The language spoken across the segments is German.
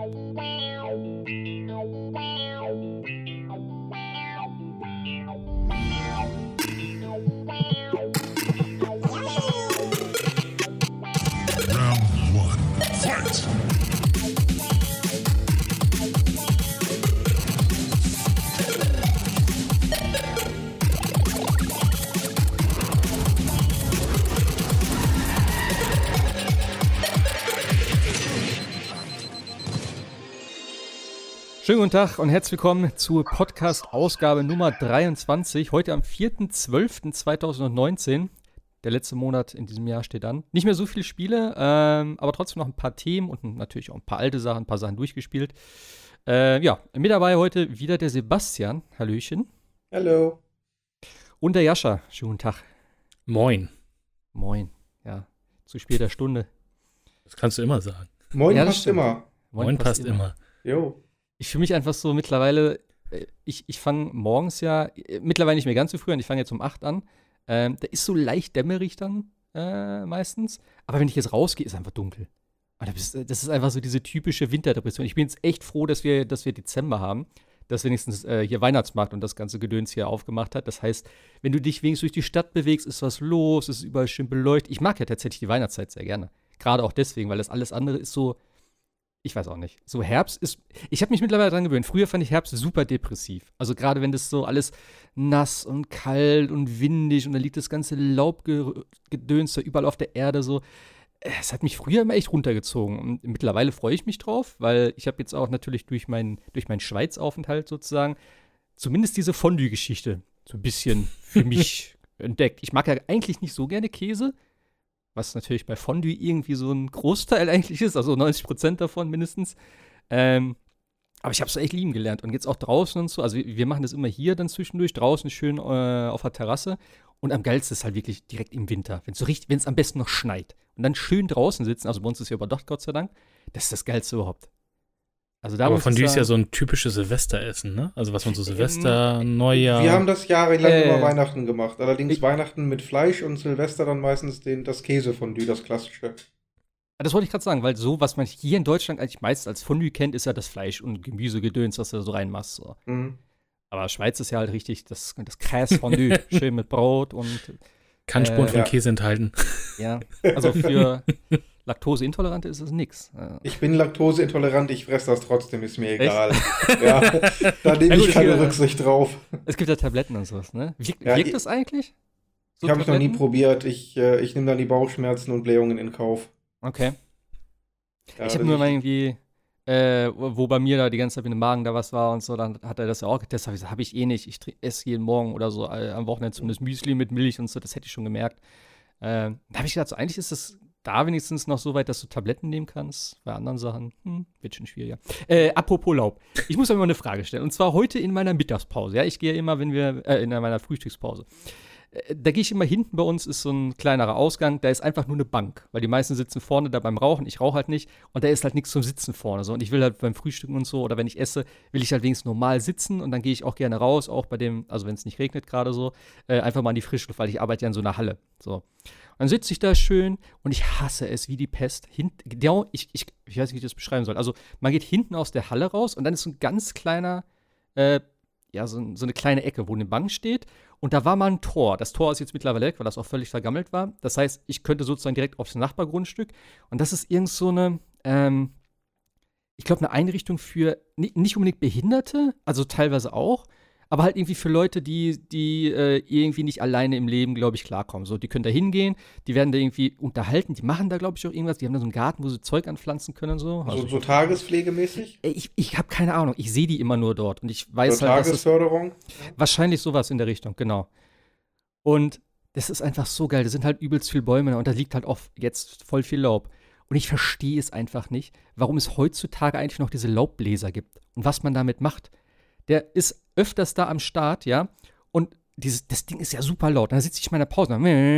Schönen guten Tag und herzlich willkommen zur Podcast-Ausgabe Nummer 23. Heute am 4.12.2019. Der letzte Monat in diesem Jahr steht an. Nicht mehr so viele Spiele, aber trotzdem noch ein paar Themen und natürlich auch ein paar alte Sachen, ein paar Sachen durchgespielt. Mit dabei heute wieder der Sebastian. Hallöchen. Hallo. Und der Jascha. Schönen guten Tag. Moin. Moin. Ja, zu später Stunde. Das kannst du immer sagen. Moin Ja, passt immer. Moin passt immer. Jo. Ich fühle mich einfach so mittlerweile, ich fange morgens mittlerweile nicht mehr ganz so früh an, ich fange jetzt um 8 an. Da ist so leicht dämmerig dann meistens. Aber wenn ich jetzt rausgehe, ist es einfach dunkel. Und das ist einfach so diese typische Winterdepression. Ich bin jetzt echt froh, dass wir Dezember haben, dass wenigstens hier Weihnachtsmarkt und das ganze Gedöns hier aufgemacht hat. Das heißt, wenn du dich wenigstens durch die Stadt bewegst, ist was los, ist überall schön beleuchtet. Ich mag ja tatsächlich die Weihnachtszeit sehr gerne. Gerade auch deswegen, weil das alles andere ist so, ich weiß auch nicht. So Herbst ist, ich habe mich mittlerweile dran gewöhnt. Früher fand ich Herbst super depressiv. Also gerade wenn das so alles nass und kalt und windig und da liegt das ganze Laubgedöns da überall auf der Erde so. Es hat mich früher immer echt runtergezogen. Und mittlerweile freue ich mich drauf, weil ich habe jetzt auch natürlich durch meinen Schweizaufenthalt sozusagen zumindest diese Fondue-Geschichte so ein bisschen für mich entdeckt. Ich mag ja eigentlich nicht so gerne Käse, was natürlich bei Fondue irgendwie so ein Großteil eigentlich ist, also 90% davon mindestens. Aber ich habe es echt lieben gelernt. Und jetzt auch draußen und so, also wir machen das immer hier dann zwischendurch, draußen schön auf der Terrasse. Und am geilsten ist halt wirklich direkt im Winter, wenn es am besten noch schneit. Und dann schön draußen sitzen, also bei uns ist ja überdacht, Gott sei Dank, das ist das Geilste überhaupt. Also da aber Fondue ist ja so ein typisches Silvesteressen, ne? Also was man so Silvester, Neujahr. Wir haben das jahrelang über Weihnachten gemacht. Allerdings Weihnachten mit Fleisch und Silvester dann meistens das Käsefondue, das klassische. Das wollte ich gerade sagen, weil so, was man hier in Deutschland eigentlich meist als Fondue kennt, ist ja das Fleisch und Gemüsegedöns, was du da so reinmachst. So. Mhm. Aber Schweiz ist ja halt richtig das Käsefondue, schön mit Brot und kann Spuren von Käse enthalten. Ja, also für Laktoseintolerante ist es nix. Ich bin laktoseintolerant, ich fresse das trotzdem, ist mir egal. Ja, da nehme ich keine Rücksicht drauf. Es gibt ja Tabletten und sowas, ne? Wirkt das eigentlich? So habe ich noch nie probiert. Ich nehme dann die Bauchschmerzen und Blähungen in Kauf. Okay. Ja, ich habe nur mal irgendwie, wo bei mir da die ganze Zeit mit dem Magen da was war und so, dann hat er das ja auch getestet. Hab ich gesagt, habe ich eh nicht. Ich esse jeden Morgen oder so am Wochenende zumindest Müsli mit Milch und so, das hätte ich schon gemerkt. Da habe ich gedacht, so eigentlich ist das da wenigstens noch so weit, dass du Tabletten nehmen kannst. Bei anderen Sachen, wird schon schwieriger. Apropos Laub. Ich muss euch mal eine Frage stellen. Und zwar heute in meiner Mittagspause. Ja, ich gehe immer, in meiner Frühstückspause. Da gehe ich immer hinten, bei uns ist so ein kleinerer Ausgang, da ist einfach nur eine Bank, weil die meisten sitzen vorne da beim Rauchen, ich rauche halt nicht und da ist halt nichts zum Sitzen vorne so und ich will halt beim Frühstücken und so oder wenn ich esse, will ich halt wenigstens normal sitzen und dann gehe ich auch gerne raus, auch bei dem, also wenn es nicht regnet gerade so, einfach mal in die Frischluft, weil ich arbeite ja in so einer Halle, so. Und dann sitze ich da schön und ich hasse es wie die Pest. Ich weiß nicht, wie ich das beschreiben soll, also man geht hinten aus der Halle raus und dann ist so ein ganz kleiner, so eine kleine Ecke, wo eine Bank steht. Und da war mal ein Tor. Das Tor ist jetzt mittlerweile weg, weil das auch völlig vergammelt war. Das heißt, ich könnte sozusagen direkt aufs Nachbargrundstück. Und das ist irgend so eine, ich glaube, eine Einrichtung für nicht unbedingt Behinderte, also teilweise auch, aber halt irgendwie für Leute, die irgendwie nicht alleine im Leben, glaube ich, klarkommen. So, die können da hingehen, die werden da irgendwie unterhalten, die machen da, glaube ich, auch irgendwas. Die haben da so einen Garten, wo sie Zeug anpflanzen können und so. Also, so tagespflegemäßig? Ich habe keine Ahnung. Ich sehe die immer nur dort. Und ich weiß so halt, Tagesförderung? Wahrscheinlich sowas in der Richtung, genau. Und das ist einfach so geil. Da sind halt übelst viele Bäume und da liegt halt auch jetzt voll viel Laub. Und ich verstehe es einfach nicht, warum es heutzutage eigentlich noch diese Laubbläser gibt und was man damit macht. Der ist öfters da am Start, ja, und das Ding ist ja super laut. Dann sitze ich in meiner Pause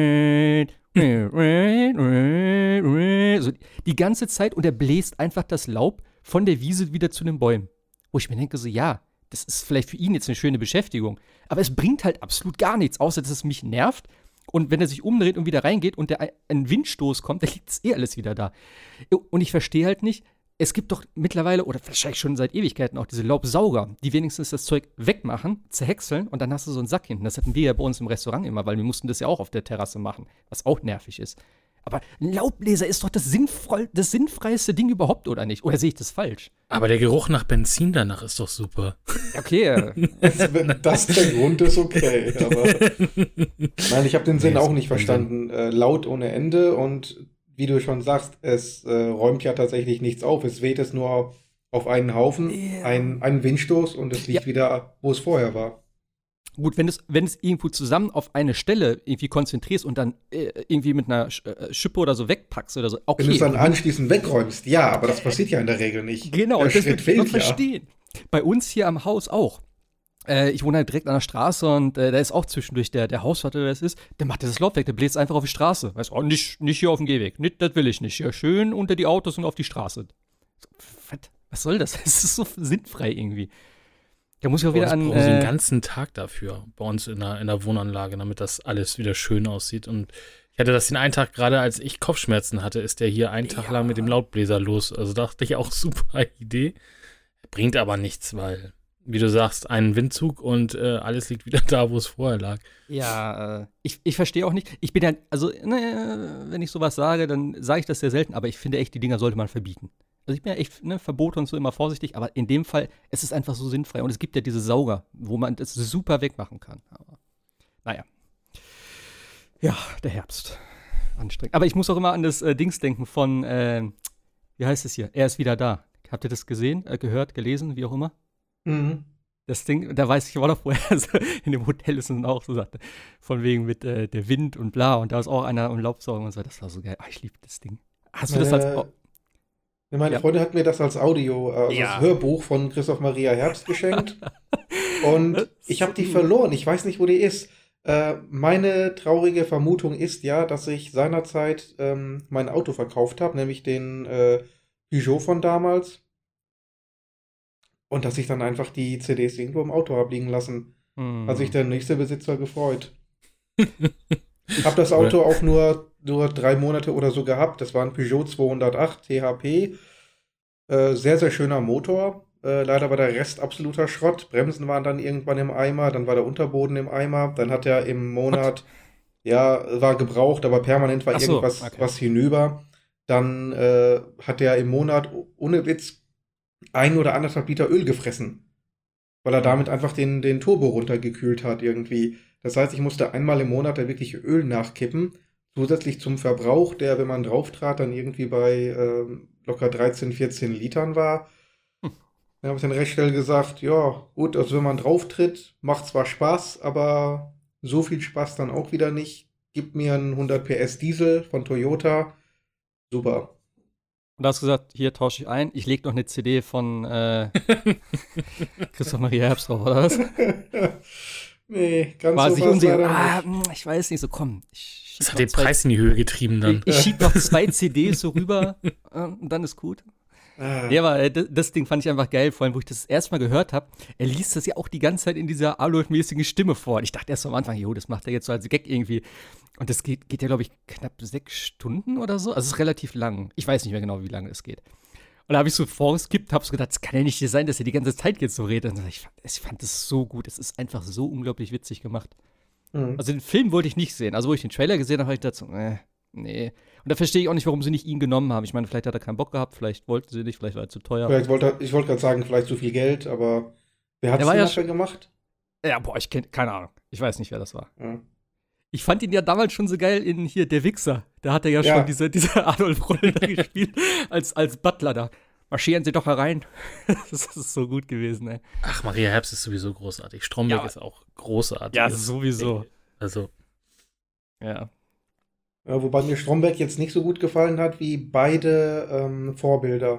so die ganze Zeit und er bläst einfach das Laub von der Wiese wieder zu den Bäumen. Wo ich mir denke, so ja, das ist vielleicht für ihn jetzt eine schöne Beschäftigung, aber es bringt halt absolut gar nichts, außer dass es mich nervt. Und wenn er sich umdreht und wieder reingeht und ein Windstoß kommt, dann liegt es alles wieder da. Und ich verstehe halt nicht, es gibt doch mittlerweile, oder wahrscheinlich schon seit Ewigkeiten auch diese Laubsauger, die wenigstens das Zeug wegmachen, zerhäckseln und dann hast du so einen Sack hinten. Das hatten wir ja bei uns im Restaurant immer, weil wir mussten das ja auch auf der Terrasse machen, was auch nervig ist. Aber ein Laubbläser ist doch das sinnfreieste Ding überhaupt, oder nicht? Oder sehe ich das falsch? Aber der Geruch nach Benzin danach ist doch super. Okay. Wenn das der Grund ist, okay. Aber nein, ich habe den Sinn auch nicht verstanden. Laut ohne Ende und wie du schon sagst, es räumt ja tatsächlich nichts auf. Es weht es nur auf einen Haufen, einen Windstoß und es liegt wieder, wo es vorher war. Gut, wenn es irgendwo zusammen auf eine Stelle irgendwie konzentrierst und dann irgendwie mit einer Schippe oder so wegpackst oder so, okay. Wenn du es dann anschließend wegräumst, ja, aber das passiert ja in der Regel nicht. Genau, der das Schritt will ich fehlt verstehen. Bei uns hier am Haus auch. Ich wohne halt direkt an der Straße und da ist auch zwischendurch der Hauswart, oder wer es ist, der macht das Laub weg, der bläst einfach auf die Straße. Weißt du, nicht hier auf dem Gehweg. Nicht, das will ich nicht. Ja, schön unter die Autos und auf die Straße. Was soll das? Das ist so sinnfrei irgendwie. Da muss ich auch wieder an. Brauchen sie den ganzen Tag dafür bei uns in der Wohnanlage, damit das alles wieder schön aussieht. Und ich hatte das den einen Tag, gerade als ich Kopfschmerzen hatte, ist der hier einen Tag lang mit dem Laubbläser los. Also dachte ich auch, super Idee. Bringt aber nichts, weil, wie du sagst, ein Windzug und alles liegt wieder da, wo es vorher lag. Ja, ich verstehe auch nicht. Ich bin ja, also, wenn ich sowas sage, dann sage ich das sehr selten, aber ich finde echt, die Dinger sollte man verbieten. Also ich bin ja echt, Verbote und so immer vorsichtig, aber in dem Fall, es ist einfach so sinnfrei. Und es gibt ja diese Sauger, wo man das super wegmachen kann. Aber, naja. Ja, der Herbst. Anstrengend. Aber ich muss auch immer an das Dings denken von, wie heißt es hier? Er ist wieder da. Habt ihr das gesehen, gehört, gelesen, wie auch immer? Mhm. Das Ding, da weiß ich auch noch, wo er so in dem Hotel ist und auch so sagte, von wegen mit der Wind und bla. Und da ist auch einer am Laubsaugen und so. Das war so geil. Ich liebe das Ding. Hast du das als... Meine Freundin hat mir das als Audio, das Hörbuch von Christoph Maria Herbst geschenkt. Und ich habe die verloren. Ich weiß nicht, wo die ist. Meine traurige Vermutung ist ja, dass ich seinerzeit mein Auto verkauft habe, nämlich den Peugeot von damals. Und dass ich dann einfach die CDs irgendwo im Auto habe liegen lassen. Hat sich der nächste Besitzer gefreut. Ich habe das Auto auch nur 3 Monate oder so gehabt. Das war ein Peugeot 208 THP. Sehr, sehr schöner Motor. Leider war der Rest absoluter Schrott. Bremsen waren dann irgendwann im Eimer. Dann war der Unterboden im Eimer. Dann hat er im Monat, war gebraucht, aber permanent war irgendwas was hinüber. Dann hat er im Monat, ohne Witz, 1 oder 1,5 Liter Öl gefressen. Weil er damit einfach den Turbo runtergekühlt hat irgendwie. Das heißt, ich musste einmal im Monat da wirklich Öl nachkippen. Zusätzlich zum Verbrauch, der, wenn man drauf trat, dann irgendwie bei locker 13, 14 Litern war. Dann habe ich dann recht schnell gesagt, ja, gut, also wenn man drauf tritt, macht zwar Spaß, aber so viel Spaß dann auch wieder nicht. Gib mir einen 100 PS Diesel von Toyota. Super. Und da hast du gesagt, hier tausche ich ein. Ich lege noch eine CD von Christoph Maria Herbst drauf, oder was? Nee, ganz war so sich unsicher. Ich weiß nicht, so komm. Das hat den Preis in die Höhe getrieben dann. Ich schieb noch 2 CDs so rüber und dann ist gut. Ja, aber das Ding fand ich einfach geil, vor allem, wo ich das erste Mal gehört habe. Er liest das ja auch die ganze Zeit in dieser Adolf-mäßigen Stimme vor. Und ich dachte erst am Anfang, das macht er jetzt so als Gag irgendwie. Und das geht ja, glaube ich, knapp 6 Stunden oder so. Also es ist relativ lang. Ich weiß nicht mehr genau, wie lange es geht. Und da habe ich so vorgeskippt, habe so gedacht, es kann ja nicht sein, dass er die ganze Zeit jetzt so redet. Und ich fand das so gut. Es ist einfach so unglaublich witzig gemacht. Mhm. Also den Film wollte ich nicht sehen. Also wo ich den Trailer gesehen habe, habe ich gedacht so, nee. Und da verstehe ich auch nicht, warum sie nicht ihn genommen haben. Ich meine, vielleicht hat er keinen Bock gehabt, vielleicht wollten sie nicht, vielleicht war er zu teuer. Ich wollte gerade sagen, vielleicht zu viel Geld, aber wer hat es denn dafür gemacht? Ja, ich kenne keine Ahnung. Ich weiß nicht, wer das war. Ja. Ich fand ihn ja damals schon so geil in hier Der Wichser. Da hat er ja schon diese Adolf-Rolle da gespielt, als Butler da. Marschieren Sie doch herein. Das ist so gut gewesen, ey. Ach, Maria Herbst ist sowieso großartig. Stromberg ist auch großartig. Ja, sowieso. Also. Ja. Wobei mir Stromberg jetzt nicht so gut gefallen hat wie beide Vorbilder.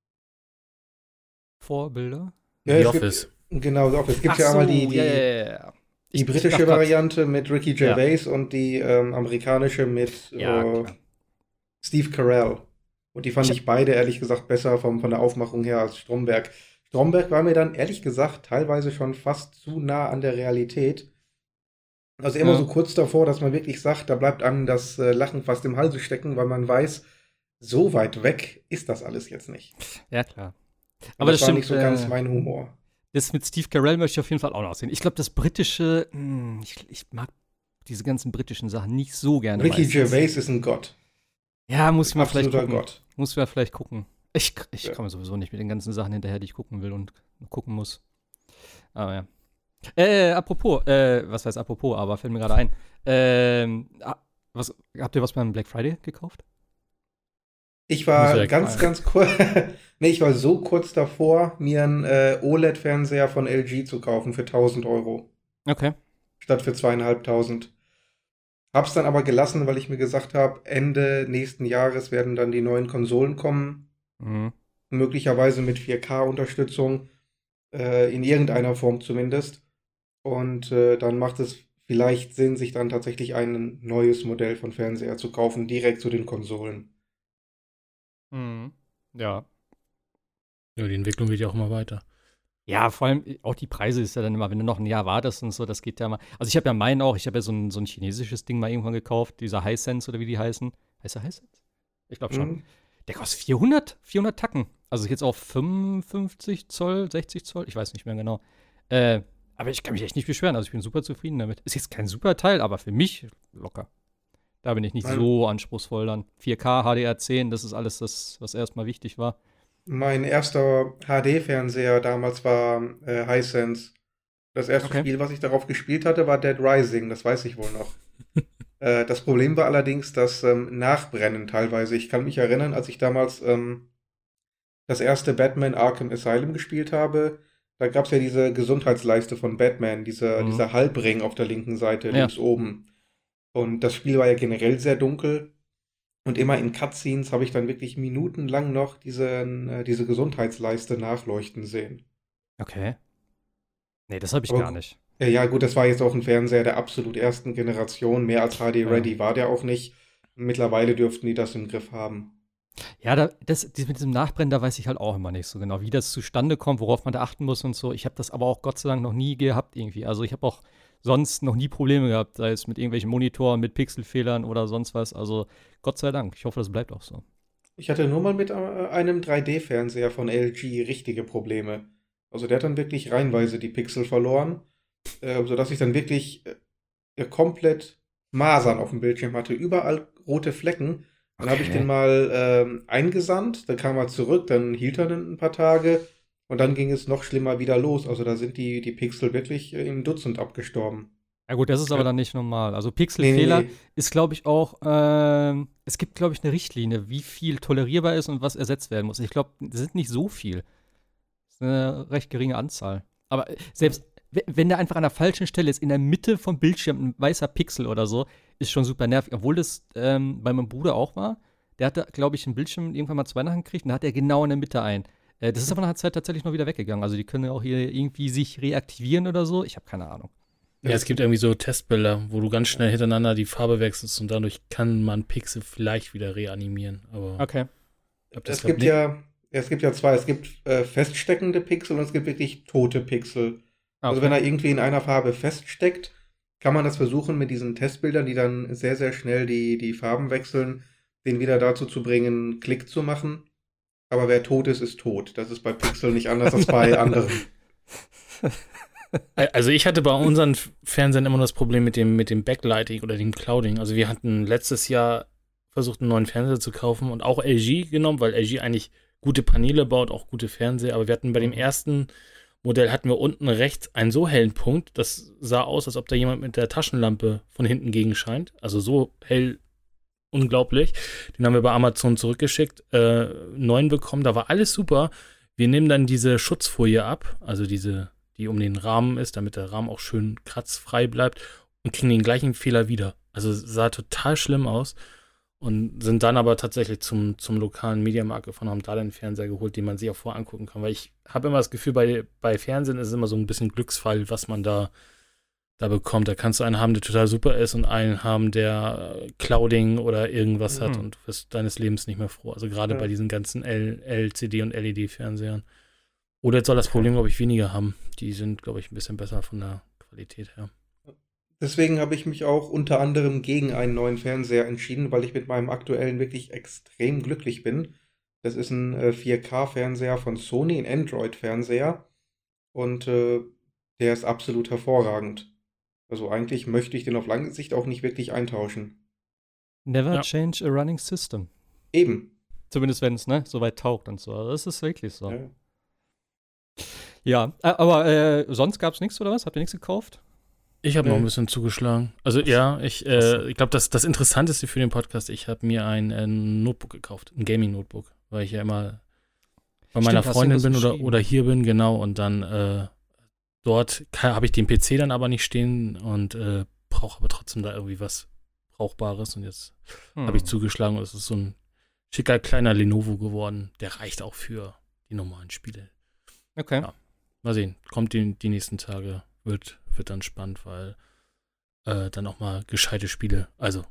Vorbilder? Ja, The Office. Genau, The Office. Es gibt ja einmal die britische Variante mit Ricky Gervais und die amerikanische mit Steve Carell. Und die fand ich beide, ehrlich gesagt, besser von der Aufmachung her als Stromberg. Stromberg war mir dann, ehrlich gesagt, teilweise schon fast zu nah an der Realität. Also immer so kurz davor, dass man wirklich sagt, da bleibt einem das Lachen fast im Halse stecken, weil man weiß, so weit weg ist das alles jetzt nicht. Ja, klar. Aber das war stimmt, nicht so ganz mein Humor. Das mit Steve Carell möchte ich auf jeden Fall auch noch sehen. Ich glaube, das britische, ich mag diese ganzen britischen Sachen nicht so gerne. Ricky Gervais ist ein Gott. Ja, muss man vielleicht gucken. Gott. Muss man vielleicht gucken. Ich komme sowieso nicht mit den ganzen Sachen hinterher, die ich gucken will und gucken muss. Aber ja. Apropos, was heißt apropos, aber fällt mir gerade ein. Habt ihr was beim Black Friday gekauft? Ich war ganz kurz, ich war so kurz davor, mir einen OLED-Fernseher von LG zu kaufen für 1.000 Euro. Okay. Statt für 2.500. Hab's dann aber gelassen, weil ich mir gesagt habe, Ende nächsten Jahres werden dann die neuen Konsolen kommen. Mhm. Möglicherweise mit 4K-Unterstützung, in irgendeiner Form zumindest. Und dann macht es vielleicht Sinn, sich dann tatsächlich ein neues Modell von Fernseher zu kaufen, direkt zu den Konsolen. Mhm. Ja. Ja, die Entwicklung geht ja auch immer weiter. Ja, vor allem auch die Preise ist ja dann immer, wenn du noch ein Jahr wartest und so, das geht ja mal. Also ich habe ja meinen auch, ich habe ja so ein chinesisches Ding mal irgendwann gekauft, dieser Hisense oder wie die heißen. Heißt der Hisense? Ich glaube schon. Mhm. Der kostet 400 Tacken. Also jetzt auf 55 Zoll, 60 Zoll, ich weiß nicht mehr genau. Aber ich kann mich echt nicht beschweren, also ich bin super zufrieden damit. Ist jetzt kein super Teil, aber für mich locker. Da bin ich nicht so anspruchsvoll dann. 4K, HDR10, das ist alles das, was erstmal wichtig war. Mein erster HD-Fernseher damals war Hisense. Das erste Spiel, was ich darauf gespielt hatte, war Dead Rising. Das weiß ich wohl noch. Das Problem war allerdings das Nachbrennen teilweise. Ich kann mich erinnern, als ich damals das erste Batman Arkham Asylum gespielt habe, da gab es ja diese Gesundheitsleiste von Batman, dieser Halbring auf der linken Seite, links oben. Und das Spiel war ja generell sehr dunkel. Und immer in Cutscenes habe ich dann wirklich minutenlang noch diese Gesundheitsleiste nachleuchten sehen. Okay. Nee, das habe ich gar nicht. Ja, gut, das war jetzt auch ein Fernseher der absolut ersten Generation. Mehr als HD-ready war der auch nicht. Mittlerweile dürften die das im Griff haben. Ja, mit diesem Nachbrennen, da weiß ich halt auch immer nicht so genau, wie das zustande kommt, worauf man da achten muss und so. Ich habe das aber auch Gott sei Dank noch nie gehabt irgendwie. Also ich habe auch sonst noch nie Probleme gehabt, sei es mit irgendwelchen Monitoren, mit Pixelfehlern oder sonst was. Also Gott sei Dank. Ich hoffe, das bleibt auch so. Ich hatte nur mal mit einem 3D-Fernseher von LG richtige Probleme. Also der hat dann wirklich reihenweise die Pixel verloren, sodass ich dann wirklich komplett Masern auf dem Bildschirm hatte. Überall rote Flecken. Dann habe ich den mal eingesandt, dann kam er zurück, dann hielt er ein paar Tage und dann ging es noch schlimmer wieder los. Also da sind die Pixel wirklich im Dutzend abgestorben. Ja gut, das ist aber dann nicht normal. Also Pixelfehler ist, glaube ich, auch, es gibt, glaube ich, eine Richtlinie, wie viel tolerierbar ist und was ersetzt werden muss. Ich glaube, das sind nicht so viel. Das ist eine recht geringe Anzahl. Aber selbst wenn der einfach an der falschen Stelle ist, in der Mitte vom Bildschirm ein weißer Pixel oder so, ist schon super nervig. Obwohl das bei meinem Bruder auch war. Der hatte, glaube ich, einen Bildschirm irgendwann mal 2 Nachen gekriegt und da hat er genau in der Mitte ein. Das ist aber nach der Zeit tatsächlich noch wieder weggegangen. Also die können ja auch hier irgendwie sich reaktivieren oder so. Ich habe keine Ahnung. Ja, es gibt irgendwie so Testbilder, wo du ganz schnell hintereinander die Farbe wechselst und dadurch kann man Pixel vielleicht wieder reanimieren. Aber okay. Es gibt ja zwei. Es gibt feststeckende Pixel und es gibt wirklich tote Pixel. Okay. Also wenn er irgendwie in einer Farbe feststeckt, kann man das versuchen mit diesen Testbildern, die dann sehr, sehr schnell die Farben wechseln, den wieder dazu zu bringen, Klick zu machen. Aber wer tot ist, ist tot. Das ist bei Pixel nicht anders als bei anderen. Also ich hatte bei unseren Fernsehern immer das Problem mit dem Backlighting oder dem Clouding. Also wir hatten letztes Jahr versucht, einen neuen Fernseher zu kaufen und auch LG genommen, weil LG eigentlich gute Paneele baut, auch gute Fernseher. Aber wir hatten bei dem ersten Modell hatten wir unten rechts einen so hellen Punkt, das sah aus, als ob da jemand mit der Taschenlampe von hinten gegenscheint. Also so hell, unglaublich. Den haben wir bei Amazon zurückgeschickt, neuen bekommen, da war alles super. Wir nehmen dann diese Schutzfolie ab, also die um den Rahmen ist, damit der Rahmen auch schön kratzfrei bleibt und kriegen den gleichen Fehler wieder. Also sah total schlimm aus und sind dann aber tatsächlich zum lokalen Mediamarkt gefahren, haben da den Fernseher geholt, den man sich auch vorher angucken kann, weil ich habe immer das Gefühl, bei Fernsehen ist es immer so ein bisschen Glücksfall, was man da bekommt. Da kannst du einen haben, der total super ist und einen haben, der Clouding oder irgendwas hat und du wirst deines Lebens nicht mehr froh. Also gerade bei diesen ganzen LCD- und LED-Fernsehern. Oder jetzt soll das Problem, glaube ich, weniger haben. Die sind, glaube ich, ein bisschen besser von der Qualität her. Deswegen habe ich mich auch unter anderem gegen einen neuen Fernseher entschieden, weil ich mit meinem aktuellen wirklich extrem glücklich bin. Das ist ein 4K-Fernseher von Sony, ein Android-Fernseher. Und der ist absolut hervorragend. Also eigentlich möchte ich den auf lange Sicht auch nicht wirklich eintauschen. Never change a running system. Eben. Zumindest wenn es so weit taugt und so. Also das ist wirklich so. Ja. Ja, aber sonst gab es nichts oder was? Habt ihr nichts gekauft? Ich habe noch ein bisschen zugeschlagen. Also ja, ich glaube, das Interessanteste für den Podcast, ich habe mir ein Notebook gekauft, ein Gaming-Notebook, weil ich ja immer bei meiner Freundin bin oder hier bin, genau. Und dann dort habe ich den PC dann aber nicht stehen und brauche aber trotzdem da irgendwie was Brauchbares. Und jetzt habe ich zugeschlagen und es ist so ein schicker kleiner Lenovo geworden. Der reicht auch für die normalen Spiele. Okay. Ja. Mal sehen, kommt die nächsten Tage, wird dann spannend, weil dann auch mal gescheite Spiele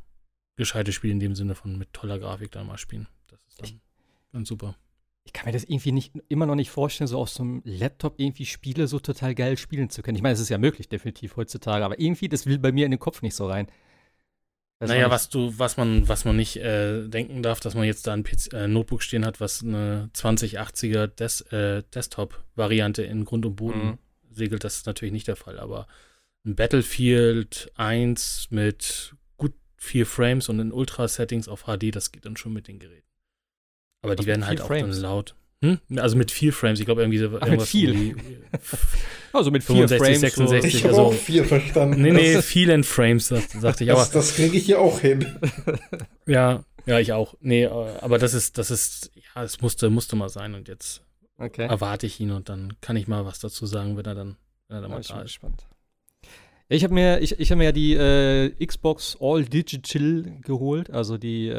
in dem Sinne von mit toller Grafik dann mal spielen. Das ist dann ganz super. Ich kann mir das irgendwie immer noch nicht vorstellen, so auf so einem Laptop irgendwie Spiele so total geil spielen zu können. Ich meine, es ist ja möglich, definitiv heutzutage, aber irgendwie, das will bei mir in den Kopf nicht so rein. Naja, was man nicht denken darf, dass man jetzt da ein Notebook stehen hat, was eine 2080er Desktop-Variante in Grund und Boden segelt, das ist natürlich nicht der Fall, aber ein Battlefield 1 mit gut 4 Frames und in Ultra-Settings auf HD, das geht dann schon mit den Geräten. Aber die werden halt auch dann laut. Also mit 4 Frames, ich glaube irgendwie so irgendwas mit viel. Also mit 4 Frames. 66, ich habe auch 4 verstanden. Nee, viel in Frames, sagte ich. Das kriege ich hier auch hin. Ja, ich auch. Nee, aber das ist, ja, es musste mal sein und jetzt erwarte ich ihn und dann kann ich mal was dazu sagen, wenn er dann mal da ist. Gespannt. Ja, ich habe mir ja die Xbox All Digital geholt, also die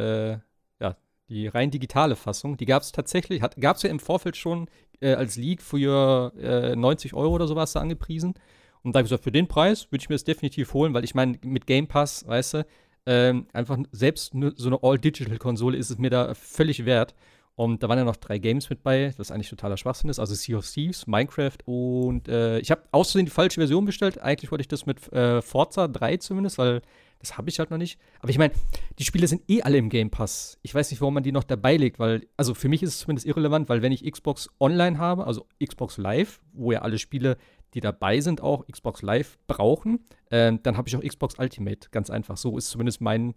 rein digitale Fassung. Die gab es tatsächlich, gab es ja im Vorfeld schon als Leak für 90 € oder sowas da angepriesen. Und da habe ich gesagt, für den Preis würde ich mir das definitiv holen, weil ich meine, mit Game Pass, weißt du, einfach selbst so eine All-Digital-Konsole ist es mir da völlig wert. Und da waren ja noch 3 Games mit bei, was eigentlich totaler Schwachsinn ist. Also Sea of Thieves, Minecraft und ich habe außerdem die falsche Version bestellt. Eigentlich wollte ich das mit Forza 3 zumindest, weil das habe ich halt noch nicht. Aber ich meine, die Spiele sind alle im Game Pass. Ich weiß nicht, warum man die noch dabei legt, weil, also für mich ist es zumindest irrelevant, weil wenn ich Xbox Online habe, also Xbox Live, wo ja alle Spiele, die dabei sind, auch Xbox Live brauchen, dann habe ich auch Xbox Ultimate. Ganz einfach. So ist zumindest mein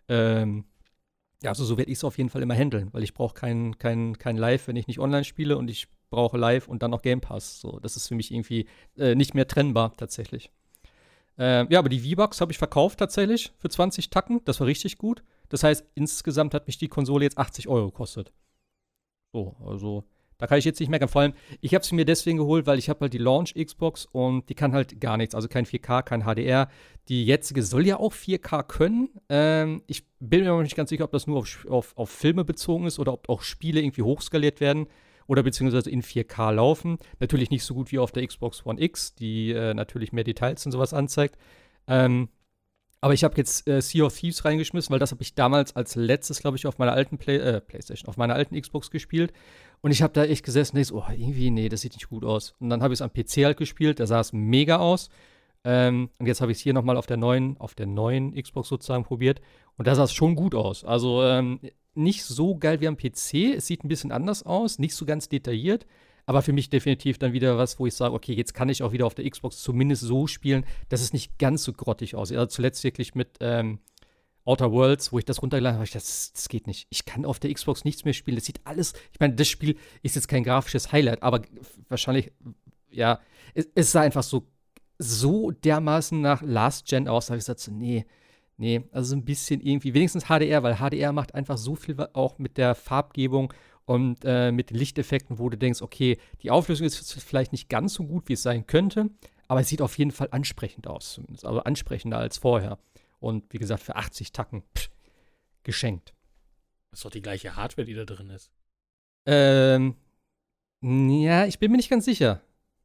also so werde ich es auf jeden Fall immer handeln, weil ich brauche kein Live, wenn ich nicht online spiele und ich brauche Live und dann noch Game Pass. So, das ist für mich irgendwie nicht mehr trennbar tatsächlich. Aber die V-Bucks habe ich verkauft tatsächlich für 20 Tacken. Das war richtig gut. Das heißt, insgesamt hat mich die Konsole jetzt 80 € gekostet. So, also da kann ich jetzt nicht meckern. Vor allem, ich habe sie mir deswegen geholt, weil ich habe halt die Launch Xbox und die kann halt gar nichts. Also kein 4K, kein HDR. Die jetzige soll ja auch 4K können. Ich bin mir noch nicht ganz sicher, ob das nur auf Filme bezogen ist oder ob auch Spiele irgendwie hochskaliert werden oder beziehungsweise in 4K laufen. Natürlich nicht so gut wie auf der Xbox One X, die natürlich mehr Details und sowas anzeigt. Aber ich habe jetzt Sea of Thieves reingeschmissen, weil das habe ich damals als letztes, glaube ich, auf meiner alten PlayStation, auf meiner alten Xbox gespielt. Und ich habe da echt gesessen und dachte, irgendwie, das sieht nicht gut aus. Und dann habe ich es am PC halt gespielt, da sah es mega aus. Und jetzt habe ich es hier nochmal auf der neuen Xbox sozusagen probiert. Und da sah es schon gut aus. Also nicht so geil wie am PC. Es sieht ein bisschen anders aus, nicht so ganz detailliert. Aber für mich definitiv dann wieder was, wo ich sage, okay, jetzt kann ich auch wieder auf der Xbox zumindest so spielen, dass es nicht ganz so grottig aussieht. Also zuletzt wirklich mit Outer Worlds, wo ich das runtergeladen habe, das geht nicht. Ich kann auf der Xbox nichts mehr spielen. Das sieht alles, ich meine, das Spiel ist jetzt kein grafisches Highlight, aber wahrscheinlich, ja, es sah einfach so dermaßen nach Last Gen aus, da habe ich gesagt, so, nee, also so ein bisschen irgendwie, wenigstens HDR, weil HDR macht einfach so viel auch mit der Farbgebung und mit den Lichteffekten, wo du denkst, okay, die Auflösung ist vielleicht nicht ganz so gut, wie es sein könnte, aber es sieht auf jeden Fall ansprechend aus, zumindest, also ansprechender als vorher. Und wie gesagt, für 80 Tacken geschenkt. Das ist doch die gleiche Hardware, die da drin ist. Ja, ich bin mir nicht ganz sicher.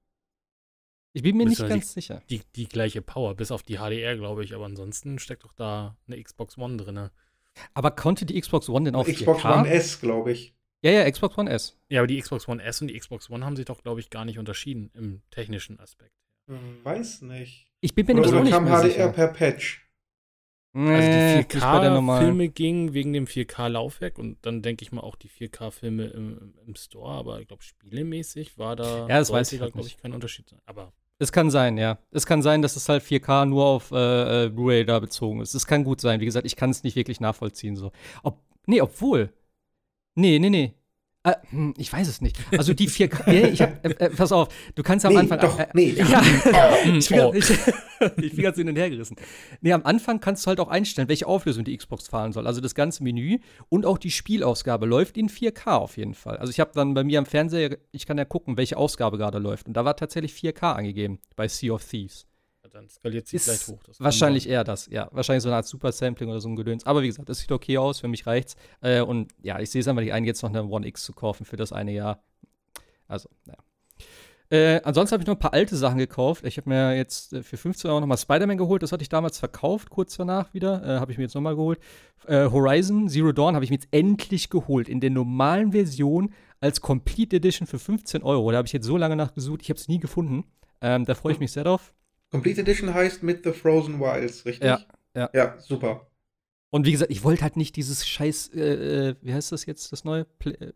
Sicher. Die gleiche Power, bis auf die HDR, glaube ich. Aber ansonsten steckt doch da eine Xbox One drin. Aber konnte die Xbox One denn auch Xbox 4K? One S, glaube ich. Ja, Xbox One S. Ja, aber die Xbox One S und die Xbox One haben sich doch, glaube ich, gar nicht unterschieden im technischen Aspekt. Weiß nicht. Ich bin mir nicht Oder so kam nicht mehr HDR sicher. per Patch? Also die 4K-Filme gingen wegen dem 4K-Laufwerk und dann denke ich mal auch die 4K-Filme im Store, aber ich glaube, spielemäßig war da, ja, das weiß ich, glaube ich, kein Unterschied sein. Aber es kann sein, ja. Es kann sein, dass es halt 4K nur auf Blu-ray da bezogen ist. Es kann gut sein. Wie gesagt, ich kann es nicht wirklich nachvollziehen. So. Obwohl. Nee. Ich weiß es nicht. Also die 4K. Pass auf, du kannst am Anfang. Ich bin ganz hin und her gerissen. Nee, am Anfang kannst du halt auch einstellen, welche Auflösung die Xbox fahren soll. Also das ganze Menü und auch die Spielausgabe läuft in 4K auf jeden Fall. Also ich habe dann bei mir am Fernseher, ich kann ja gucken, welche Ausgabe gerade läuft. Und da war tatsächlich 4K angegeben bei Sea of Thieves. Dann skaliert sie gleich hoch. Wahrscheinlich eher das, ja. Wahrscheinlich so eine Art Super-Sampling oder so ein Gedöns. Aber wie gesagt, das sieht okay aus, für mich reicht's. Und ja, ich sehe es einfach nicht ein, jetzt noch eine One X zu kaufen für das eine Jahr. Also, naja. Ansonsten habe ich noch ein paar alte Sachen gekauft. Ich habe mir jetzt für 15 Euro nochmal Spider-Man geholt. Das hatte ich damals verkauft, kurz danach wieder. Habe ich mir jetzt nochmal geholt. Horizon Zero Dawn habe ich mir jetzt endlich geholt. In der normalen Version als Complete Edition für 15 Euro. Da habe ich jetzt so lange nachgesucht. Ich habe es nie gefunden. Da freue ich mich sehr drauf. Complete Edition heißt mit The Frozen Wilds, richtig? Ja. Ja, super. Und wie gesagt, ich wollte halt nicht dieses scheiß, wie heißt das jetzt, das neue?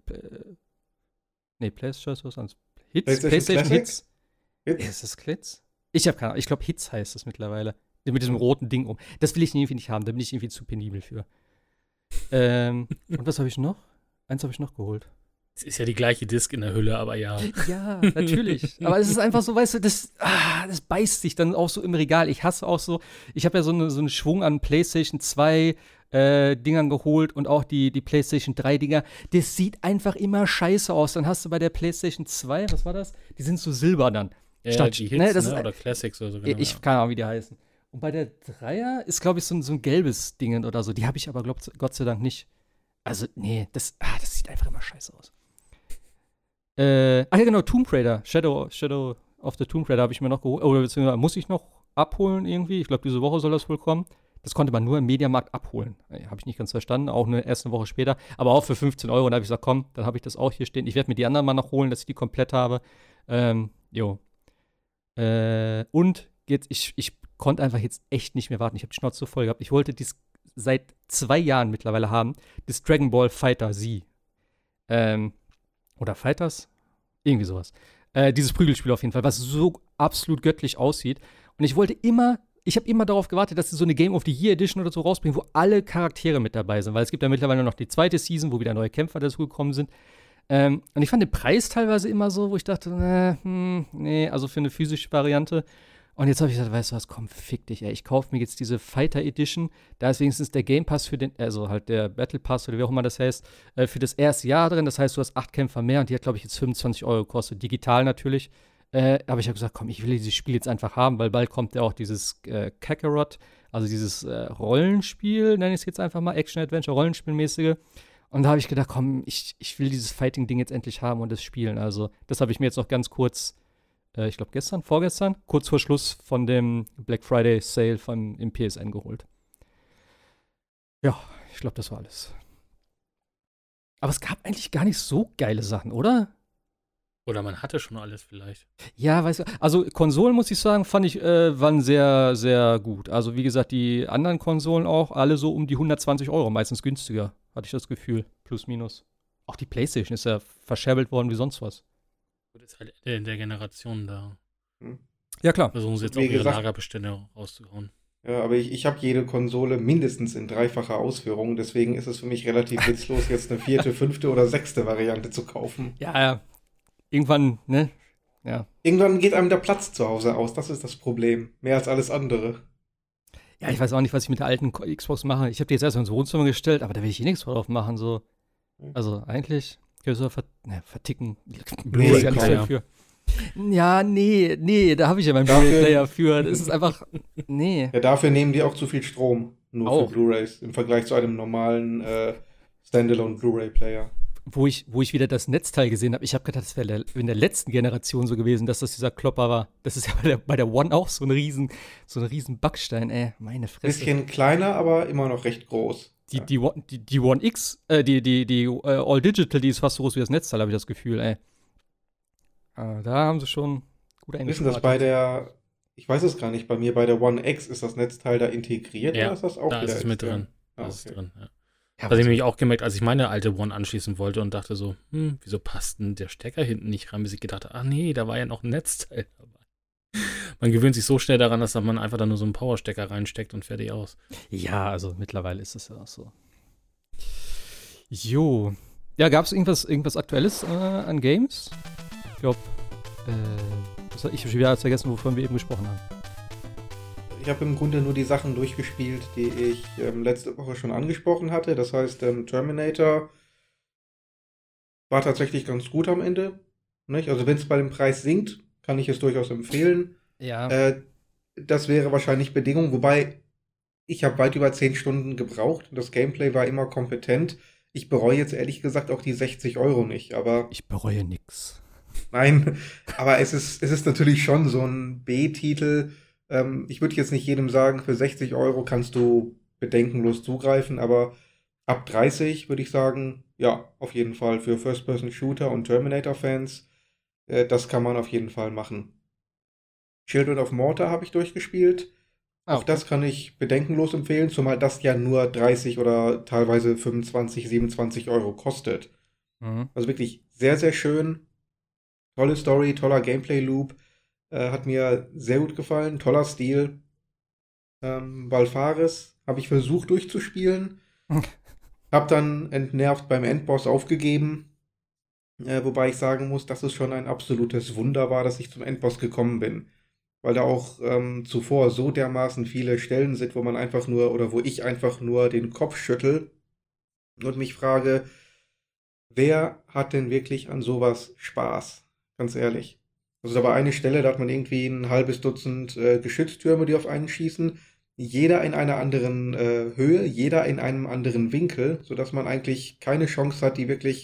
PlayStation, was sonst? PlayStation Hits? Ist das Klitz? Ich habe keine Ahnung, ich glaube Hits heißt das mittlerweile. Mit diesem roten Ding um. Das will ich irgendwie nicht haben, da bin ich irgendwie zu penibel für. Und was habe ich noch? Eins habe ich noch geholt. Es ist ja die gleiche Disc in der Hülle, aber ja. Ja, natürlich. Aber es ist einfach so, weißt du, das beißt sich dann auch so im Regal. Ich hasse auch so, ich habe ja so einen Schwung an PlayStation 2 Dingern geholt und auch die PlayStation 3 Dinger. Das sieht einfach immer scheiße aus. Dann hast du bei der PlayStation 2, was war das? Die sind so silber dann. Ja, statt, die Hits, oder Classics oder so. Genau, ich keine Ahnung, wie die heißen. Und bei der 3er ist, glaube ich, so ein gelbes Ding oder so. Die habe ich aber, Gott sei Dank nicht. Also, nee, das sieht einfach immer scheiße aus. Ja, genau, Tomb Raider. Shadow of the Tomb Raider habe ich mir noch geholt. Oder beziehungsweise muss ich noch abholen irgendwie. Ich glaube, diese Woche soll das wohl kommen. Das konnte man nur im Mediamarkt abholen. Habe ich nicht ganz verstanden. Auch erst eine Woche später. Aber auch für 15 Euro. Und da habe ich gesagt, komm, dann habe ich das auch hier stehen. Ich werde mir die anderen mal noch holen, dass ich die komplett habe. Und jetzt, ich konnte einfach jetzt echt nicht mehr warten. Ich habe die Schnauze so voll gehabt. Ich wollte dies seit 2 Jahren mittlerweile haben. Das Dragon Ball Fighter Z. Oder Fighters? Irgendwie sowas. Dieses Prügelspiel auf jeden Fall, was so absolut göttlich aussieht. Und ich habe immer darauf gewartet, dass sie so eine Game of the Year Edition oder so rausbringen, wo alle Charaktere mit dabei sind. Weil es gibt ja mittlerweile noch die zweite Season, wo wieder neue Kämpfer dazugekommen sind. Und ich fand den Preis teilweise immer so, wo ich dachte, nee, also für eine physische Variante. Und jetzt habe ich gesagt, weißt du was, komm, fick dich, ey. Ich kaufe mir jetzt diese Fighter Edition. Da ist wenigstens der Game Pass also halt der Battle Pass oder wie auch immer das heißt, für das erste Jahr drin. Das heißt, du hast 8 Kämpfer mehr und die hat, glaube ich, jetzt 25 Euro gekostet. Digital natürlich. Aber ich habe gesagt, komm, ich will dieses Spiel jetzt einfach haben, weil bald kommt ja auch dieses Kakarot, also dieses Rollenspiel, nenne ich es jetzt einfach mal, Action-Adventure, Rollenspielmäßige. Und da habe ich gedacht, komm, ich will dieses Fighting-Ding jetzt endlich haben und das spielen. Also, das habe ich mir jetzt noch ganz kurz ich glaube vorgestern, kurz vor Schluss von dem Black Friday Sale im PSN geholt. Ja, ich glaube, das war alles. Aber es gab eigentlich gar nicht so geile Sachen, oder? Oder man hatte schon alles vielleicht. Ja, weißt du, also Konsolen, muss ich sagen, fand ich, waren sehr, sehr gut. Also wie gesagt, die anderen Konsolen auch, alle so um die 120 Euro, meistens günstiger, hatte ich das Gefühl, plus minus. Auch die PlayStation ist ja verscherbelt worden wie sonst was. Das ist halt in der Generation da. Ja, klar. Versuchen sie jetzt auch ihre Lagerbestände rauszuhauen. Ja, aber ich habe jede Konsole mindestens in 3-facher Ausführung, deswegen ist es für mich relativ witzlos, jetzt eine 4., 5. oder 6. Variante zu kaufen. Ja. Irgendwann, ne? Ja. Irgendwann geht einem der Platz zu Hause aus, das ist das Problem. Mehr als alles andere. Ja, ich weiß auch nicht, was ich mit der alten Xbox mache. Ich habe die jetzt erst ins Wohnzimmer gestellt, aber da will ich nichts drauf machen, so. Also eigentlich, verticken. Nee, gar nichts dafür. Ja, nee, da habe ich ja meinen Blu-ray-Player für. Das ist einfach, nee. Ja, dafür nehmen die auch zu viel Strom, nur für Blu-rays, im Vergleich zu einem normalen Standalone Blu-ray-Player. Wo ich wieder das Netzteil gesehen habe, ich habe gedacht, das wäre in der letzten Generation so gewesen, dass das dieser Klopper war. Das ist ja bei der One auch so ein riesen Backstein, meine Fresse. Bisschen kleiner, aber immer noch recht groß. Die One X, die All Digital, die ist fast so groß wie das Netzteil, habe ich das Gefühl, Da haben sie schon gut eingespart. Wissen das bei der ich weiß es gar nicht, bei mir bei der One X ist das Netzteil da integriert Ja, oder ist das auch da wieder ist es mit extern? drin. Da ist es Okay. drin, ja. Ja, Das habe ich nämlich auch gemerkt, als ich meine alte One anschließen wollte und dachte so, wieso passt denn der Stecker hinten nicht rein, bis ich gedacht habe, ach nee, da war ja noch ein Netzteil dabei. Man gewöhnt sich so schnell daran, dass man einfach da nur so einen Powerstecker reinsteckt und fertig aus. ja, also mittlerweile ist es ja auch so. Jo. Ja, gab es irgendwas Aktuelles an Games? Ich glaube, ich habe schon wieder vergessen, wovon wir eben gesprochen haben. Ich habe im Grunde nur die Sachen durchgespielt, die ich letzte Woche schon angesprochen hatte. Das heißt, Terminator war tatsächlich ganz gut am Ende. Nicht? Also wenn es bei dem Preis sinkt, kann ich es durchaus empfehlen. Ja. Das wäre wahrscheinlich Bedingung, wobei ich habe weit über 10 Stunden gebraucht. Das Gameplay war immer kompetent. Ich bereue jetzt ehrlich gesagt auch die 60 Euro nicht, aber Ich bereue nix. nein, aber es ist natürlich schon so ein B-Titel. Ich würde jetzt nicht jedem sagen, für 60 Euro kannst du bedenkenlos zugreifen, aber ab 30 würde ich sagen, ja, auf jeden Fall für First-Person-Shooter und Terminator-Fans, das kann man auf jeden Fall machen. Children of Morta habe ich durchgespielt. Auch das kann ich bedenkenlos empfehlen, zumal das ja nur 30 oder teilweise 25, 27 Euro kostet. Mhm. Also wirklich sehr, sehr schön. Tolle Story, toller Gameplay-Loop. Hat mir sehr gut gefallen. Toller Stil. Valfaris habe ich versucht durchzuspielen. Hab dann entnervt beim Endboss aufgegeben. Wobei ich sagen muss, dass es schon ein absolutes Wunder war, dass ich zum Endboss gekommen bin. Weil da auch zuvor so dermaßen viele Stellen sind, wo man einfach nur, oder wo ich einfach nur den Kopf schüttel und mich frage, wer hat denn wirklich an sowas Spaß? Ganz ehrlich. Also da war eine Stelle, da hat man irgendwie ein halbes Dutzend Geschütztürme, die auf einen schießen. Jeder in einer anderen Höhe, jeder in einem anderen Winkel, sodass man eigentlich keine Chance hat, die wirklich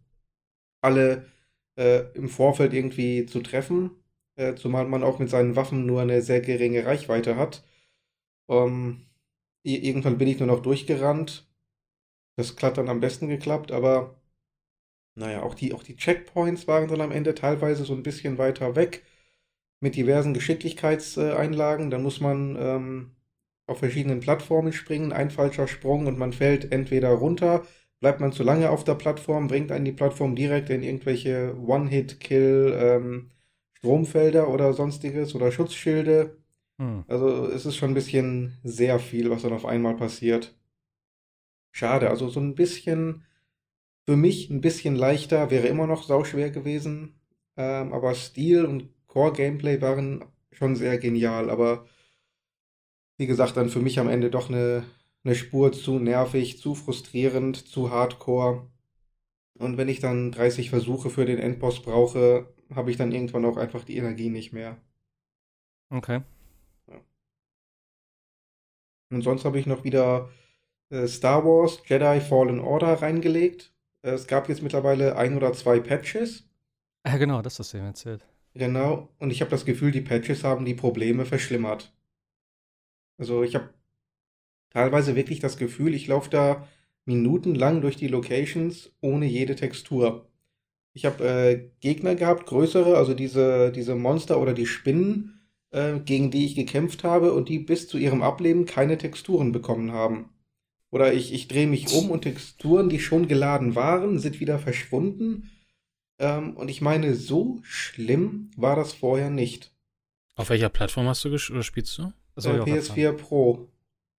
alle im Vorfeld irgendwie zu treffen. Zumal man auch mit seinen Waffen nur eine sehr geringe Reichweite hat. Irgendwann bin ich nur noch durchgerannt. Das hat dann am besten geklappt, aber naja, auch die Checkpoints waren dann am Ende teilweise so ein bisschen weiter weg mit diversen Geschicklichkeitseinlagen. Dann muss man auf verschiedenen Plattformen springen, ein falscher Sprung und man fällt entweder runter, bleibt man zu lange auf der Plattform, bringt einen die Plattform direkt in irgendwelche One-Hit-Kill Stromfelder oder sonstiges oder Schutzschilde. Also es ist schon ein bisschen sehr viel, was dann auf einmal passiert. Schade, also so ein bisschen, für mich ein bisschen leichter, wäre immer noch sauschwer gewesen. Aber Stil und Core-Gameplay waren schon sehr genial. Aber wie gesagt, dann für mich am Ende doch eine Spur zu nervig, zu frustrierend, zu hardcore. Und wenn ich dann 30 Versuche für den Endboss brauche, habe ich dann irgendwann auch einfach die Energie nicht mehr. Okay. Ja. Und sonst habe ich noch wieder Star Wars Jedi Fallen Order reingelegt. Es gab jetzt mittlerweile 1 oder 2 Patches. Ja, genau, das hast du mir erzählt. Genau, und ich habe das Gefühl, die Patches haben die Probleme verschlimmert. Also ich habe teilweise wirklich das Gefühl, ich laufe da minutenlang durch die Locations ohne jede Textur. Ich habe Gegner gehabt, größere, also diese Monster oder die Spinnen, gegen die ich gekämpft habe und die bis zu ihrem Ableben keine Texturen bekommen haben. Oder ich drehe mich um und Texturen, die schon geladen waren, sind wieder verschwunden. Und ich meine, so schlimm war das vorher nicht. Auf welcher Plattform hast du oder spielst du? PS4 Pro.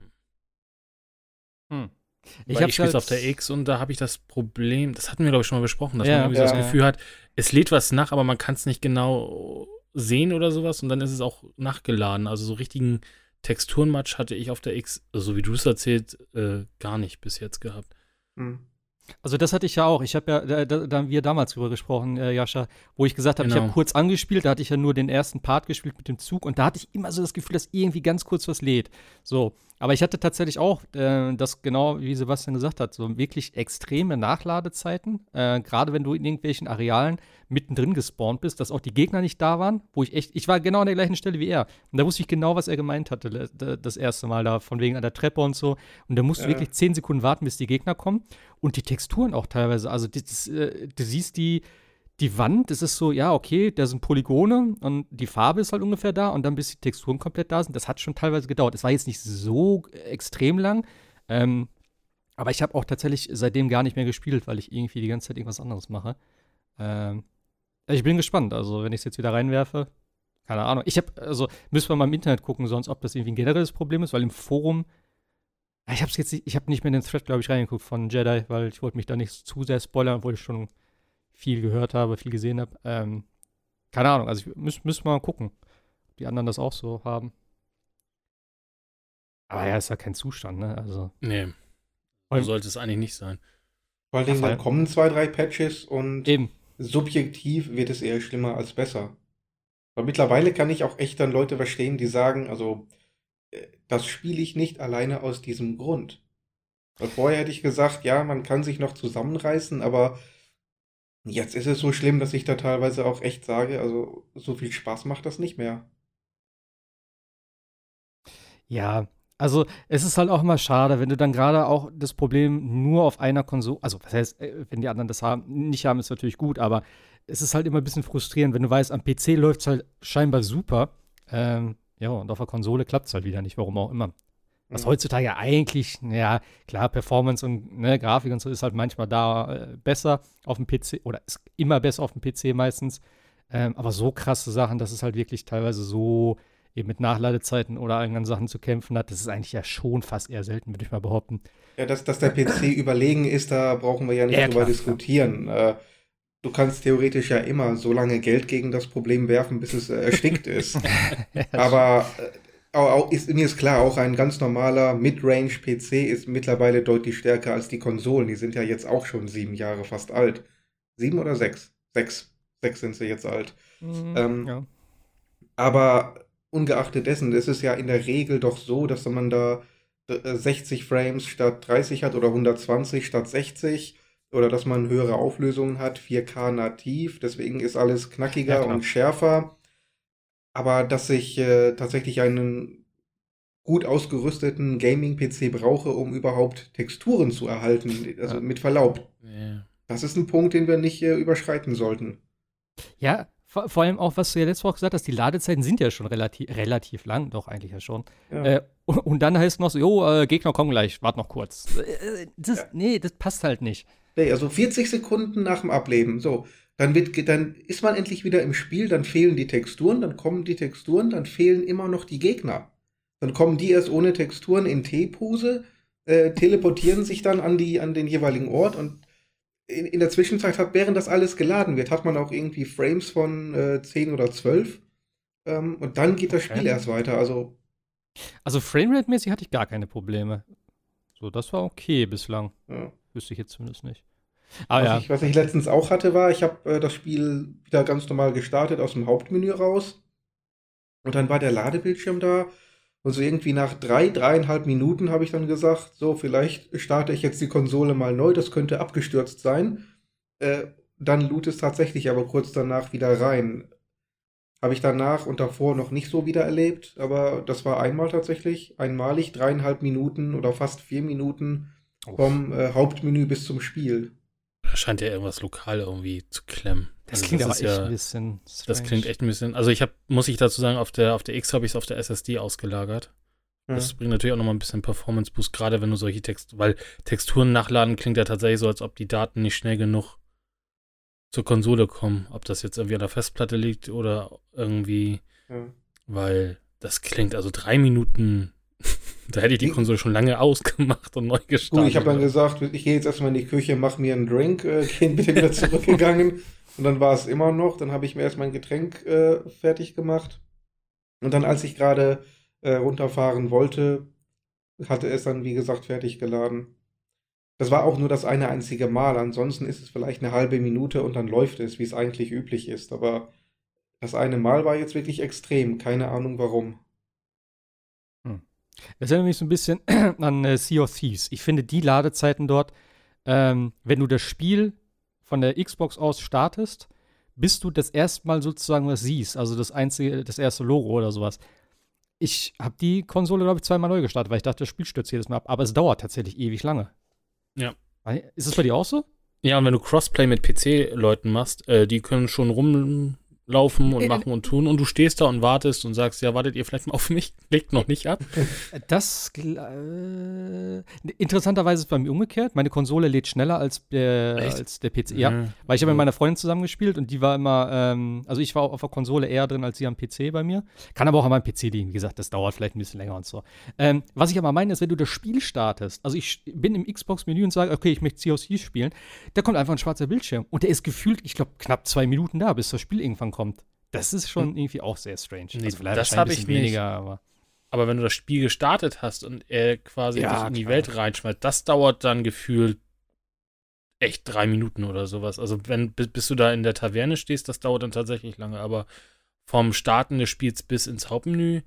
Ich spiele es auf der X und da habe ich das Problem, das hatten wir, glaube ich, schon mal besprochen, dass man irgendwie so das Gefühl hat, es lädt was nach, aber man kann es nicht genau sehen oder sowas und dann ist es auch nachgeladen. Also so richtigen Texturenmatch hatte ich auf der X, so wie du es erzählt, gar nicht bis jetzt gehabt. Also das hatte ich ja auch. Ich habe ja, da haben wir damals drüber gesprochen, Jascha, wo ich gesagt habe, ich habe kurz angespielt, da hatte ich ja nur den ersten Part gespielt mit dem Zug und da hatte ich immer so das Gefühl, dass irgendwie ganz kurz was lädt. So, aber ich hatte tatsächlich auch das genau, wie Sebastian gesagt hat, so wirklich extreme Nachladezeiten, gerade wenn du in irgendwelchen Arealen mittendrin gespawnt bist, dass auch die Gegner nicht da waren, wo ich war genau an der gleichen Stelle wie er. Und da wusste ich genau, was er gemeint hatte, das erste Mal da, von wegen an der Treppe und so. Und da musst du wirklich 10 Sekunden warten, bis die Gegner kommen. Und die Texturen auch teilweise, also du siehst die die Wand, es ist so, ja, okay, da sind Polygone und die Farbe ist halt ungefähr da und dann bis die Texturen komplett da sind. Das hat schon teilweise gedauert. Es war jetzt nicht so extrem lang, aber ich habe auch tatsächlich seitdem gar nicht mehr gespielt, weil ich irgendwie die ganze Zeit irgendwas anderes mache. Ich bin gespannt, also wenn ich es jetzt wieder reinwerfe, keine Ahnung. Müssen wir mal im Internet gucken, sonst ob das irgendwie ein generelles Problem ist, weil im Forum, ich habe nicht mehr in den Thread, glaube ich, reingeguckt von Jedi, weil ich wollte mich da nicht zu sehr spoilern, obwohl ich schon viel gehört habe, viel gesehen habe. Keine Ahnung, also müssen wir mal gucken, ob die anderen das auch so haben. Aber ja, ist ja kein Zustand, ne? Also. Nee. So sollte es eigentlich nicht sein. Vor allem, dann kommen 2, 3 Patches und eben. Subjektiv wird es eher schlimmer als besser. Aber mittlerweile kann ich auch echt dann Leute verstehen, die sagen, also, das spiele ich nicht alleine aus diesem Grund. Weil vorher hätte ich gesagt, ja, man kann sich noch zusammenreißen, aber jetzt ist es so schlimm, dass ich da teilweise auch echt sage, also so viel Spaß macht das nicht mehr. Ja, also es ist halt auch immer schade, wenn du dann gerade auch das Problem nur auf einer Konsole, also was heißt, wenn die anderen das nicht haben, ist natürlich gut, aber es ist halt immer ein bisschen frustrierend, wenn du weißt, am PC läuft es halt scheinbar super, ja, und auf der Konsole klappt es halt wieder nicht, warum auch immer. Was heutzutage eigentlich, ja, klar, Performance und Grafik und so ist halt manchmal da besser auf dem PC oder ist immer besser auf dem PC meistens. Aber so krasse Sachen, dass es halt wirklich teilweise so eben mit Nachladezeiten oder anderen Sachen zu kämpfen hat, das ist eigentlich ja schon fast eher selten, würde ich mal behaupten. Ja, dass der PC überlegen ist, da brauchen wir ja nicht drüber diskutieren. Du kannst theoretisch ja immer so lange Geld gegen das Problem werfen, bis es erstickt ist. Ja, aber mir ist klar, auch ein ganz normaler Midrange-PC ist mittlerweile deutlich stärker als die Konsolen. Die sind ja jetzt auch schon 7 Jahre fast alt. 7 oder 6? 6. 6 sind sie jetzt alt. Ja. Aber ungeachtet dessen, ist es ja in der Regel doch so, dass man da 60 Frames statt 30 hat oder 120 statt 60 oder dass man höhere Auflösungen hat, 4K nativ. Deswegen ist alles knackiger und schärfer. Aber dass ich tatsächlich einen gut ausgerüsteten Gaming-PC brauche, um überhaupt Texturen zu erhalten, also mit Verlaub. Yeah. Das ist ein Punkt, den wir nicht überschreiten sollten. Ja, vor allem auch, was du ja letzte Woche gesagt hast, die Ladezeiten sind ja schon relativ lang, doch eigentlich ja schon. Ja. Und dann heißt noch so, Gegner kommen gleich, wart noch kurz. Nee, das passt halt nicht. Nee, also 40 Sekunden nach dem Ableben, so. Dann ist man endlich wieder im Spiel, dann fehlen die Texturen, dann kommen die Texturen, dann fehlen immer noch die Gegner. Dann kommen die erst ohne Texturen in T-Pose, teleportieren sich dann an den jeweiligen Ort und in der Zwischenzeit während das alles geladen wird, hat man auch irgendwie Frames von 10 oder 12 und dann geht das Spiel erst weiter. Also Framerate-mäßig hatte ich gar keine Probleme. So, das war okay bislang. Ja. Wüsste ich jetzt zumindest nicht. Was ich letztens auch hatte, war, ich habe das Spiel wieder ganz normal gestartet aus dem Hauptmenü raus und dann war der Ladebildschirm da und so irgendwie nach 3,5 Minuten habe ich dann gesagt, so vielleicht starte ich jetzt die Konsole mal neu, das könnte abgestürzt sein. Dann loot es tatsächlich aber kurz danach wieder rein. Habe ich danach und davor noch nicht so wieder erlebt, aber das war einmalig 3,5 Minuten oder fast 4 Minuten vom Hauptmenü bis zum Spiel. Da scheint ja irgendwas lokal irgendwie zu klemmen. Das klingt aber echt ein bisschen strange. Das klingt echt ein bisschen, also muss ich dazu sagen, auf der X habe ich es auf der SSD ausgelagert. Ja. Das bringt natürlich auch nochmal ein bisschen Performance-Boost, gerade wenn du solche weil Texturen nachladen klingt ja tatsächlich so, als ob die Daten nicht schnell genug zur Konsole kommen. Ob das jetzt irgendwie an der Festplatte liegt oder irgendwie, weil das klingt, also 3 Minuten, da hätte ich die Konsole schon lange ausgemacht und neu gestartet. Gut, ich habe dann gesagt, ich gehe jetzt erstmal in die Küche, mache mir einen Drink, bin wieder zurückgegangen und dann war es immer noch, dann habe ich mir erst mein Getränk fertig gemacht und dann, als ich gerade runterfahren wollte, hatte es dann, wie gesagt, fertig geladen. Das war auch nur das eine einzige Mal, ansonsten ist es vielleicht eine halbe Minute und dann läuft es, wie es eigentlich üblich ist, aber das eine Mal war jetzt wirklich extrem, keine Ahnung warum. Das erinnert mich so ein bisschen an Sea of Thieves. Ich finde die Ladezeiten dort, wenn du das Spiel von der Xbox aus startest, bis du das erste Mal sozusagen was siehst, also das erste Logo oder sowas. Ich habe die Konsole, glaube ich, 2-mal neu gestartet, weil ich dachte, das Spiel stürzt jedes Mal ab, aber es dauert tatsächlich ewig lange. Ja. Ist es bei dir auch so? Ja, und wenn du Crossplay mit PC-Leuten machst, die können schon rumlaufen und machen und tun und du stehst da und wartest und sagst, ja, wartet ihr vielleicht mal auf mich? Legt noch nicht ab. Interessanterweise ist es bei mir umgekehrt. Meine Konsole lädt schneller als der PC. Ja, weil ich habe mit meiner Freundin zusammengespielt und die war immer, also ich war auf der Konsole eher drin als sie am PC bei mir. Kann aber auch an meinem PC liegen. Wie gesagt, das dauert vielleicht ein bisschen länger und so. Was ich aber meine, ist, wenn du das Spiel startest, also ich bin im Xbox-Menü und sage, okay, ich möchte COC spielen, da kommt einfach ein schwarzer Bildschirm und der ist gefühlt, ich glaube, knapp 2 Minuten da, bis das Spiel irgendwann kommt. Das ist schon irgendwie auch sehr strange. Nee, also das habe ich weniger, nicht. Aber wenn du das Spiel gestartet hast und er quasi dich in die Welt reinschmeißt, das dauert dann gefühlt echt 3 Minuten oder sowas. Also bis du da in der Taverne stehst, das dauert dann tatsächlich lange. Aber vom Starten des Spiels bis ins Hauptmenü,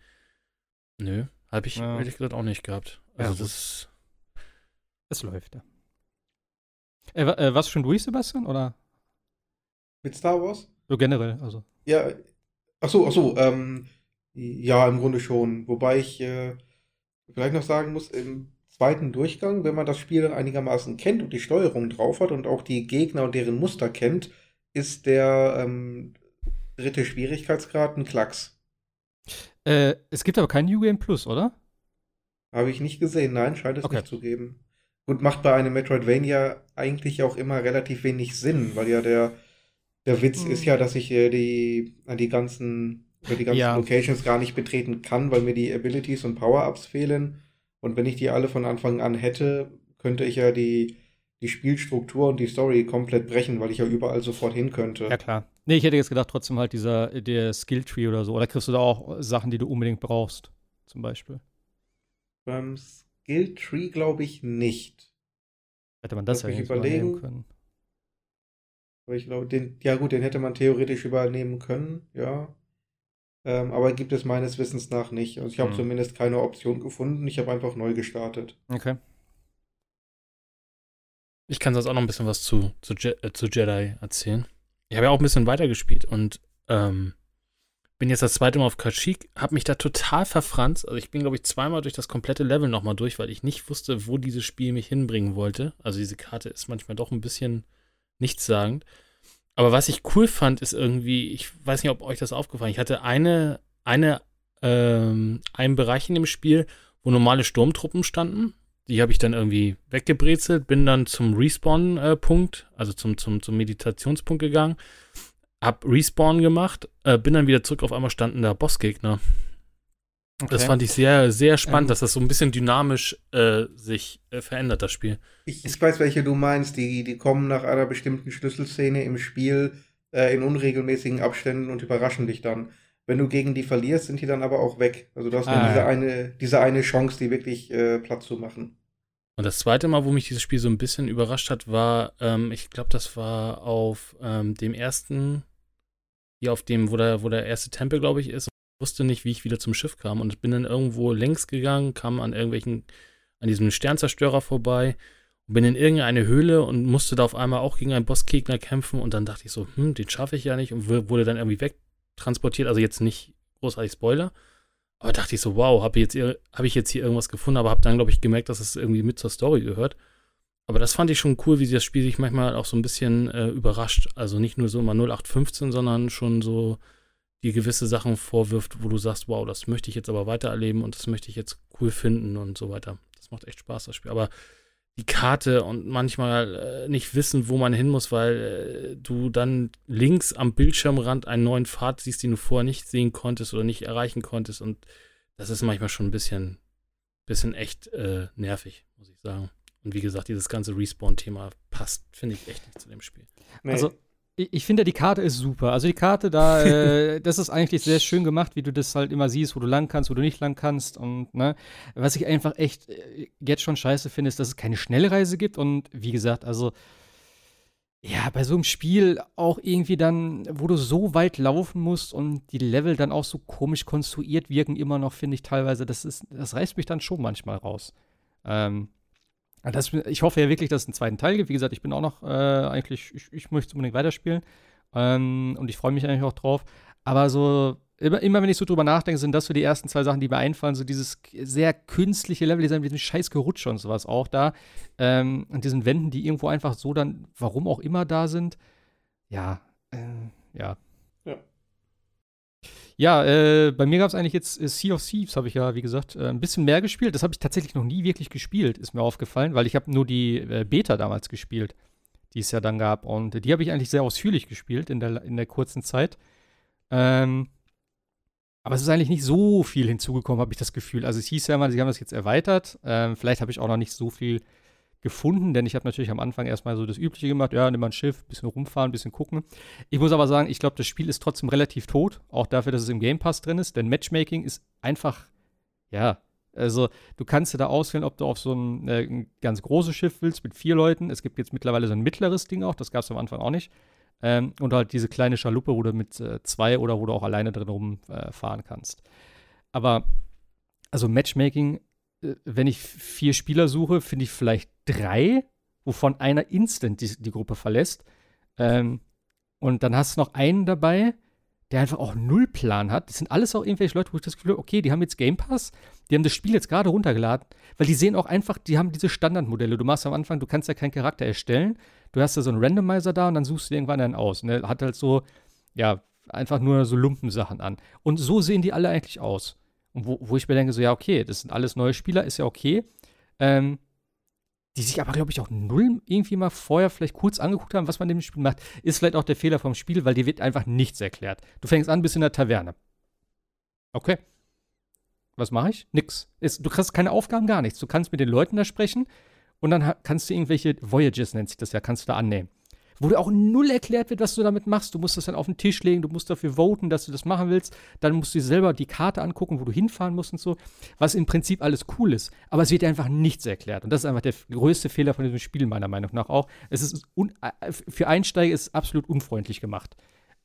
habe ich ehrlich gesagt auch nicht gehabt. Also es läuft, ja. Warst du schon durch, Sebastian, oder? Mit Star Wars? So generell, also. Ja, achso, ja, im Grunde schon. Wobei ich vielleicht noch sagen muss, im zweiten Durchgang, wenn man das Spiel dann einigermaßen kennt und die Steuerung drauf hat und auch die Gegner und deren Muster kennt, ist der 3. Schwierigkeitsgrad ein Klacks. Es gibt aber kein New Game Plus, oder? Habe ich nicht gesehen, nein, scheint es nicht zu geben. Gut, macht bei einem Metroidvania eigentlich auch immer relativ wenig Sinn, weil ja der Witz ist ja, dass ich die ganzen Locations gar nicht betreten kann, weil mir die Abilities und Power-Ups fehlen. Und wenn ich die alle von Anfang an hätte, könnte ich ja die Spielstruktur und die Story komplett brechen, weil ich ja überall sofort hin könnte. Ja, klar. Nee, ich hätte jetzt gedacht, trotzdem halt der Skill-Tree oder so. Oder kriegst du da auch Sachen, die du unbedingt brauchst, zum Beispiel? Beim Skill-Tree glaube ich nicht. Hätte man das ja übernehmen können. Aber ich glaube, den hätte man theoretisch übernehmen können, ja. Aber gibt es meines Wissens nach nicht. Also ich habe zumindest keine Option gefunden. Ich habe einfach neu gestartet. Okay. Ich kann sonst auch noch ein bisschen was zu Jedi erzählen. Ich habe ja auch ein bisschen weitergespielt und bin jetzt das zweite Mal auf Kashyyyk, habe mich da total verfranst. Also ich bin, glaube ich, 2-mal durch das komplette Level nochmal durch, weil ich nicht wusste, wo dieses Spiel mich hinbringen wollte. Also diese Karte ist manchmal doch ein bisschen nichtssagend. Aber was ich cool fand, ist irgendwie, ich weiß nicht, ob euch das aufgefallen ist, ich hatte einen Bereich in dem Spiel, wo normale Sturmtruppen standen. Die habe ich dann irgendwie weggebrezelt, bin dann zum Respawn-Punkt, also zum Meditationspunkt gegangen, hab Respawn gemacht, bin dann wieder zurück, auf einmal standen da Bossgegner. Okay. Das fand ich sehr, sehr spannend, dass das so ein bisschen dynamisch sich verändert, das Spiel. Ich weiß, welche du meinst. Die kommen nach einer bestimmten Schlüsselszene im Spiel in unregelmäßigen Abständen und überraschen dich dann. Wenn du gegen die verlierst, sind die dann aber auch weg. Also du hast dann diese eine Chance, die wirklich platt zu machen. Und das zweite Mal, wo mich dieses Spiel so ein bisschen überrascht hat, war, ich glaube, das war auf dem ersten, hier auf dem, wo der erste Tempel, glaube ich, ist. Ich wusste nicht, wie ich wieder zum Schiff kam und bin dann irgendwo längs gegangen, kam an diesem Sternzerstörer vorbei und bin in irgendeine Höhle und musste da auf einmal auch gegen einen Bossgegner kämpfen und dann dachte ich so, den schaffe ich ja nicht und wurde dann irgendwie wegtransportiert, also jetzt nicht großartig Spoiler, aber dachte ich so, wow, habe ich jetzt hier irgendwas gefunden, aber habe dann, glaube ich, gemerkt, dass es irgendwie mit zur Story gehört. Aber das fand ich schon cool, wie das Spiel sich manchmal auch so ein bisschen überrascht, also nicht nur so immer 0815, sondern schon so dir gewisse Sachen vorwirft, wo du sagst, wow, das möchte ich jetzt aber weitererleben und das möchte ich jetzt cool finden und so weiter. Das macht echt Spaß, das Spiel. Aber die Karte und manchmal nicht wissen, wo man hin muss, weil du dann links am Bildschirmrand einen neuen Pfad siehst, den du vorher nicht sehen konntest oder nicht erreichen konntest. Und das ist manchmal schon ein bisschen echt nervig, muss ich sagen. Und wie gesagt, dieses ganze Respawn-Thema passt, finde ich, echt nicht zu dem Spiel. Nee. Also ich finde, die Karte ist super. Also die Karte da, das ist eigentlich sehr schön gemacht, wie du das halt immer siehst, wo du lang kannst, wo du nicht lang kannst. Und ne, was ich einfach echt jetzt schon scheiße finde, ist, dass es keine Schnellreise gibt. Und wie gesagt, also ja, bei so einem Spiel auch irgendwie dann, wo du so weit laufen musst und die Level dann auch so komisch konstruiert wirken, immer noch, finde ich teilweise, das reißt mich dann schon manchmal raus. Ich hoffe ja wirklich, dass es einen zweiten Teil gibt. Wie gesagt, ich bin auch noch ich möchte es unbedingt weiterspielen. Und ich freue mich eigentlich auch drauf. Aber so, immer wenn ich so drüber nachdenke, sind das so die ersten 2 Sachen, die mir einfallen. So dieses sehr künstliche Leveldesign mit diesem scheiß Gerutsche und sowas auch da. Und diesen Wänden, die irgendwo einfach so dann, warum auch immer da sind. Ja. Ja, bei mir gab es eigentlich jetzt Sea of Thieves, habe ich ja, wie gesagt, ein bisschen mehr gespielt. Das habe ich tatsächlich noch nie wirklich gespielt, ist mir aufgefallen, weil ich habe nur die Beta damals gespielt, die es ja dann gab. Und die habe ich eigentlich sehr ausführlich gespielt in der kurzen Zeit. Aber es ist eigentlich nicht so viel hinzugekommen, habe ich das Gefühl. Also es hieß ja mal, sie haben das jetzt erweitert. Vielleicht habe ich auch noch nicht so viel gefunden, denn ich habe natürlich am Anfang erstmal so das Übliche gemacht, ja, nimm mal ein Schiff, bisschen rumfahren, bisschen gucken. Ich muss aber sagen, ich glaube, das Spiel ist trotzdem relativ tot, auch dafür, dass es im Game Pass drin ist, denn Matchmaking ist einfach, ja, also du kannst dir da auswählen, ob du auf so ein ganz großes Schiff willst mit 4 Leuten. Es gibt jetzt mittlerweile so ein mittleres Ding auch, das gab es am Anfang auch nicht. Und halt diese kleine Schaluppe, wo du mit 2 oder wo du auch alleine drin rumfahren kannst. Aber, also Matchmaking, wenn ich 4 Spieler suche, finde ich vielleicht 3, wovon einer instant die Gruppe verlässt. Und dann hast du noch einen dabei, der einfach auch 0 Plan hat. Das sind alles auch irgendwelche Leute, wo ich das Gefühl habe, okay, die haben jetzt Game Pass, die haben das Spiel jetzt gerade runtergeladen, weil die sehen auch einfach, die haben diese Standardmodelle. Du machst am Anfang, du kannst ja keinen Charakter erstellen. Du hast ja so einen Randomizer da und dann suchst du irgendwann einen aus. Ne? Hat halt so, ja, einfach nur so Lumpensachen an. Und so sehen die alle eigentlich aus. Und wo ich mir denke, so, ja, okay, das sind alles neue Spieler, ist ja okay. Die sich aber, glaube ich, auch 0 irgendwie mal vorher vielleicht kurz angeguckt haben, was man in dem Spiel macht, ist vielleicht auch der Fehler vom Spiel, weil dir wird einfach nichts erklärt. Du fängst an, bist in der Taverne. Okay. Was mache ich? Nix. Du kriegst keine Aufgaben, gar nichts. Du kannst mit den Leuten da sprechen und dann kannst du irgendwelche Voyages, nennt sich das ja, kannst du da annehmen. Wo dir auch 0 erklärt wird, was du damit machst. Du musst das dann auf den Tisch legen, du musst dafür voten, dass du das machen willst. Dann musst du dir selber die Karte angucken, wo du hinfahren musst und so. Was im Prinzip alles cool ist. Aber es wird dir einfach nichts erklärt. Und das ist einfach der größte Fehler von diesem Spiel, meiner Meinung nach auch. Es ist für Einsteiger ist es absolut unfreundlich gemacht.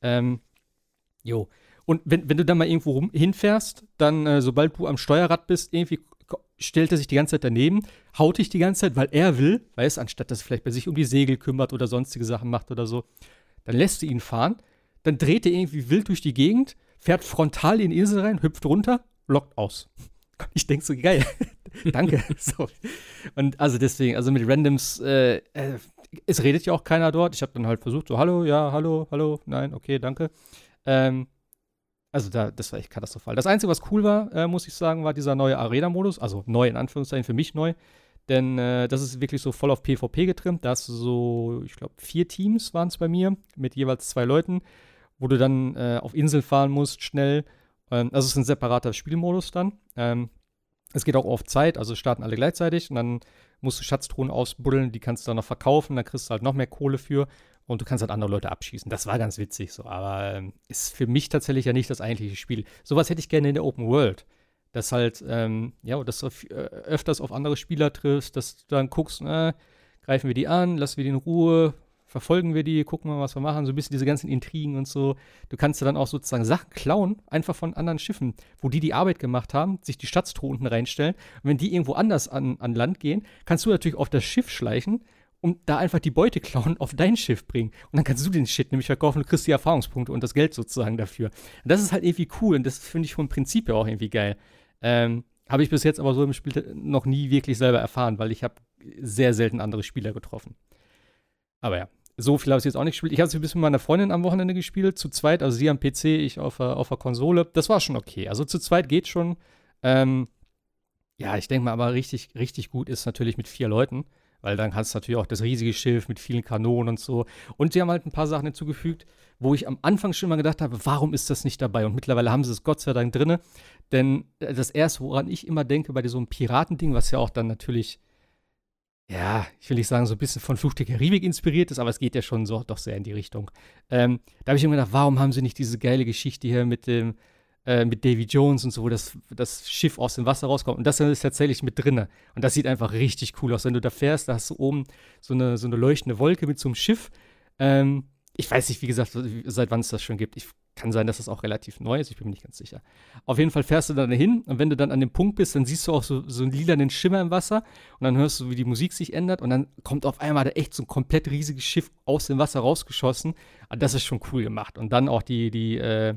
Jo. Und wenn du dann mal irgendwo hinfährst, dann, sobald du am Steuerrad bist, irgendwie stellt er sich die ganze Zeit daneben, haut dich die ganze Zeit, weil er will, weißt, anstatt dass er vielleicht bei sich um die Segel kümmert oder sonstige Sachen macht oder so, dann lässt du ihn fahren, dann dreht er irgendwie wild durch die Gegend, fährt frontal in die Insel rein, hüpft runter, lockt aus. Ich denke so, geil, danke. So. Und also deswegen, also mit Randoms, es redet ja auch keiner dort. Ich habe dann halt versucht, so, hallo, ja, hallo, nein, okay, danke. Also das war echt katastrophal. Das Einzige, was cool war, muss ich sagen, war dieser neue Arena-Modus. Also neu in Anführungszeichen, für mich neu. Denn das ist wirklich so voll auf PvP getrimmt. Da hast du so, ich glaube, 4 Teams waren es bei mir, mit jeweils 2 Leuten, wo du dann auf Inseln fahren musst, schnell. Also es ist ein separater Spielmodus dann. Es geht auch auf Zeit, also starten alle gleichzeitig. Und dann musst du Schatztruhen ausbuddeln, die kannst du dann noch verkaufen. Dann kriegst du halt noch mehr Kohle für. Und du kannst halt andere Leute abschießen. Das war ganz witzig so. Aber ist für mich tatsächlich ja nicht das eigentliche Spiel. Sowas hätte ich gerne in der Open World. Dass halt, dass du öfters auf andere Spieler triffst, dass du dann guckst, greifen wir die an, lassen wir die in Ruhe, verfolgen wir die, gucken wir, was wir machen. So ein bisschen diese ganzen Intrigen und so. Du kannst dann auch sozusagen Sachen klauen, einfach von anderen Schiffen, wo die Arbeit gemacht haben, sich die Schatztruhe unten reinstellen. Und wenn die irgendwo anders an Land gehen, kannst du natürlich auf das Schiff schleichen und da einfach die Beute klauen, auf dein Schiff bringen. Und dann kannst du den Shit nämlich verkaufen und kriegst die Erfahrungspunkte und das Geld sozusagen dafür. Und das ist halt irgendwie cool und das finde ich vom Prinzip ja auch irgendwie geil. Habe ich bis jetzt aber so im Spiel noch nie wirklich selber erfahren, weil ich habe sehr selten andere Spieler getroffen. Aber ja, so viel habe ich jetzt auch nicht gespielt. Ich habe es ein bisschen mit meiner Freundin am Wochenende gespielt, zu zweit, also sie am PC, ich auf der Konsole. Das war schon okay. Also zu zweit geht schon. Ja, ich denke mal, aber richtig, richtig gut ist natürlich mit 4 Leuten. Weil dann hast du natürlich auch das riesige Schiff mit vielen Kanonen und so. Und sie haben halt ein paar Sachen hinzugefügt, wo ich am Anfang schon mal gedacht habe, warum ist das nicht dabei? Und mittlerweile haben sie es Gott sei Dank drin. Denn das Erste, woran ich immer denke bei so einem Piratending, was ja auch dann natürlich, ja, ich will nicht sagen, so ein bisschen von Fluch der Karibik inspiriert ist, aber es geht ja schon so doch sehr in die Richtung. Da habe ich immer gedacht, warum haben sie nicht diese geile Geschichte hier mit Davy Jones und so, wo das Schiff aus dem Wasser rauskommt. Und das ist tatsächlich mit drinne. Und das sieht einfach richtig cool aus. Wenn du da fährst, da hast du oben so eine leuchtende Wolke mit so einem Schiff. Ich weiß nicht, wie gesagt, seit wann es das schon gibt. Kann sein, dass das auch relativ neu ist. Ich bin mir nicht ganz sicher. Auf jeden Fall fährst du dann dahin. Und wenn du dann an dem Punkt bist, dann siehst du auch so einen lilanen Schimmer im Wasser. Und dann hörst du, wie die Musik sich ändert. Und dann kommt auf einmal da echt so ein komplett riesiges Schiff aus dem Wasser rausgeschossen. Und das ist schon cool gemacht. Und dann auch die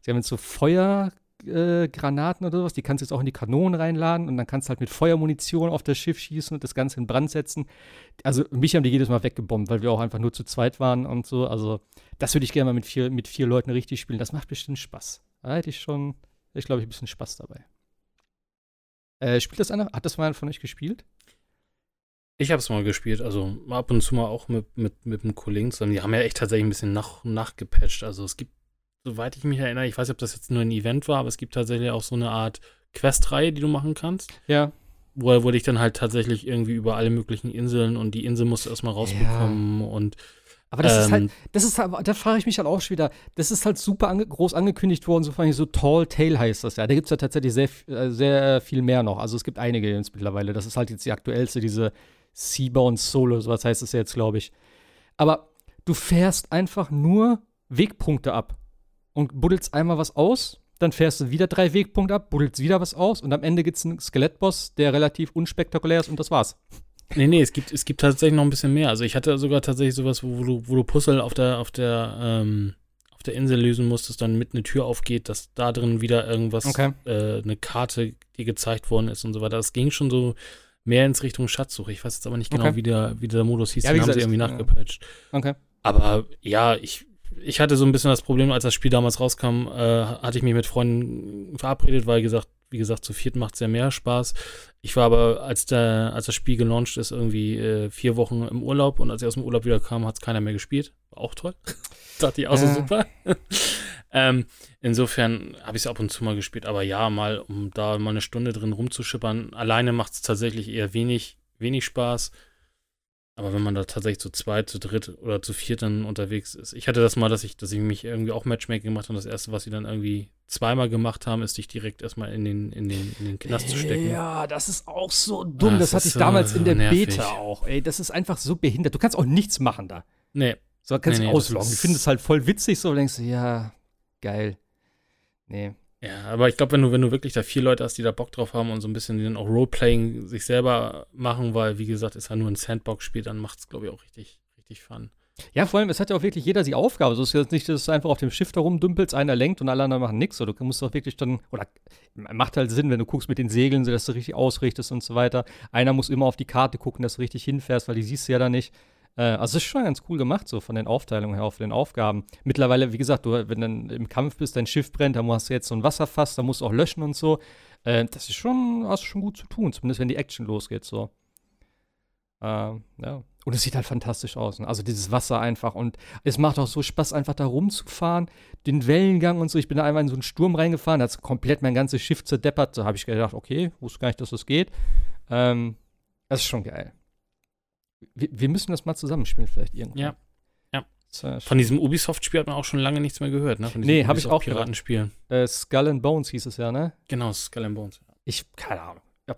Sie haben jetzt so Feuergranaten oder sowas, die kannst du jetzt auch in die Kanonen reinladen und dann kannst du halt mit Feuermunition auf das Schiff schießen und das Ganze in Brand setzen. Also mich haben die jedes Mal weggebombt, weil wir auch einfach nur zu zweit waren und so. Also das würde ich gerne mal mit vier Leuten richtig spielen. Das macht bestimmt Spaß. Da hätte ich glaube ich, ein bisschen Spaß dabei. Spielt das einer? Hat das mal einer von euch gespielt? Ich habe es mal gespielt, also ab und zu mal auch mit einem Kollegen zusammen. Die haben ja echt tatsächlich ein bisschen nachgepatcht. Also es gibt, soweit ich mich erinnere, ich weiß nicht, ob das jetzt nur ein Event war, aber es gibt tatsächlich auch so eine Art Questreihe, die du machen kannst. Ja. Wo dich dann halt tatsächlich irgendwie über alle möglichen Inseln und die Insel musst du erstmal rausbekommen und aber das ist halt, da frage ich mich halt auch schon wieder, das ist halt super groß angekündigt worden, so Tall Tale heißt das ja. Da gibt es ja tatsächlich sehr viel mehr noch. Also es gibt einige jetzt mittlerweile. Das ist halt jetzt die aktuellste, diese Seabound Solo, sowas heißt es ja jetzt, glaube ich. Aber du fährst einfach nur Wegpunkte ab und buddelst einmal was aus, dann fährst du wieder 3 Wegpunkte ab, buddelst wieder was aus und am Ende gibt es einen Skelettboss, der relativ unspektakulär ist und das war's. Nee, es gibt tatsächlich noch ein bisschen mehr. Also ich hatte sogar tatsächlich sowas, wo du Puzzle auf der Insel lösen musstest, dann mit eine Tür aufgeht, dass da drin wieder irgendwas, eine Karte, die gezeigt worden ist und so weiter. Das ging schon so mehr ins Richtung Schatzsuche. Ich weiß jetzt aber nicht genau, wie der Modus hieß. Ja, den haben sie irgendwie nachgepatcht. Okay. Aber ja, ich hatte so ein bisschen das Problem, als das Spiel damals rauskam, hatte ich mich mit Freunden verabredet, weil wie gesagt, zu viert macht es ja mehr Spaß. Ich war aber, als das Spiel gelauncht ist, irgendwie 4 Wochen im Urlaub und als ich aus dem Urlaub wieder kam, hat es keiner mehr gespielt. War auch toll. Dachte ich auch so super. Insofern habe ich es ab und zu mal gespielt, aber ja, um da mal eine Stunde drin rumzuschippern. Alleine macht es tatsächlich eher wenig Spaß. Aber wenn man da tatsächlich zu zweit, zu dritt oder zu viert dann unterwegs ist. Ich hatte das mal, dass ich mich irgendwie auch Matchmaking gemacht habe. Und das erste, was sie dann irgendwie zweimal gemacht haben, ist dich direkt erstmal in den Knast zu stecken. Ja, das ist auch so dumm. Das hatte ich damals in der nervig. Beta auch. Ey, das ist einfach so behindert. Du kannst auch nichts machen da. Nee. So, kannst du ausloggen. Ich finde es halt voll witzig, so denkst du, ja, geil. Nee. Ja, aber ich glaube, wenn du wirklich da 4 Leute hast, die da Bock drauf haben und so ein bisschen die dann auch Roleplaying sich selber machen, weil, wie gesagt, ist ja nur ein Sandbox-Spiel, dann macht es, glaube ich, auch richtig Fun. Ja, vor allem, es hat ja auch wirklich jeder die Aufgabe. So ist jetzt nicht, dass du einfach auf dem Schiff da rumdümpelst, einer lenkt und alle anderen machen nichts. So, du musst doch wirklich dann, oder macht halt Sinn, wenn du guckst mit den Segeln, so dass du richtig ausrichtest und so weiter. Einer muss immer auf die Karte gucken, dass du richtig hinfährst, weil die siehst du ja da nicht. Also es ist schon ganz cool gemacht, so von den Aufteilungen her, von den Aufgaben. Mittlerweile, wie gesagt, wenn du dann im Kampf bist, dein Schiff brennt, dann hast du jetzt so ein Wasserfass, da musst du auch löschen und so. Das ist hast du schon gut zu tun, zumindest wenn die Action losgeht, so. Ja. Und es sieht halt fantastisch aus, ne? Also dieses Wasser einfach. Und es macht auch so Spaß, einfach da rumzufahren, den Wellengang und so. Ich bin da einmal in so einen Sturm reingefahren, da hat komplett mein ganzes Schiff zerdeppert. Da habe ich gedacht, okay, wusste gar nicht, dass das geht. Das ist schon geil. Wir müssen das mal zusammenspielen, vielleicht irgendwann. Ja. Von diesem Ubisoft-Spiel hat man auch schon lange nichts mehr gehört, ne? Nee, habe ich auch Piratenspiel. Skull and Bones hieß es ja, ne? Genau, Skull and Bones. Keine Ahnung.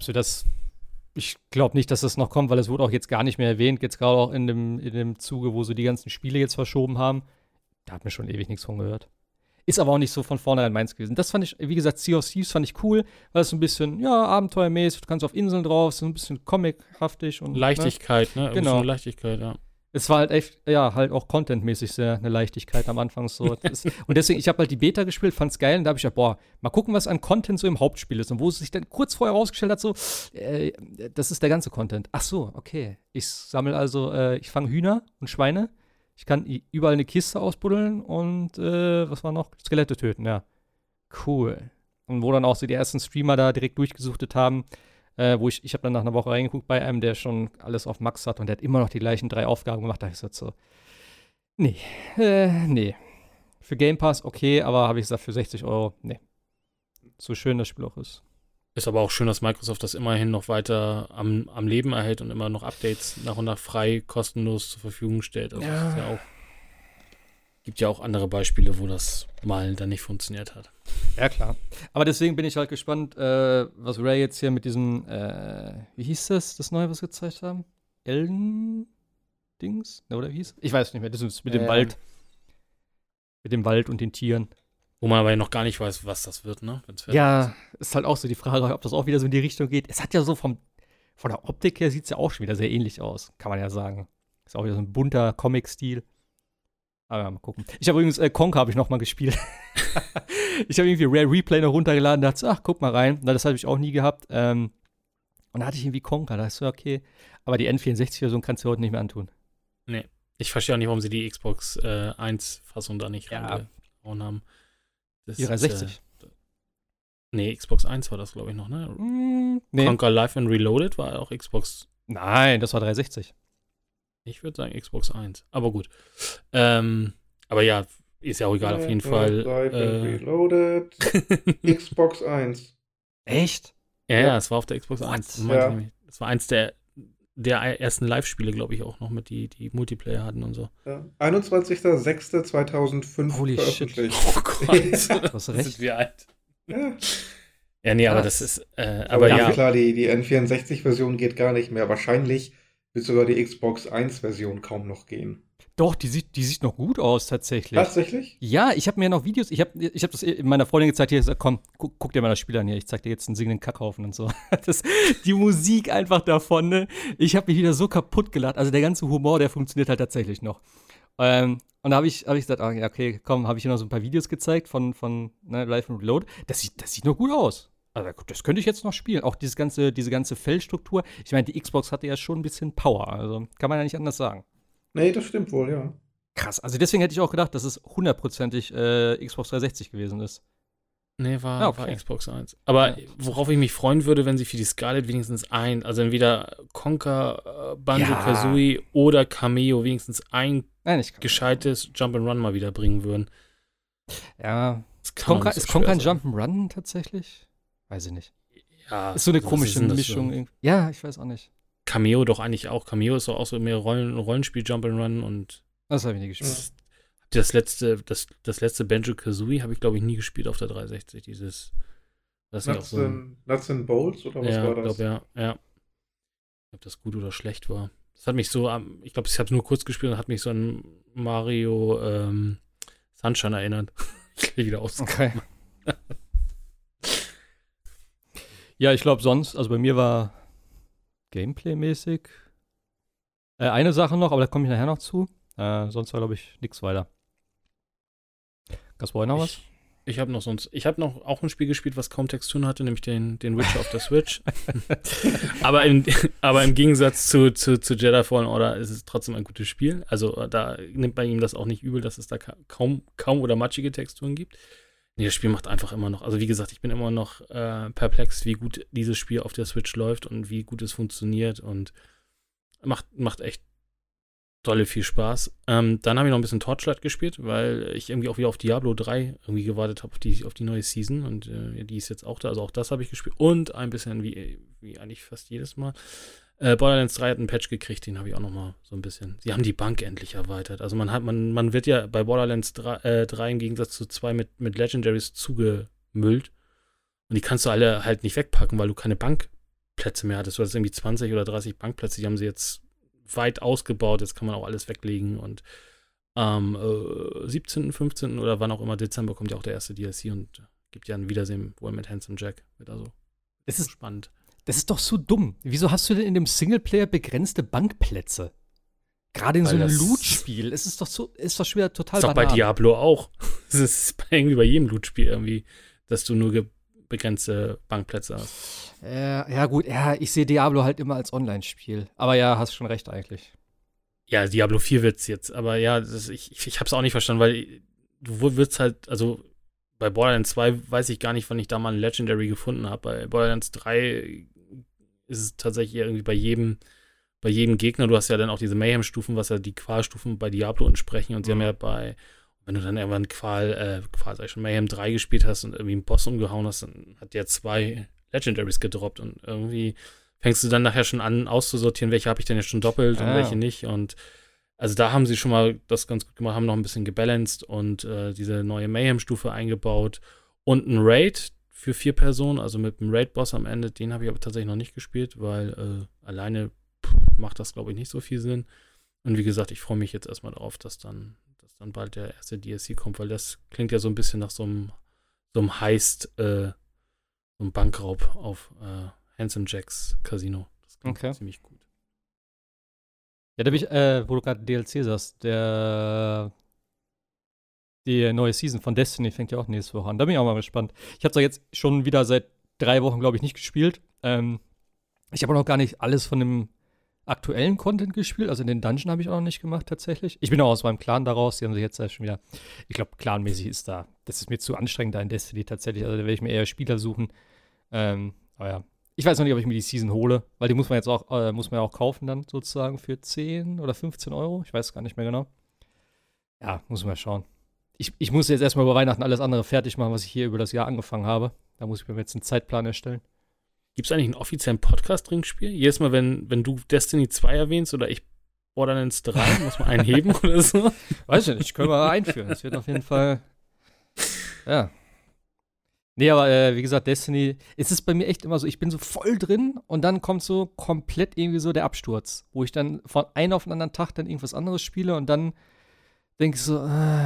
Ich glaube nicht, dass das noch kommt, weil es wurde auch jetzt gar nicht mehr erwähnt. Jetzt gerade auch in dem Zuge, wo sie die ganzen Spiele jetzt verschoben haben. Da hat mir schon ewig nichts von gehört. Ist aber auch nicht so von vornherein meins gewesen. Das fand ich, wie gesagt, Sea of Thieves fand ich cool, weil es so ein bisschen, ja, abenteuermäßig, du kannst auf Inseln drauf, so ein bisschen comichaftig und Leichtigkeit, ne? Genau. So eine Leichtigkeit, ja. Es war halt echt, ja, halt auch contentmäßig sehr eine Leichtigkeit am Anfang so. Und deswegen, ich habe halt die Beta gespielt, fand's geil und da habe ich gedacht, boah, mal gucken, was an Content so im Hauptspiel ist. Und wo es sich dann kurz vorher rausgestellt hat, so, das ist der ganze Content. Ach so, okay. Ich fange Hühner und Schweine. Ich kann überall eine Kiste ausbuddeln und, was war noch? Skelette töten, ja. Cool. Und wo dann auch so die ersten Streamer da direkt durchgesuchtet haben, wo ich habe dann nach einer Woche reingeguckt bei einem, der schon alles auf Max hat und der hat immer noch die gleichen 3 Aufgaben gemacht. Da habe ich gesagt so, nee. Für Game Pass okay, aber habe ich gesagt, für 60 €, nee. So schön das Spiel auch ist. Ist aber auch schön, dass Microsoft das immerhin noch weiter am Leben erhält und immer noch Updates nach und nach frei, kostenlos zur Verfügung stellt. Also ja. Gibt ja auch andere Beispiele, wo das mal dann nicht funktioniert hat. Ja, klar. Aber deswegen bin ich halt gespannt, was Ray jetzt hier mit diesem, wie hieß das neue, was wir gezeigt haben? Elden-Dings? Oder wie hieß es? Ich weiß nicht mehr. Das ist mit dem Wald. Mit dem Wald und den Tieren. Wo man aber ja noch gar nicht weiß, was das wird, ne? Ja, ist halt auch so die Frage, ob das auch wieder so in die Richtung geht. Es hat ja so von der Optik her sieht es ja auch schon wieder sehr ähnlich aus, kann man ja sagen. Ist auch wieder so ein bunter Comic-Stil. Aber ja, mal gucken. Ich habe übrigens Conker habe ich noch mal gespielt. ich habe irgendwie Rare Replay noch runtergeladen, dachte so, ach, guck mal rein. Na, das habe ich auch nie gehabt. Und da hatte ich irgendwie Conker, da dachte ich so, okay. Aber die N64-Version kannst du heute nicht mehr antun. Nee. Ich verstehe auch nicht, warum sie die Xbox 1-Fassung da nicht reingehauen haben. Das, die 360. Nee, Xbox 1 war das, glaube ich, noch, ne? Nee. Conker Live and Reloaded war auch Xbox. Nein, das war 360. Ich würde sagen Xbox 1. Aber gut. Aber ja, ist ja auch egal, auf jeden Fall. Live and Reloaded. Xbox 1. Echt? Ja, es war auf der Xbox 1. Ja. Das war eins der ersten Live-Spiele, glaube ich, auch noch mit die Multiplayer hatten und so. Ja. 21.06.2005 veröffentlicht. Oh Gott, du hast recht. Sind wir alt. Ja, nee, aber das ist, aber ja. Klar, die N64-Version geht gar nicht mehr. Wahrscheinlich wird sogar die Xbox 1-Version kaum noch gehen. Doch, die sieht noch gut aus, tatsächlich. Tatsächlich? Ja, ich habe mir noch Videos, ich hab das in meiner Freundin gezeigt, hier gesagt, komm, guck dir mal das Spiel an hier, ich zeig dir jetzt einen singenden Kackhaufen und so. Die Musik einfach davon, ne? Ich habe mich wieder so kaputt gelacht, also der ganze Humor, der funktioniert halt tatsächlich noch. Und da habe ich gesagt, okay, komm, habe ich hier noch so ein paar Videos gezeigt von Live and Reload. Das sieht noch gut aus. Also das könnte ich jetzt noch spielen. Auch diese ganze Feldstruktur. Ich meine, die Xbox hatte ja schon ein bisschen Power, also kann man ja nicht anders sagen. Nee, das stimmt wohl, ja. Krass, also deswegen hätte ich auch gedacht, dass es hundertprozentig Xbox 360 gewesen ist. Nee, war Xbox 1. Aber worauf ich mich freuen würde, wenn sie für die Scarlett wenigstens also entweder Conker, Banjo-Kazooie oder Cameo wenigstens ein gescheites Jump'n'Run mal wieder bringen würden. Ja. Ist Conker ein Jump'n'Run tatsächlich? Weiß ich nicht. Ja. Ist so eine komische Mischung. Ja, ich weiß auch nicht. Cameo doch eigentlich auch. Cameo ist doch auch so mehr Rollenspiel, Jump'n'Run und das habe ich nie gespielt. Das letzte Banjo-Kazooie habe ich, glaube ich, nie gespielt auf der 360. Dieses Nuts and Bolts oder was war das? Ja. Ob das gut oder schlecht war. Das hat mich so ich glaube, ich habe es nur kurz gespielt und hat mich so an Mario Sunshine erinnert. Ich will wieder ausgekommen. Okay. Ja, ich glaube sonst, also bei mir war Gameplay-mäßig eine Sache noch, aber da komme ich nachher noch zu. Sonst war, glaube ich, nichts weiter. Gaspar, noch was? Ich habe noch auch ein Spiel gespielt, was kaum Texturen hatte, nämlich den Witcher auf der Switch. aber im Gegensatz zu Jedi Fallen Order ist es trotzdem ein gutes Spiel. Also da nimmt man ihm das auch nicht übel, dass es da kaum oder matschige Texturen gibt. Nee, das Spiel macht einfach immer noch, also wie gesagt, ich bin immer noch perplex, wie gut dieses Spiel auf der Switch läuft und wie gut es funktioniert und macht echt dolle viel Spaß. Dann habe ich noch ein bisschen Torchlight gespielt, weil ich irgendwie auch wieder auf Diablo 3 irgendwie gewartet habe, auf die neue Season und die ist jetzt auch da, also auch das habe ich gespielt und ein bisschen wie eigentlich fast jedes Mal. Borderlands 3 hat einen Patch gekriegt, den habe ich auch noch mal so ein bisschen. Sie haben die Bank endlich erweitert. Also man wird ja bei Borderlands 3 im Gegensatz zu 2 mit Legendaries zugemüllt und die kannst du alle halt nicht wegpacken, weil du keine Bankplätze mehr hattest. Du hattest irgendwie 20 oder 30 Bankplätze, die haben sie jetzt weit ausgebaut, jetzt kann man auch alles weglegen und am 17., 15. oder wann auch immer Dezember kommt ja auch der erste DLC und gibt ja ein Wiedersehen wohl mit Handsome Jack. Wird also das ist spannend. Das ist doch so dumm. Wieso hast du denn in dem Singleplayer begrenzte Bankplätze? Gerade in so einem Loot-Spiel. Es ist doch schwer total banal. Ist doch bei Diablo auch. Es ist irgendwie bei jedem Loot-Spiel irgendwie, dass du nur begrenzte Bankplätze hast. Ja gut, ich sehe Diablo halt immer als Online-Spiel. Aber ja, hast schon recht eigentlich. Ja, Diablo 4 wird's jetzt. Aber ja, ich hab's auch nicht verstanden, weil du wirst halt, also bei Borderlands 2 weiß ich gar nicht, wann ich da mal ein Legendary gefunden habe. Bei Borderlands 3 ist es tatsächlich irgendwie bei jedem Gegner, du hast ja dann auch diese Mayhem-Stufen, was ja die Qual-Stufen bei Diablo entsprechen und sie haben ja wenn du dann irgendwann Mayhem 3 gespielt hast und irgendwie einen Boss umgehauen hast, dann hat der 2 Legendaries gedroppt und irgendwie fängst du dann nachher schon an auszusortieren, welche habe ich denn jetzt schon doppelt und welche nicht und also da haben sie schon mal das ganz gut gemacht, haben noch ein bisschen gebalanced und diese neue Mayhem-Stufe eingebaut und ein Raid für 4 Personen, also mit dem Raid-Boss am Ende, den habe ich aber tatsächlich noch nicht gespielt, weil alleine macht das, glaube ich, nicht so viel Sinn. Und wie gesagt, ich freue mich jetzt erstmal darauf, dass dann bald der erste DLC kommt, weil das klingt ja so ein bisschen nach so einem Heist, so einem Bankraub auf Handsome Jacks Casino. Das klingt ziemlich gut. Ja, da bin ich, wo du gerade DLC sagst, Die neue Season von Destiny fängt ja auch nächste Woche an. Da bin ich auch mal gespannt. Ich habe es jetzt schon wieder seit 3 Wochen, glaube ich, nicht gespielt. Ich habe auch noch gar nicht alles von dem aktuellen Content gespielt. Also den Dungeon habe ich auch noch nicht gemacht, tatsächlich. Ich bin auch aus meinem Clan daraus. Die haben sich jetzt schon wieder, ich glaube, clanmäßig ist da. Das ist mir zu anstrengend da in Destiny tatsächlich. Also da werde ich mir eher Spieler suchen. Aber ja. Ich weiß noch nicht, ob ich mir die Season hole, weil die muss man jetzt auch, kaufen dann sozusagen für 10 oder 15 Euro. Ich weiß gar nicht mehr genau. Ja, muss man schauen. Ich muss jetzt erstmal über Weihnachten alles andere fertig machen, was ich hier über das Jahr angefangen habe. Da muss ich mir jetzt einen Zeitplan erstellen. Gibt es eigentlich einen offiziellen Podcast-Trinkspiel? Jedes Mal, wenn du Destiny 2 erwähnst oder ich Borderlands 3, muss man einen heben oder so? Weiß ich nicht, können wir einführen. Das wird auf jeden Fall, ja. Nee, aber wie gesagt, Destiny, es ist bei mir echt immer so, ich bin so voll drin und dann kommt so komplett irgendwie so der Absturz, wo ich dann von einem auf den anderen Tag dann irgendwas anderes spiele und dann denke ich so,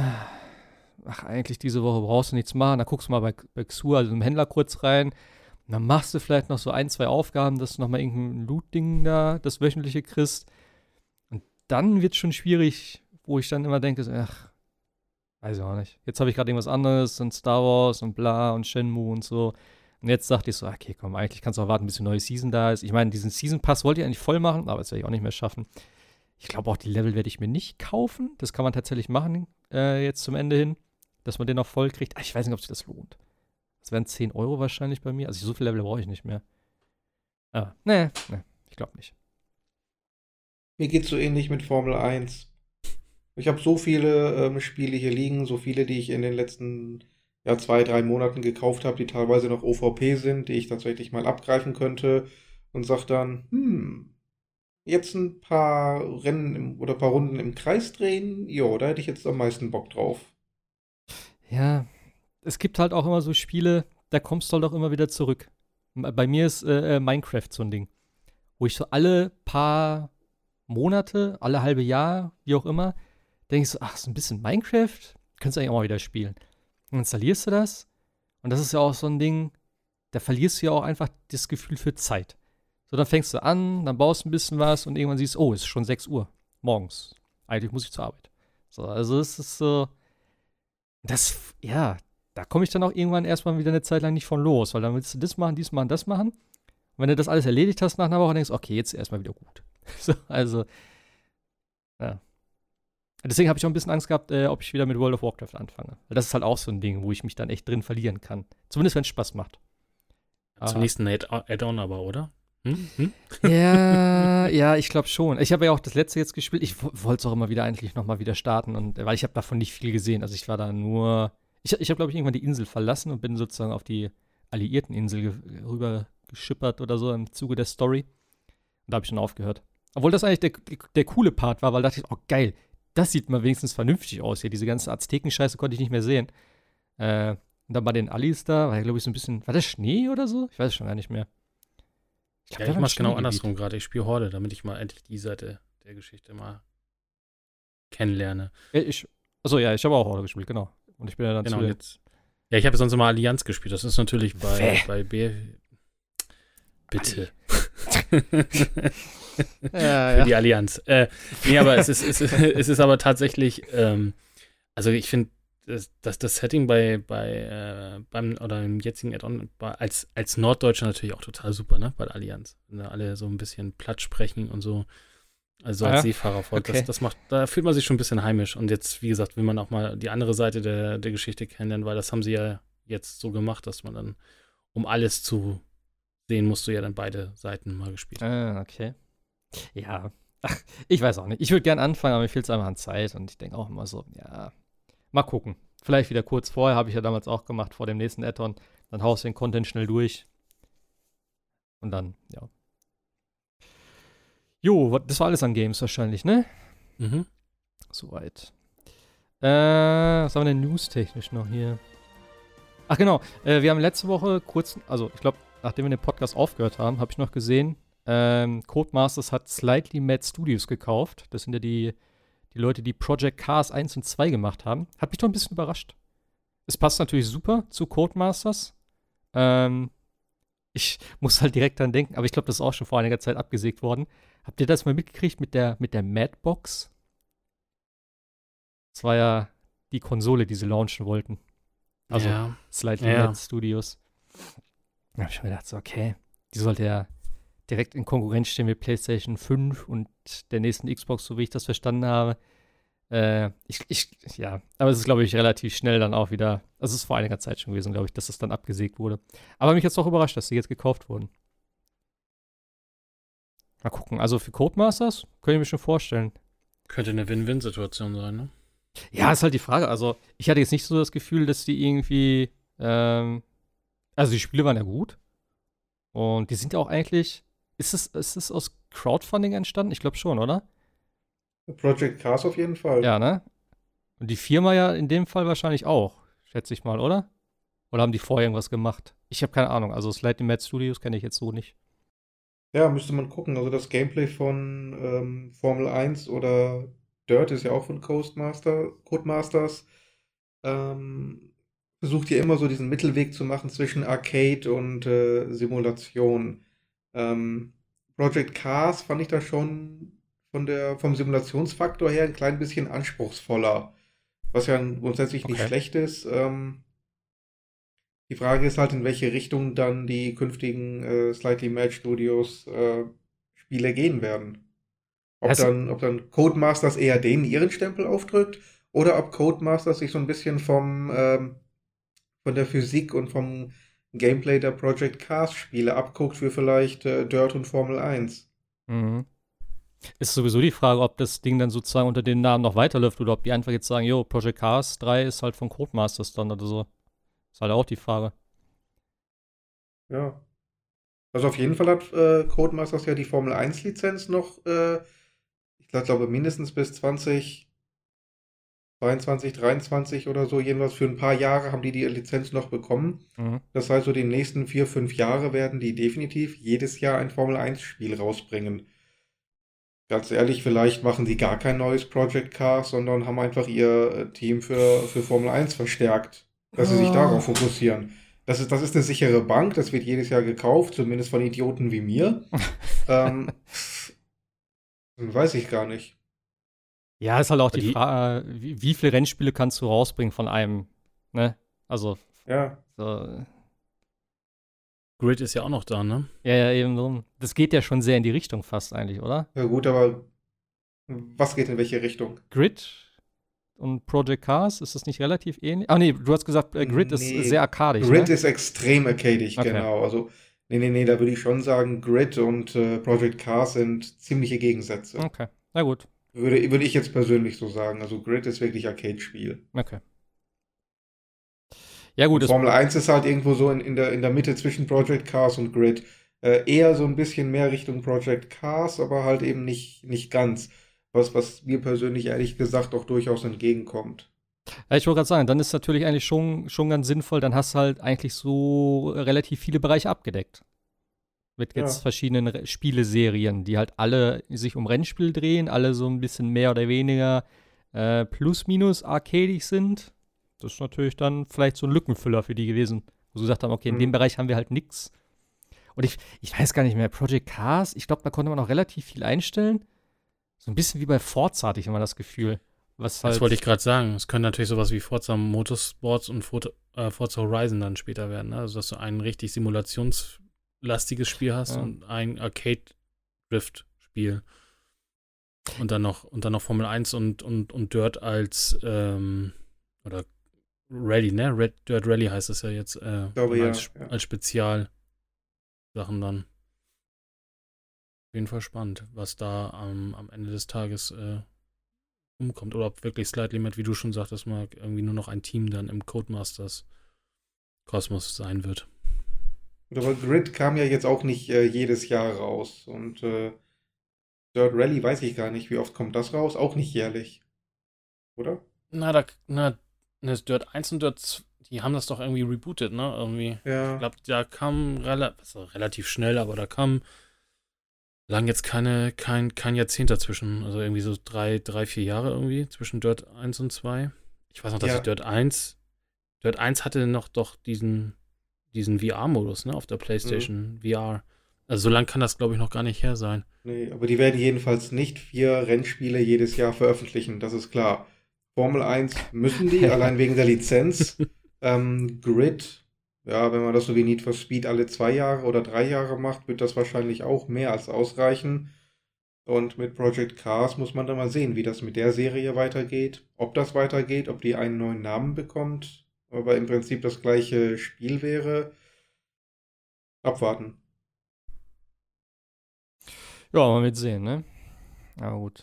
ach, eigentlich diese Woche brauchst du nichts machen. Dann guckst du mal bei Xur, also im Händler kurz rein. Und dann machst du vielleicht noch so 1, 2 Aufgaben, dass du nochmal irgendein Loot-Ding da, das wöchentliche kriegst. Und dann wird es schon schwierig, wo ich dann immer denke, so, ach, weiß ich auch nicht. Jetzt habe ich gerade irgendwas anderes und Star Wars und bla und Shenmue und so. Und jetzt dachte ich so, okay, komm, eigentlich kannst du auch warten, bis die neue Season da ist. Ich meine, diesen Season-Pass wollte ich eigentlich voll machen, aber das werde ich auch nicht mehr schaffen. Ich glaube auch, die Level werde ich mir nicht kaufen. Das kann man tatsächlich machen, jetzt zum Ende hin, dass man den auch voll kriegt. Ich weiß nicht, ob sich das lohnt. Das wären 10 Euro wahrscheinlich bei mir. Also so viel Level brauche ich nicht mehr. Ah, nee, ich glaube nicht. Mir geht's so ähnlich mit Formel 1. Ich habe so viele Spiele hier liegen, so viele, die ich in den letzten 2, 3 Monaten gekauft habe, die teilweise noch OVP sind, die ich tatsächlich mal abgreifen könnte und sag dann, jetzt ein paar Rennen oder ein paar Runden im Kreis drehen, jo, da hätte ich jetzt am meisten Bock drauf. Ja, es gibt halt auch immer so Spiele, da kommst du halt auch immer wieder zurück. Bei mir ist Minecraft so ein Ding, wo ich so alle paar Monate, alle halbe Jahr, wie auch immer, denke ich so, ach, so ein bisschen Minecraft, könntest du eigentlich auch mal wieder spielen. Dann installierst du das und das ist ja auch so ein Ding, da verlierst du ja auch einfach das Gefühl für Zeit. So, dann fängst du an, dann baust du ein bisschen was und irgendwann siehst du, oh, es ist schon 6 Uhr morgens. Eigentlich muss ich zur Arbeit. So, also es ist so, da komme ich dann auch irgendwann erstmal wieder eine Zeit lang nicht von los, weil dann willst du das machen, dies machen, das machen. Und wenn du das alles erledigt hast nach einer Woche, denkst du, okay, jetzt erstmal wieder gut. So, also, ja. Deswegen habe ich auch ein bisschen Angst gehabt, ob ich wieder mit World of Warcraft anfange. Weil das ist halt auch so ein Ding, wo ich mich dann echt drin verlieren kann. Zumindest, wenn es Spaß macht. Zum nächsten Add-on aber, oder? Ja, ich glaube schon. Ich habe ja auch das letzte jetzt gespielt. Ich wollte es auch immer wieder eigentlich nochmal wieder starten, weil ich habe davon nicht viel gesehen. Also ich war da nur, ich habe, glaube ich, irgendwann die Insel verlassen und bin sozusagen auf die Alliierten-Insel rüber geschippert oder so im Zuge der Story. Und da habe ich schon aufgehört. Obwohl das eigentlich der coole Part war, weil da dachte ich, oh geil, das sieht mal wenigstens vernünftig aus hier. Diese ganze Azteken-Scheiße konnte ich nicht mehr sehen. Und dann bei den Allis da, war ja, glaube ich, so ein bisschen, war das Schnee oder so? Ich weiß es schon gar nicht mehr. Ich mache es genau andersrum gerade. Ich spiele Horde, damit ich mal endlich die Seite der Geschichte mal kennenlerne. Ich habe auch Horde gespielt, genau. Und ich bin ja dann genau, jetzt. Ja, ich habe sonst immer Allianz gespielt. Das ist natürlich bei B. Bitte. Für die Allianz. Nee, aber es ist aber tatsächlich, also ich finde, das Setting im jetzigen Add-on als Norddeutscher natürlich auch total super, ne, bei der Allianz. Wenn da alle so ein bisschen platt sprechen und so. Also als Seefahrervolk, okay. Da fühlt man sich schon ein bisschen heimisch. Und jetzt, wie gesagt, will man auch mal die andere Seite der Geschichte kennenlernen, weil das haben sie ja jetzt so gemacht, dass man dann, um alles zu sehen, musst du ja dann beide Seiten mal gespielt haben. Okay. Ja. Ach, ich weiß auch nicht. Ich würde gern anfangen, aber mir fehlt es einfach an Zeit. Und ich denke auch immer so, ja, mal gucken. Vielleicht wieder kurz vorher, habe ich ja damals auch gemacht, vor dem nächsten Add-on. Dann haust du den Content schnell durch. Und dann, ja. Jo, das war alles an Games wahrscheinlich, ne? Mhm. Soweit. Was haben wir denn newstechnisch noch hier? Ach genau, wir haben letzte Woche kurz, also ich glaube, nachdem wir den Podcast aufgehört haben, habe ich noch gesehen, Codemasters hat Slightly Mad Studios gekauft. Das sind ja die Leute, die Project Cars 1 und 2 gemacht haben. Hat mich doch ein bisschen überrascht. Es passt natürlich super zu Codemasters. Ich muss halt direkt dran denken, aber ich glaube, das ist auch schon vor einiger Zeit abgesägt worden. Habt ihr das mal mitgekriegt mit der Madbox? Das war ja die Konsole, die sie launchen wollten. Also Slightly Mad Studios. Da habe ich mir gedacht, so, okay, die sollte ja direkt in Konkurrenz stehen mit PlayStation 5 und der nächsten Xbox, so wie ich das verstanden habe. Aber es ist, glaube ich, relativ schnell dann auch wieder, also es ist vor einiger Zeit schon gewesen, glaube ich, dass das dann abgesägt wurde. Aber mich jetzt auch überrascht, dass die jetzt gekauft wurden. Mal gucken, also für Codemasters könnte ich mir schon vorstellen. Könnte eine Win-Win-Situation sein, ne? Ja, ist halt die Frage, also ich hatte jetzt nicht so das Gefühl, dass die irgendwie, also die Spiele waren ja gut und die sind ja auch eigentlich, ist es aus Crowdfunding entstanden? Ich glaube schon, oder? Project Cars auf jeden Fall. Ja, ne? Und die Firma ja in dem Fall wahrscheinlich auch, schätze ich mal, oder? Oder haben die vorher irgendwas gemacht? Ich habe keine Ahnung, also Slightly Mad Studios kenne ich jetzt so nicht. Ja, müsste man gucken. Also das Gameplay von Formel 1 oder Dirt ist ja auch von Codemasters. Versucht ja immer so diesen Mittelweg zu machen zwischen Arcade und Simulation. Project Cars fand ich da schon vom Simulationsfaktor her ein klein bisschen anspruchsvoller, was ja grundsätzlich nicht schlecht ist. Die Frage ist halt, in welche Richtung dann die künftigen Slightly Mad Studios Spiele gehen werden. Ob dann Codemasters eher denen ihren Stempel aufdrückt oder ob Codemasters sich so ein bisschen von der Physik und vom Gameplay der Project Cars Spiele abguckt für vielleicht Dirt und Formel 1. Mhm. Ist sowieso die Frage, ob das Ding dann sozusagen unter dem Namen noch weiterläuft oder ob die einfach jetzt sagen, jo, Project Cars 3 ist halt von Codemasters dann oder so. Ist halt auch die Frage. Ja. Also auf jeden Fall hat Codemasters ja die Formel 1 Lizenz noch, ich glaube mindestens bis 2022, 2023 oder so, jedenfalls für ein paar Jahre haben die Lizenz noch bekommen. Mhm. Das heißt, so die nächsten 4, 5 Jahre werden die definitiv jedes Jahr ein Formel 1 Spiel rausbringen. Ganz ehrlich, vielleicht machen sie gar kein neues Project Cars, sondern haben einfach ihr Team für Formel 1 verstärkt, dass sie sich darauf fokussieren. Das ist eine sichere Bank, das wird jedes Jahr gekauft, zumindest von Idioten wie mir. Weiß ich gar nicht. Ja, ist halt auch die Frage, wie viele Rennspiele kannst du rausbringen von einem, ne? Also, ja. So. Grid ist ja auch noch da, ne? Ja, eben so. Das geht ja schon sehr in die Richtung fast eigentlich, oder? Ja gut, aber was geht in welche Richtung? Grid und Project Cars, ist das nicht relativ ähnlich? Ah nee, du hast gesagt, Grid ist sehr arkadisch, Grid ne? ist extrem arcadisch, okay. Genau. Also, nee, da würde ich schon sagen, Grid und Project Cars sind ziemliche Gegensätze. Okay, na gut. Würde ich jetzt persönlich so sagen. Also Grid ist wirklich Arcade-Spiel. Okay. Ja gut. Formel 1 ist halt irgendwo so in der Mitte zwischen Project Cars und Grid. Eher so ein bisschen mehr Richtung Project Cars, aber halt eben nicht ganz. Was mir persönlich ehrlich gesagt auch durchaus entgegenkommt. Ja, ich wollte gerade sagen, dann ist natürlich eigentlich schon ganz sinnvoll, dann hast du halt eigentlich so relativ viele Bereiche abgedeckt. Mit jetzt verschiedenen Spieleserien, die halt alle sich um Rennspiel drehen, alle so ein bisschen mehr oder weniger plus minus arcadisch sind. Das ist natürlich dann vielleicht so ein Lückenfüller für die gewesen, wo sie gesagt haben, okay, in dem Bereich haben wir halt nix. Und ich weiß gar nicht mehr, Project Cars, ich glaube, da konnte man auch relativ viel einstellen. So ein bisschen wie bei Forza hatte ich immer das Gefühl. Das wollte ich gerade sagen. Es können natürlich sowas wie Forza Motorsports und Forza Horizon dann später werden. Ne? Also, dass du ein richtig simulationslastiges Spiel hast und ein Arcade-Drift-Spiel. Und dann noch Formel 1 und Dirt als oder Rally, ne? Dirt Rally heißt es ja jetzt. Als Spezialsachen dann. Auf jeden Fall spannend, was da am Ende des Tages umkommt. Oder ob wirklich Slightly Mad, wie du schon sagtest, mal irgendwie nur noch ein Team dann im Codemasters Kosmos sein wird. Aber Grid kam ja jetzt auch nicht jedes Jahr raus. Und Dirt Rally weiß ich gar nicht, wie oft kommt das raus? Auch nicht jährlich. Oder? Dirt 1 und Dirt 2, die haben das doch irgendwie rebootet, ne? Irgendwie. Ja. Ich glaube, da kam relativ schnell, aber da kam lang jetzt kein Jahrzehnt dazwischen. Also irgendwie so 3-4 Jahre irgendwie zwischen Dirt 1 und 2. Ich weiß noch, dass ich Dirt 1 hatte noch doch diesen VR-Modus, ne, auf der PlayStation VR. Also so lang kann das, glaube ich, noch gar nicht her sein. Nee, aber die werden jedenfalls nicht 4 Rennspiele jedes Jahr veröffentlichen, das ist klar. Formel 1 müssen die, allein wegen der Lizenz. Grid, ja, wenn man das so wie Need for Speed alle 2 Jahre oder 3 Jahre macht, wird das wahrscheinlich auch mehr als ausreichen. Und mit Project Cars muss man dann mal sehen, wie das mit der Serie weitergeht. Ob das weitergeht, ob die einen neuen Namen bekommt, aber im Prinzip das gleiche Spiel wäre. Abwarten. Ja, mal mit sehen, ne? Aber gut.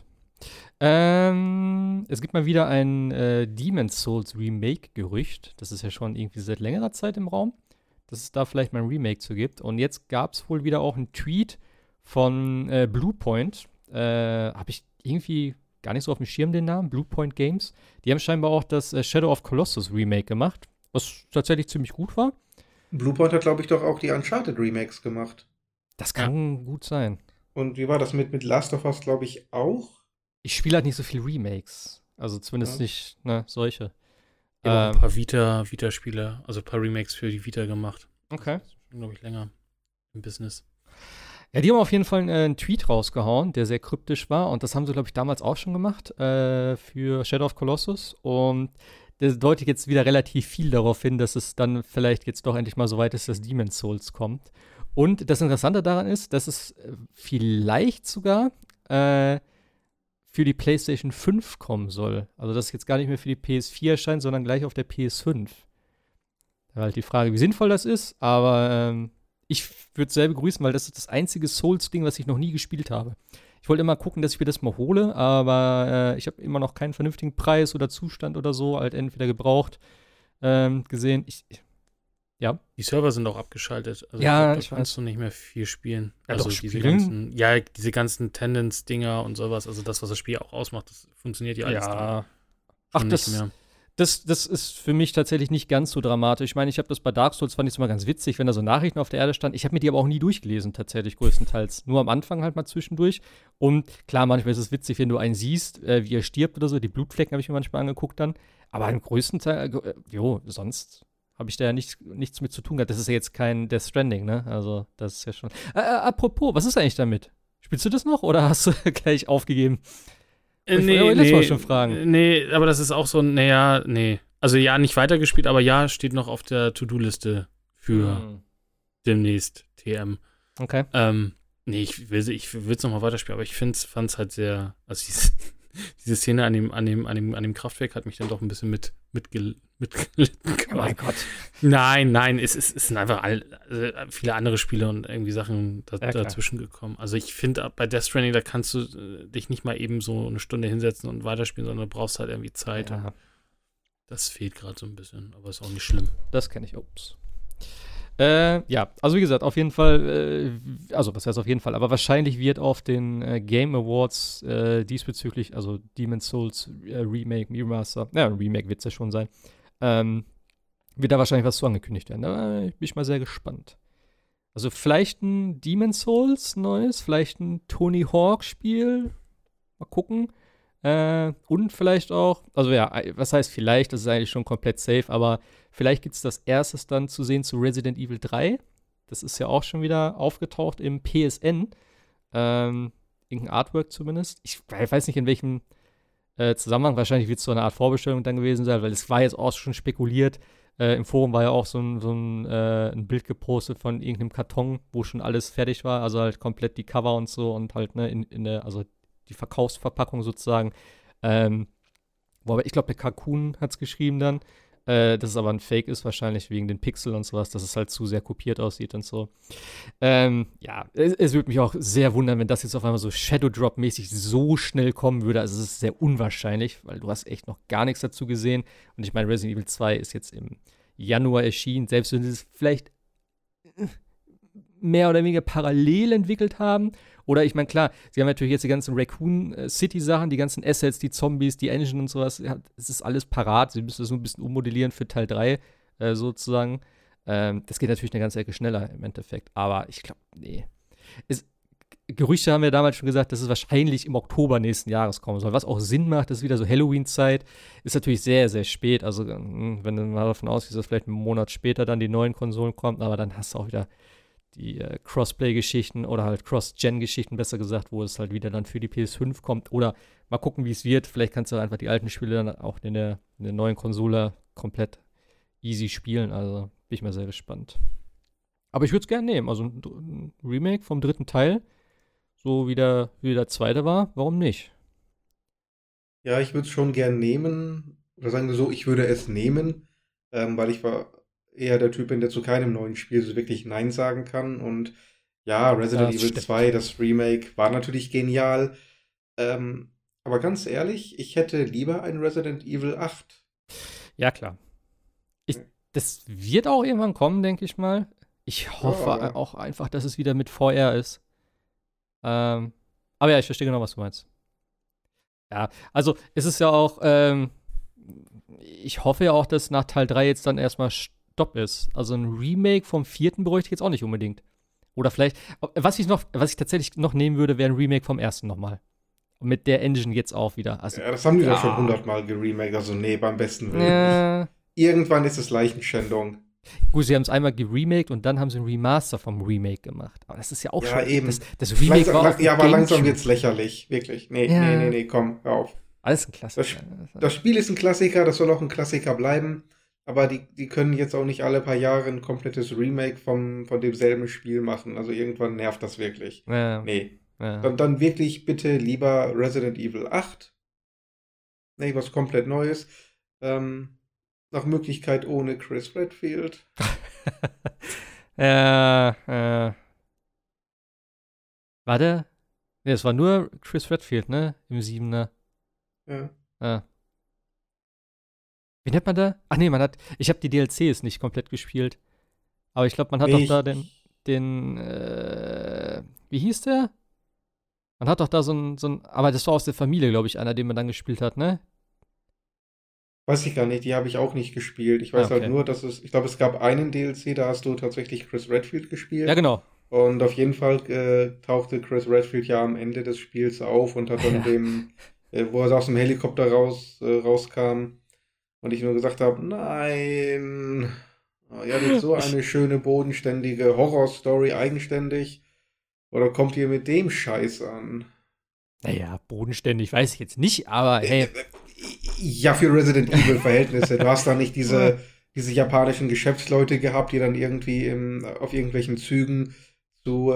Es gibt mal wieder ein Demon's Souls Remake-Gerücht. Das ist ja schon irgendwie seit längerer Zeit im Raum, dass es da vielleicht mal ein Remake zu gibt. Und jetzt gab es wohl wieder auch einen Tweet von Bluepoint. Habe ich irgendwie gar nicht so auf dem Schirm den Namen. Bluepoint Games. Die haben scheinbar auch das Shadow of Colossus Remake gemacht, was tatsächlich ziemlich gut war. Bluepoint hat, glaube ich, doch auch die Uncharted Remakes gemacht. Das kann gut sein. Und wie war das mit Last of Us, glaube ich, auch? Ich spiele halt nicht so viel Remakes. Also zumindest nicht, ne, solche. Ja, ein paar Vita-Spiele, also ein paar Remakes für die Vita gemacht. Okay. Das ist schon, glaube ich, länger im Business. Ja, die haben auf jeden Fall einen Tweet rausgehauen, der sehr kryptisch war. Und das haben sie, glaube ich, damals auch schon gemacht für Shadow of Colossus. Und das deutet jetzt wieder relativ viel darauf hin, dass es dann vielleicht jetzt doch endlich mal so weit ist, dass Demon's Souls kommt. Und das Interessante daran ist, dass es vielleicht sogar für die PlayStation 5 kommen soll. Also, dass es jetzt gar nicht mehr für die PS4 erscheint, sondern gleich auf der PS5. Da war halt die Frage, wie sinnvoll das ist, aber ich würde es sehr begrüßen, weil das ist das einzige Souls-Ding, was ich noch nie gespielt habe. Ich wollte immer gucken, dass ich mir das mal hole, aber ich habe immer noch keinen vernünftigen Preis oder Zustand oder so, halt entweder gebraucht gesehen. Ja. Die Server sind auch abgeschaltet. Also ja, da kannst du nicht mehr viel spielen. Ja, also doch, diese ganzen Tendenz-Dinger und sowas, also das, was das Spiel auch ausmacht, das funktioniert ja alles. Ja. Ach, das ist für mich tatsächlich nicht ganz so dramatisch. Ich meine, ich habe das bei Dark Souls, fand ich es immer ganz witzig, wenn da so Nachrichten auf der Erde standen. Ich habe mir die aber auch nie durchgelesen, tatsächlich größtenteils. Nur am Anfang halt mal zwischendurch. Und klar, manchmal ist es witzig, wenn du einen siehst, wie er stirbt oder so. Die Blutflecken habe ich mir manchmal angeguckt dann. Aber im größten Teil, sonst habe ich da ja nichts mit zu tun gehabt. Das ist ja jetzt kein Death Stranding, ne? Also, das ist ja schon. Apropos, was ist eigentlich damit? Spielst du das noch oder hast du gleich aufgegeben? Letztes Mal schon fragen. Nee, aber das ist auch so, nee. Also ja, nicht weitergespielt, aber ja, steht noch auf der To-Do-Liste für demnächst TM. Okay. Nee, ich will es nochmal weiterspielen, aber ich fand es halt sehr, also diese Szene an dem Kraftwerk hat mich dann doch ein bisschen mitgelitten. Oh mein Gott. Nein, es sind einfach viele andere Spiele und irgendwie Sachen dazwischen gekommen. Also ich finde, bei Death Stranding, da kannst du dich nicht mal eben so eine Stunde hinsetzen und weiterspielen, sondern du brauchst halt irgendwie Zeit. Ja. Das fehlt gerade so ein bisschen, aber ist auch nicht schlimm. Das kenne ich, ups. Ja, also wie gesagt, auf jeden Fall, also was heißt auf jeden Fall, aber wahrscheinlich wird auf den Game Awards diesbezüglich, also Demon's Souls Remake, Remaster, Remake wird es ja schon sein, wird da wahrscheinlich was zu angekündigt werden. Da bin ich mal sehr gespannt. Also vielleicht ein Demon's Souls neues, vielleicht ein Tony Hawk Spiel, mal gucken. Und vielleicht auch, also ja, was heißt vielleicht, das ist eigentlich schon komplett safe, aber vielleicht gibt es das erstes dann zu sehen zu Resident Evil 3. Das ist ja auch schon wieder aufgetaucht im PSN. Irgendein Artwork zumindest. Ich weiß nicht, in welchem Zusammenhang. Wahrscheinlich wird es so eine Art Vorbestellung dann gewesen sein, weil es war jetzt auch schon spekuliert. Im Forum war ja auch so ein Bild gepostet von irgendeinem Karton, wo schon alles fertig war. Also halt komplett die Cover und so und halt, ne, also die Verkaufsverpackung sozusagen. Aber ich glaube, der Kalkun hat es geschrieben dann, dass es aber ein Fake ist, wahrscheinlich wegen den Pixel und sowas, dass es halt zu sehr kopiert aussieht und so. Ja, es würde mich auch sehr wundern, wenn das jetzt auf einmal so Shadow Drop-mäßig so schnell kommen würde. Also es ist sehr unwahrscheinlich, weil du hast echt noch gar nichts dazu gesehen. Und ich meine, Resident Evil 2 ist jetzt im Januar erschienen, selbst wenn sie es vielleicht mehr oder weniger parallel entwickelt haben. Oder ich meine, klar, sie haben natürlich jetzt die ganzen Raccoon City-Sachen, die ganzen Assets, die Zombies, die Engine und sowas. Ja, es ist alles parat. Sie müssen das nur ein bisschen ummodellieren für Teil 3 sozusagen. Das geht natürlich eine ganze Ecke schneller im Endeffekt. Aber ich glaube, nee. Gerüchte haben wir damals schon gesagt, dass es wahrscheinlich im Oktober nächsten Jahres kommen soll. Was auch Sinn macht, ist wieder so Halloween-Zeit. Ist natürlich sehr, sehr spät. Also, wenn du mal davon ausgehst, dass vielleicht einen Monat später dann die neuen Konsolen kommen, aber dann hast du auch wieder die Crossplay-Geschichten oder halt Cross-Gen-Geschichten, besser gesagt, wo es halt wieder dann für die PS5 kommt oder Mal gucken, wie es wird. Vielleicht kannst du einfach die alten Spiele dann auch in der neuen Konsole komplett easy spielen. Also bin ich mal sehr gespannt. Aber ich würde es gerne nehmen. Also ein Remake vom 3. Teil, so wie der zweite war, warum nicht? Ja, ich würde es schon gern nehmen. Oder sagen wir so, ich würde es nehmen, weil ich war eher der Typ bin, der zu keinem neuen Spiel so wirklich Nein sagen kann. Und ja, Resident Evil 2, das Remake, war natürlich genial. Aber ganz ehrlich, ich hätte lieber ein Resident Evil 8. Ja, klar. Das wird auch irgendwann kommen, denke ich mal. Ich hoffe auch einfach, dass es wieder mit VR ist. Aber ja, ich verstehe genau, was du meinst. Ja, also es ist ja auch, ich hoffe ja auch, dass nach Teil 3 jetzt dann erstmal Stopp ist. Also ein Remake vom 4. bräuchte ich jetzt auch nicht unbedingt. Oder vielleicht, was ich tatsächlich noch nehmen würde, wäre ein Remake vom 1. nochmal. Und mit der Engine jetzt auch wieder. Also, ja, das haben die doch schon 100-mal geremaked, also nee, beim besten Willen nicht. Irgendwann ist es Leichenschändung. Gut, sie haben es einmal geremaked und dann haben sie ein Remaster vom Remake gemacht. Aber das ist ja auch ja, schon. Eben. Das Remake war auch aber langsam wird's lächerlich, wirklich. Nee, komm, hör auf. Alles ein Klassiker. Das Spiel ist ein Klassiker, das soll auch ein Klassiker bleiben. Aber die können jetzt auch nicht alle paar Jahre ein komplettes Remake von demselben Spiel machen. Also irgendwann nervt das wirklich. Ja. Nee. Ja. Dann wirklich bitte lieber Resident Evil 8. Nee, was komplett Neues. Nach Möglichkeit ohne Chris Redfield. Warte. Nee, es war nur Chris Redfield, ne? Im 7er. Ja. Wie nennt man da? Ach nee, ich habe die DLCs nicht komplett gespielt. Aber ich glaube, man hat doch da den wie hieß der? Man hat doch da so ein, aber das war aus der Familie, glaube ich, einer, den man dann gespielt hat, ne? Weiß ich gar nicht, die habe ich auch nicht gespielt. Ich weiß halt nur, dass ich glaube, es gab einen DLC, da hast du tatsächlich Chris Redfield gespielt. Ja, genau. Und auf jeden Fall tauchte Chris Redfield ja am Ende des Spiels auf und hat dann wo er aus dem Helikopter rauskam und ich nur gesagt habe, nein, ihr hattet so eine schöne, bodenständige Horrorstory eigenständig. Oder kommt ihr mit dem Scheiß an? Naja, bodenständig weiß ich jetzt nicht, aber hey. Ja, für Resident Evil-Verhältnisse. Du hast da nicht diese japanischen Geschäftsleute gehabt, die dann irgendwie auf irgendwelchen Zügen zu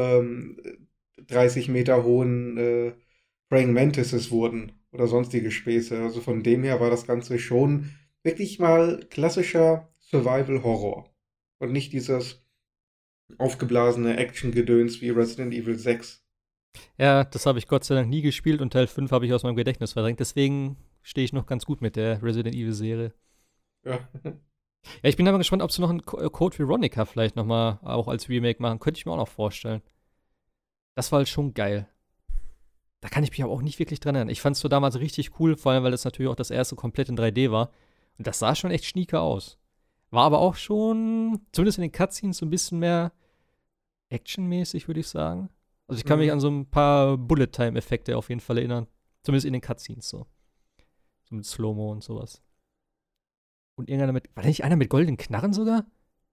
30 Meter hohen Praying Mantises wurden oder sonstige Späße. Also von dem her war das Ganze schon wirklich mal klassischer Survival-Horror. Und nicht dieses aufgeblasene Action-Gedöns wie Resident Evil 6. Ja, das habe ich Gott sei Dank nie gespielt und Teil 5 habe ich aus meinem Gedächtnis verdrängt. Deswegen stehe ich noch ganz gut mit der Resident Evil-Serie. Ja. Ja, ich bin aber gespannt, ob sie noch einen Code Veronica vielleicht nochmal auch als Remake machen. Könnte ich mir auch noch vorstellen. Das war halt schon geil. Da kann ich mich aber auch nicht wirklich dran erinnern. Ich fand es so damals richtig cool, vor allem, weil das natürlich auch das erste komplett in 3D war. Und das sah schon echt schnieke aus. War aber auch schon, zumindest in den Cutscenes, so ein bisschen mehr actionmäßig, würde ich sagen. Also ich kann mich an so ein paar Bullet-Time-Effekte auf jeden Fall erinnern. Zumindest in den Cutscenes so. So mit Slow-Mo und sowas. Und irgendeiner war da nicht einer mit goldenen Knarren sogar?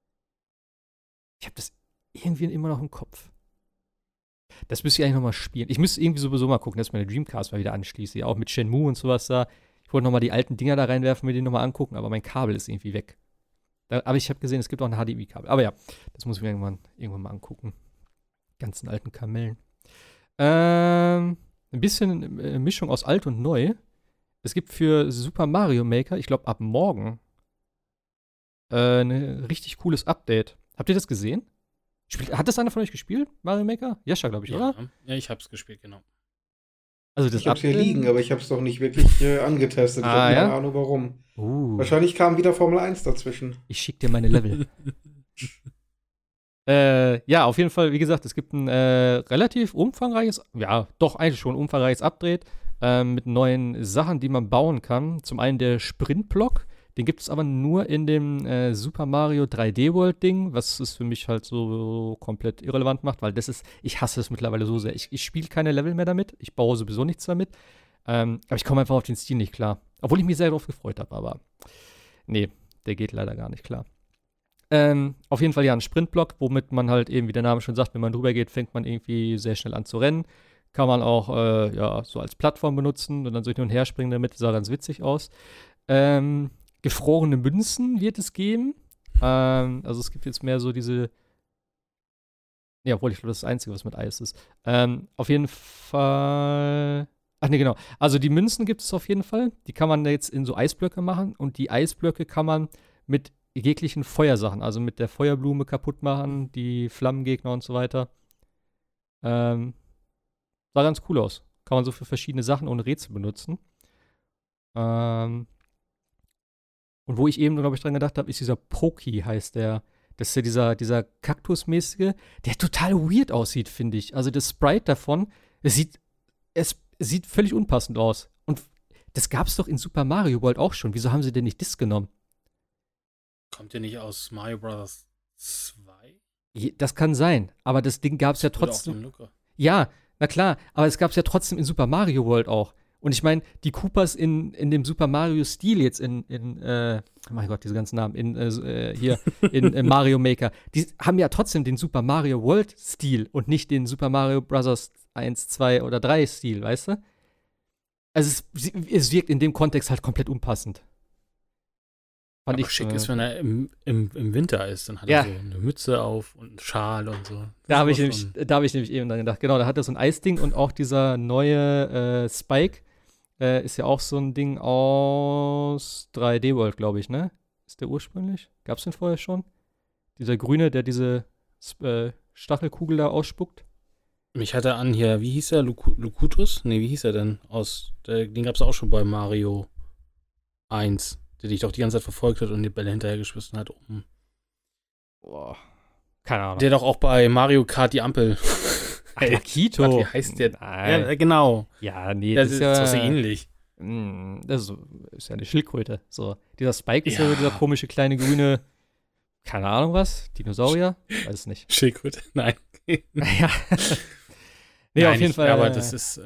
Ich habe das irgendwie immer noch im Kopf. Das müsste ich eigentlich nochmal spielen. Ich müsste irgendwie sowieso mal gucken, dass ich meine Dreamcast mal wieder anschließe. Ja, auch mit Shenmue und sowas da. Ich wollte nochmal die alten Dinger da reinwerfen, mir die nochmal angucken, aber mein Kabel ist irgendwie weg. Aber ich habe gesehen, es gibt auch ein HDMI-Kabel. Aber ja, das muss ich mir irgendwann mal angucken. Ganzen alten Kamellen. Ein bisschen Mischung aus alt und neu. Es gibt für Super Mario Maker, ich glaube ab morgen, ein richtig cooles Update. Habt ihr das gesehen? Hat das einer von euch gespielt, Mario Maker? Jascha, glaube ich, oder? Ja, ich hab's gespielt, genau. Also das ich hab's hier liegen, aber ich hab's doch nicht wirklich angetestet. Ich habe keine Ahnung, warum. Wahrscheinlich kam wieder Formel 1 dazwischen. Ich schick dir meine Level. Ja, auf jeden Fall, wie gesagt, es gibt ein relativ umfangreiches, ja, doch eigentlich schon umfangreiches Update mit neuen Sachen, die man bauen kann. Zum einen der Sprintblock, den gibt es aber nur in dem Super Mario 3D World Ding, was es für mich halt so komplett irrelevant macht, weil ich hasse es mittlerweile so sehr. Ich spiele keine Level mehr damit, ich baue sowieso nichts damit, aber ich komme einfach auf den Stil nicht klar. Obwohl ich mich sehr darauf gefreut habe, aber nee, der geht leider gar nicht klar. Auf jeden Fall ja ein Sprintblock, womit man halt eben, wie der Name schon sagt, wenn man drüber geht, fängt man irgendwie sehr schnell an zu rennen. Kann man auch so als Plattform benutzen und dann so hin und her springen damit. Das sah ganz witzig aus. Gefrorene Münzen wird es geben. Also es gibt jetzt mehr so diese. Ja, obwohl ich glaube, das ist das Einzige, was mit Eis ist. Auf jeden Fall. Ach nee, genau. Also die Münzen gibt es auf jeden Fall. Die kann man jetzt in so Eisblöcke machen. Und die Eisblöcke kann man mit jeglichen Feuersachen, also mit der Feuerblume kaputt machen, die Flammengegner und so weiter. Sah ganz cool aus. Kann man so für verschiedene Sachen ohne Rätsel benutzen. Und wo ich eben, glaube ich, dran gedacht habe, ist dieser Pokey, heißt der. Das ist ja dieser Kaktusmäßige, der total weird aussieht, finde ich. Also das Sprite davon, es sieht völlig unpassend aus. Und das gab es doch in Super Mario World auch schon. Wieso haben sie denn nicht das genommen? Kommt der nicht aus Mario Bros. 2? Das kann sein, aber das Ding gab es ja trotzdem. Ja, na klar, aber es gab es ja trotzdem in Super Mario World auch. Und ich meine, die Koopas in dem Super Mario-Stil jetzt mein Gott, diese ganzen Namen, in Mario Maker, die haben ja trotzdem den Super Mario World-Stil und nicht den Super Mario Bros. 1, 2 oder 3-Stil, weißt du? Also es wirkt in dem Kontext halt komplett unpassend. Aber schick ist, wenn er im Winter ist, dann hat er so eine Mütze auf und einen Schal und so. Da habe ich nämlich eben dann gedacht, genau, da hat er so ein Eisding und auch dieser neue Spike ist ja auch so ein Ding aus 3D World, glaube ich, ne? Ist der ursprünglich? Gab's den vorher schon? Dieser Grüne, der diese Stachelkugel da ausspuckt? Mich hat er an hier, wie hieß er? Lucutus? Nee, wie hieß er denn? Den gab's auch schon bei Mario 1, der dich doch die ganze Zeit verfolgt hat und die Bälle hinterhergeschmissen hat. Boah, keine Ahnung. Der doch auch bei Mario Kart die Ampel. Akito. Gott, wie heißt der? Nein. Ja, genau. Ja, nee, das ist ja so ähnlich. Das ist ja eine Schildkröte. So, dieser Spike ist ja dieser komische kleine grüne, keine Ahnung was, Dinosaurier? Weiß es nicht. Schildkröte? Nein. Ja. Nee, nein, auf jeden Fall. Aber das ist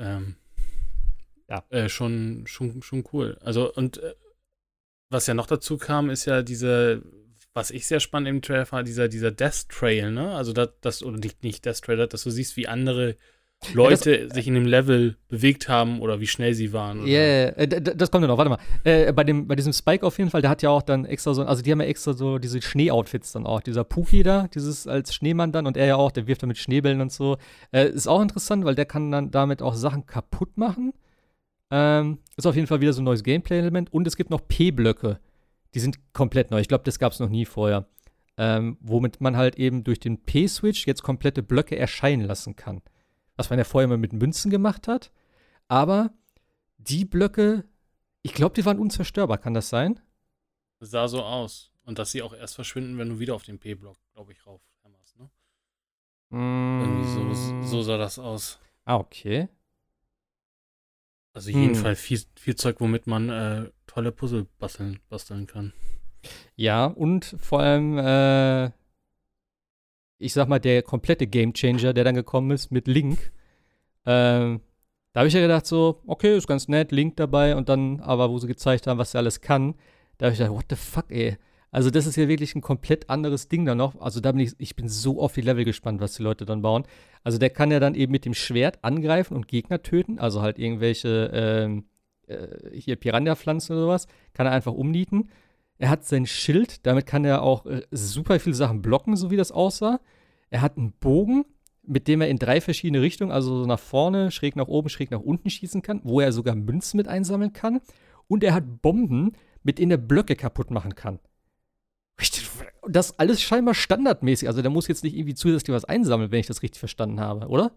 schon cool. Also, und was ja noch dazu kam, ist ja was ich sehr spannend im Trailer fand, dieser Death Trail, ne? Also oder nicht Death Trail, dass du siehst, wie andere Leute sich in dem Level bewegt haben oder wie schnell sie waren. Ja, das kommt ja noch, warte mal. Bei diesem Spike auf jeden Fall, der hat ja auch dann extra so, also die haben ja extra so diese Schnee-Outfits dann auch. Dieser Pookie da, dieses als Schneemann dann und er ja auch, der wirft dann mit Schneebällen und so. Ist auch interessant, weil der kann dann damit auch Sachen kaputt machen. Ist auf jeden Fall wieder so ein neues Gameplay-Element und es gibt noch P-Blöcke. Die sind komplett neu. Ich glaube, das gab es noch nie vorher. Womit man halt eben durch den P-Switch jetzt komplette Blöcke erscheinen lassen kann. Was man ja vorher immer mit Münzen gemacht hat. Aber die Blöcke, ich glaube, die waren unzerstörbar. Kann das sein? Das sah so aus. Und dass sie auch erst verschwinden, wenn du wieder auf den P-Block, glaube ich, raufhämmerst, ne? Irgendwie so sah das aus. Ah, okay. Also jedenfalls viel Zeug, womit man tolle Puzzle basteln kann. Ja, und vor allem, ich sag mal, der komplette Gamechanger, der dann gekommen ist mit Link. Da habe ich ja gedacht so, okay, ist ganz nett, Link dabei und dann, aber wo sie gezeigt haben, was er alles kann, da habe ich gedacht, what the fuck, ey. Also das ist ja wirklich ein komplett anderes Ding dann noch. Also da ich bin so auf die Level gespannt, was die Leute dann bauen. Also der kann ja dann eben mit dem Schwert angreifen und Gegner töten, also halt irgendwelche hier Piranha-Pflanzen oder sowas, kann er einfach umnieten. Er hat sein Schild, damit kann er auch super viele Sachen blocken, so wie das aussah. Er hat einen Bogen, mit dem er in 3 verschiedene Richtungen, also so nach vorne, schräg nach oben, schräg nach unten schießen kann, wo er sogar Münzen mit einsammeln kann. Und er hat Bomben, mit denen er Blöcke kaputt machen kann. Das alles scheinbar standardmäßig. Also der muss jetzt nicht irgendwie zusätzlich was einsammeln, wenn ich das richtig verstanden habe, oder?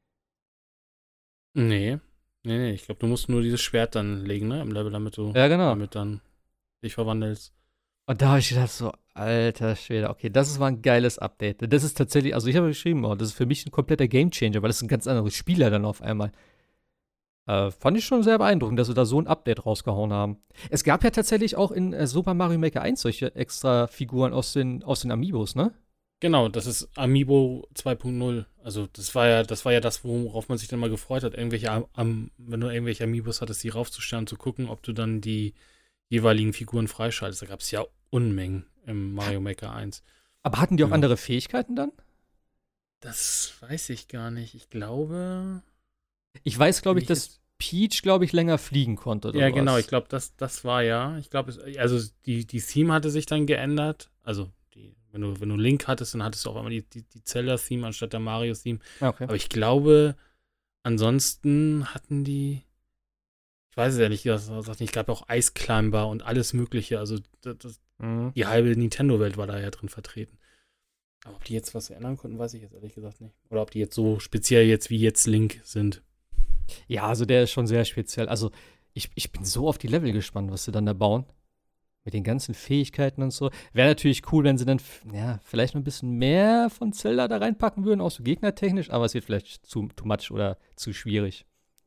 Nee. Ich glaube, du musst nur dieses Schwert dann legen, ne? Im Level, damit du damit dann dich verwandelst. Und da habe ich gedacht so, alter Schwede, okay, das war ein geiles Update. Das ist tatsächlich, also ich habe geschrieben, das ist für mich ein kompletter Gamechanger, weil das ist ein ganz anderes Spieler dann auf einmal. Fand ich schon sehr beeindruckend, dass sie da so ein Update rausgehauen haben. Es gab ja tatsächlich auch in Super Mario Maker 1 solche extra Figuren aus den Amiibos, ne? Genau, das ist Amiibo 2.0. Also das war ja das, worauf man sich dann mal gefreut hat, wenn du irgendwelche Amiibos hattest, die raufzustellen und zu gucken, ob du dann die jeweiligen Figuren freischaltest. Da gab es ja Unmengen im Mario Maker 1. Aber hatten die auch andere Fähigkeiten dann? Das weiß ich gar nicht. Ich glaube Ich weiß, glaube ich, dass Peach, glaube ich, länger fliegen konnte. Oder genau, ich glaube, das war ja. Ich glaube, also die Theme hatte sich dann geändert. Also, wenn du Link hattest, dann hattest du auch einmal die Zelda-Theme anstatt der Mario-Theme. Okay. Aber ich glaube, ansonsten hatten die. Ich weiß es ja nicht, ich glaube auch Ice Climber und alles Mögliche. Also, die halbe Nintendo-Welt war da ja drin vertreten. Aber ob die jetzt was ändern konnten, weiß ich jetzt ehrlich gesagt nicht. Oder ob die jetzt so speziell jetzt wie jetzt Link sind. Ja, also der ist schon sehr speziell. Also ich bin so auf die Level gespannt, was sie dann da bauen. Mit den ganzen Fähigkeiten und so. Wäre natürlich cool, wenn sie dann vielleicht noch ein bisschen mehr von Zelda da reinpacken würden, auch so gegnertechnisch, aber es wird vielleicht too much oder zu schwierig.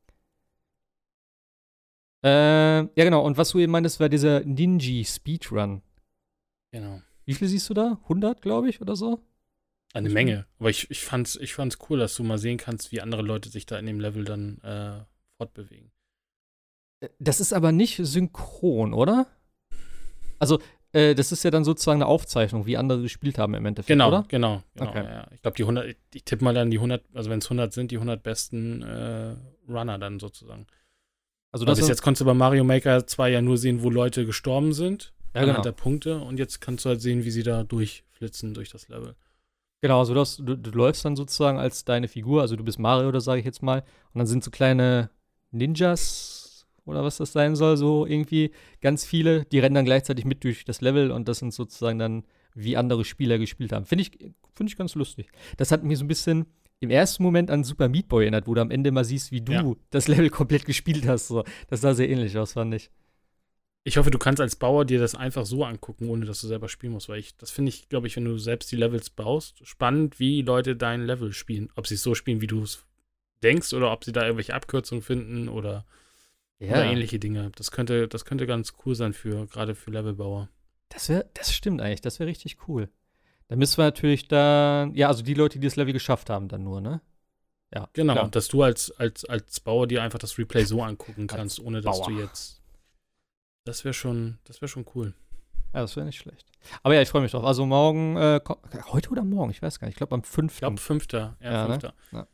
Ja, genau. Und was du eben meintest, war dieser Ninja-Speedrun. Genau. Wie viel siehst du da? 100, glaube ich, oder so? Eine Menge. Aber ich fand's cool, dass du mal sehen kannst, wie andere Leute sich da in dem Level dann fortbewegen. Das ist aber nicht synchron, oder? Also, das ist ja dann sozusagen eine Aufzeichnung, wie andere gespielt haben im Endeffekt, oder? Genau. Okay. Ja. Ich glaube, die 100, ich tippe mal dann die 100, also wenn es 100 sind, die 100 besten Runner dann sozusagen. Also bis jetzt konntest du bei Mario Maker 2 ja nur sehen, wo Leute gestorben sind. Ja, genau. Anhand der Punkte. Und jetzt kannst du halt sehen, wie sie da durchflitzen durch das Level. Genau, also du läufst dann sozusagen als deine Figur, also du bist Mario, oder sage ich jetzt mal, und dann sind so kleine Ninjas oder was das sein soll, so irgendwie ganz viele, die rennen dann gleichzeitig mit durch das Level und das sind sozusagen dann, wie andere Spieler gespielt haben. Finde ich ganz lustig. Das hat mich so ein bisschen im ersten Moment an Super Meat Boy erinnert, wo du am Ende mal siehst, wie du das Level komplett gespielt hast. So. Das sah sehr ähnlich aus, fand ich. Ich hoffe, du kannst als Bauer dir das einfach so angucken, ohne dass du selber spielen musst, weil das finde ich, glaube ich, wenn du selbst die Levels baust, spannend, wie Leute dein Level spielen. Ob sie es so spielen, wie du es denkst, oder ob sie da irgendwelche Abkürzungen finden oder ähnliche Dinge. Das könnte ganz cool sein gerade für Levelbauer. Das stimmt eigentlich, das wäre richtig cool. Da müssen wir natürlich dann, also die Leute, die das Level geschafft haben, dann nur, ne? Ja. Genau, klar. dass du als Bauer dir einfach das Replay so angucken kannst, ohne dass du jetzt. Das wäre schon cool. Ja, das wäre nicht schlecht. Aber ja, ich freue mich drauf. Also morgen, heute oder morgen? Ich weiß gar nicht. Ich glaube am 5. Ich glaube 5. Ja, 5. Ne?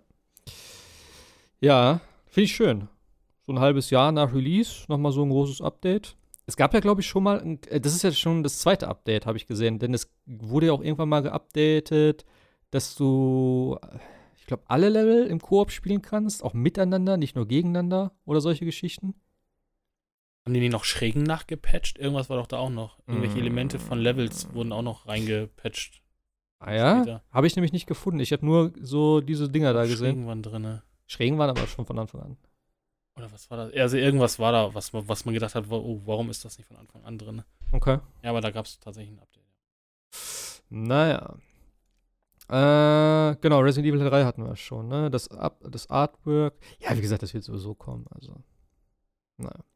Ja, finde ich schön. So ein halbes Jahr nach Release, nochmal so ein großes Update. Es gab ja, glaube ich, schon mal, das ist ja schon das zweite Update, habe ich gesehen. Denn es wurde ja auch irgendwann mal geupdatet, dass du, ich glaube, alle Level im Koop spielen kannst, auch miteinander, nicht nur gegeneinander oder solche Geschichten. Haben die noch Schrägen nachgepatcht? Irgendwas war doch da auch noch. Irgendwelche Elemente von Levels wurden auch noch reingepatcht. Ah ja? Habe ich nämlich nicht gefunden. Ich habe nur so diese Dinger da gesehen. Schrägen waren drin. Schrägen waren aber schon von Anfang an. Oder was war das? Also irgendwas war da, was man gedacht hat, warum ist das nicht von Anfang an drin? Okay. Ja, aber da gab es tatsächlich ein Update. Naja. Genau, Resident Evil 3 hatten wir schon, ne? Das Artwork. Ja, wie gesagt, das wird sowieso kommen. Also, naja.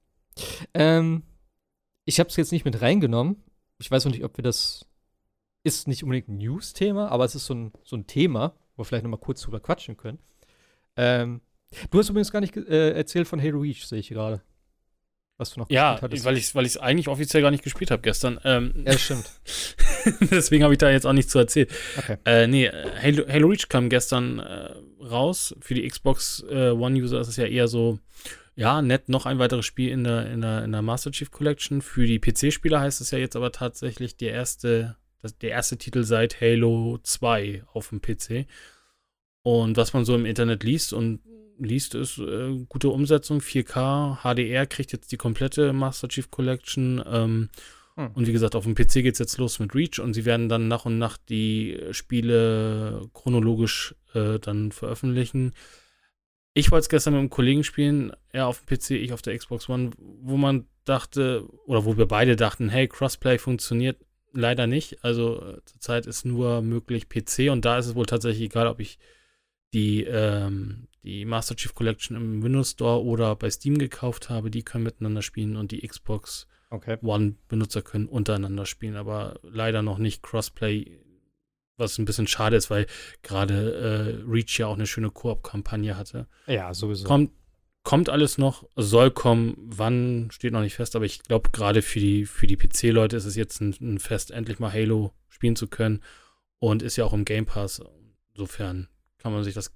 Ich habe es jetzt nicht mit reingenommen. Ich weiß noch nicht, ob wir das. Ist nicht unbedingt ein News-Thema, aber es ist so ein Thema, wo wir vielleicht noch mal kurz drüber quatschen können. Du hast übrigens gar nicht erzählt von Halo Reach, sehe ich gerade. Was du noch gespielt hattest. Weil ich es eigentlich offiziell gar nicht gespielt habe gestern. Ja, das stimmt. Deswegen habe ich da jetzt auch nichts zu erzählen. Okay. Halo Reach kam gestern raus. Für die Xbox One-User ist es ja eher so, ja, nett, noch ein weiteres Spiel in der Master Chief Collection. Für die PC-Spieler heißt es ja jetzt aber tatsächlich der erste Titel seit Halo 2 auf dem PC. Und was man so im Internet liest, ist gute Umsetzung, 4K, HDR, kriegt jetzt die komplette Master Chief Collection. Und wie gesagt, auf dem PC geht es jetzt los mit Reach und sie werden dann nach und nach die Spiele chronologisch dann veröffentlichen. Ich wollte es gestern mit einem Kollegen spielen, er auf dem PC, ich auf der Xbox One, wo man dachte, oder wo wir beide dachten, hey, Crossplay funktioniert leider nicht. Also zurzeit ist nur möglich PC und da ist es wohl tatsächlich egal, ob ich die Master Chief Collection im Windows Store oder bei Steam gekauft habe, die können miteinander spielen und die Xbox One-Benutzer können untereinander spielen, aber leider noch nicht Crossplay, was ein bisschen schade ist, weil gerade Reach ja auch eine schöne Koop-Kampagne hatte. Ja, sowieso. Kommt alles noch, soll kommen, wann, steht noch nicht fest, aber ich glaube, gerade für die PC-Leute ist es jetzt ein Fest, endlich mal Halo spielen zu können und ist ja auch im Game Pass. Insofern kann man sich das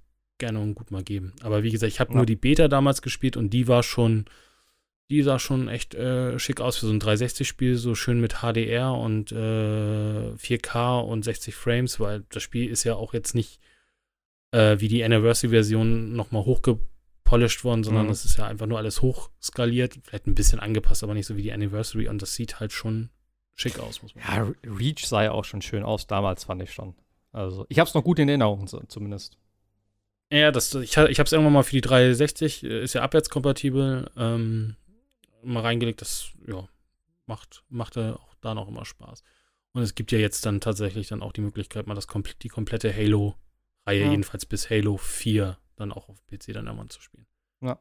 gerne und gut mal geben. Aber wie gesagt, ich habe nur die Beta damals gespielt und die sah schon echt schick aus für so ein 360-Spiel, so schön mit HDR und 4K und 60 Frames, weil das Spiel ist ja auch jetzt nicht wie die Anniversary-Version nochmal hochgepolished worden, sondern es ist ja einfach nur alles hochskaliert, vielleicht ein bisschen angepasst, aber nicht so wie die Anniversary und das sieht halt schon schick aus, muss man sagen. Ja, Reach sah ja auch schon schön aus, damals fand ich schon. Also, ich hab's noch gut in Erinnerung, zumindest. Ja, ich hab's irgendwann mal für die 360, ist ja abwärtskompatibel, mal reingelegt, das, ja, machte auch da noch immer Spaß. Und es gibt ja jetzt dann tatsächlich dann auch die Möglichkeit, mal die komplette Halo-Reihe, jedenfalls bis Halo 4, dann auch auf PC dann irgendwann zu spielen. Ja.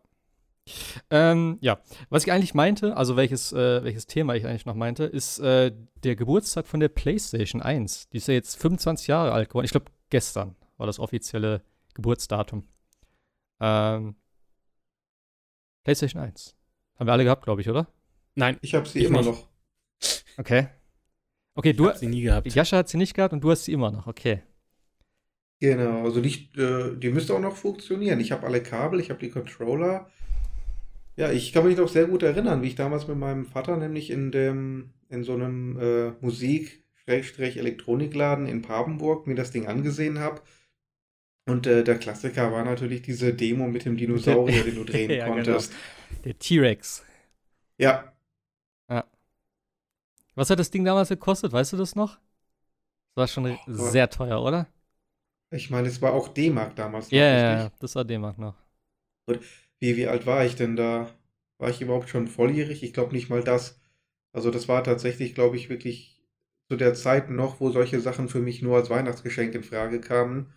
Was ich eigentlich meinte, also welches Thema ich eigentlich noch meinte, ist der Geburtstag von der PlayStation 1. Die ist ja jetzt 25 Jahre alt geworden. Ich glaube, gestern war das offizielle Geburtsdatum. PlayStation 1. Haben wir alle gehabt, glaube ich, oder? Nein. Ich habe sie immer noch. Okay, ich habe sie nie gehabt. Jascha hat sie nicht gehabt und du hast sie immer noch, okay. Genau, also die müsste auch noch funktionieren. Ich habe alle Kabel, ich habe die Controller. Ja, ich kann mich noch sehr gut erinnern, wie ich damals mit meinem Vater nämlich in so einem Musik-Elektronikladen in Papenburg mir das Ding angesehen habe. Und der Klassiker war natürlich diese Demo mit dem Dinosaurier, den du drehen Ja, konntest. Genau. Der T-Rex. Ja. Was hat das Ding damals gekostet? Weißt du das noch? Das war schon sehr teuer, oder? Ich meine, es war auch D-Mark damals noch, ja, das war D-Mark noch. Und wie alt war ich denn da? War ich überhaupt schon volljährig? Ich glaube nicht mal das. Also das war tatsächlich, glaube ich, wirklich zu der Zeit noch, wo solche Sachen für mich nur als Weihnachtsgeschenk in Frage kamen.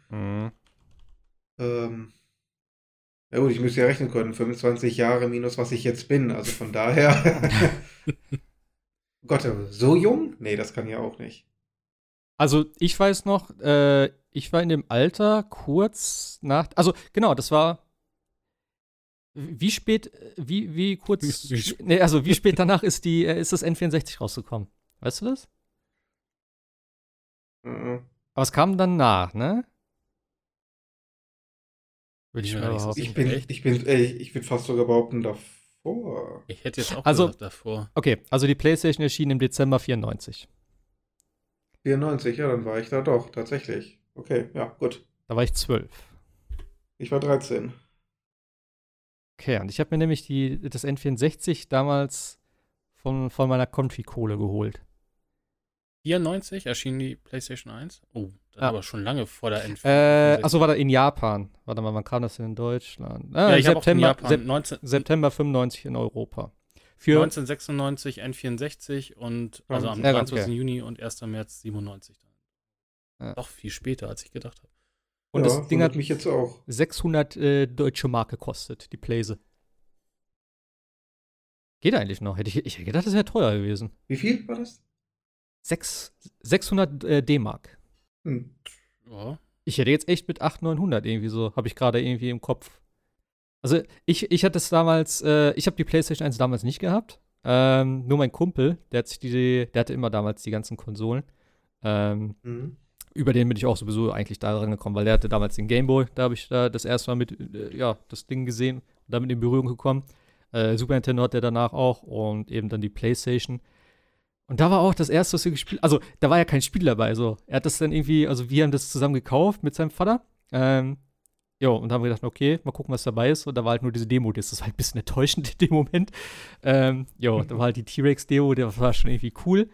Ja gut, ich müsste ja rechnen können. 25 Jahre minus was ich jetzt bin. Also von daher. Gott, so jung? Nee, das kann ja auch nicht. Also ich weiß noch, ich war in dem Alter kurz nach, also genau, das war wie spät danach ist das N64 rausgekommen? Weißt du das? Aber es kam dann nach, ne? Würde ich mal behaupten. Ich bin fast sogar behaupten davor. Ich hätte jetzt auch gesagt davor. Okay, also die PlayStation erschien im Dezember 94. 94, ja, dann war ich da doch, tatsächlich. Okay, ja, gut. Da war ich 12. Ich war 13. Okay, und ich habe mir nämlich das N64 damals von meiner Konfi-Kohle geholt. 94 erschien die PlayStation 1? Oh, das war aber schon lange vor der N64. Achso, war da in Japan. Warte mal, wann kam das denn in Deutschland? Ja, ich September, auch in Japan. September 95 in Europa. 1996 N64 und also am 23. Juni und 1. März 97 dann. Ja. Doch viel später, als ich gedacht habe. Und das Ding hat mich jetzt auch 600 deutsche Mark gekostet, die Playse. Geht eigentlich noch. Ich hätte gedacht, das wäre teuer gewesen. Wie viel war das? 600 D-Mark. Ja. Ich hätte jetzt echt mit 800, 900 irgendwie so, habe ich gerade irgendwie im Kopf. Also ich hatte es damals, ich habe die PlayStation 1 damals nicht gehabt. Nur mein Kumpel, der hatte immer damals die ganzen Konsolen. Über den bin ich auch sowieso eigentlich da dran gekommen, weil der hatte damals den Gameboy. Da habe ich da das erste Mal mit, das Ding gesehen und damit in Berührung gekommen. Super Nintendo hat der danach auch und eben dann die PlayStation. Und da war auch das erste, was wir gespielt haben. Also, da war ja kein Spiel dabei. So. Er hat das dann irgendwie, also wir haben das zusammen gekauft mit seinem Vater. Und haben wir gedacht, okay, mal gucken, was dabei ist. Und da war halt nur diese Demo. Das ist halt ein bisschen enttäuschend in dem Moment. Da war halt die T-Rex-Demo, der war schon irgendwie cool.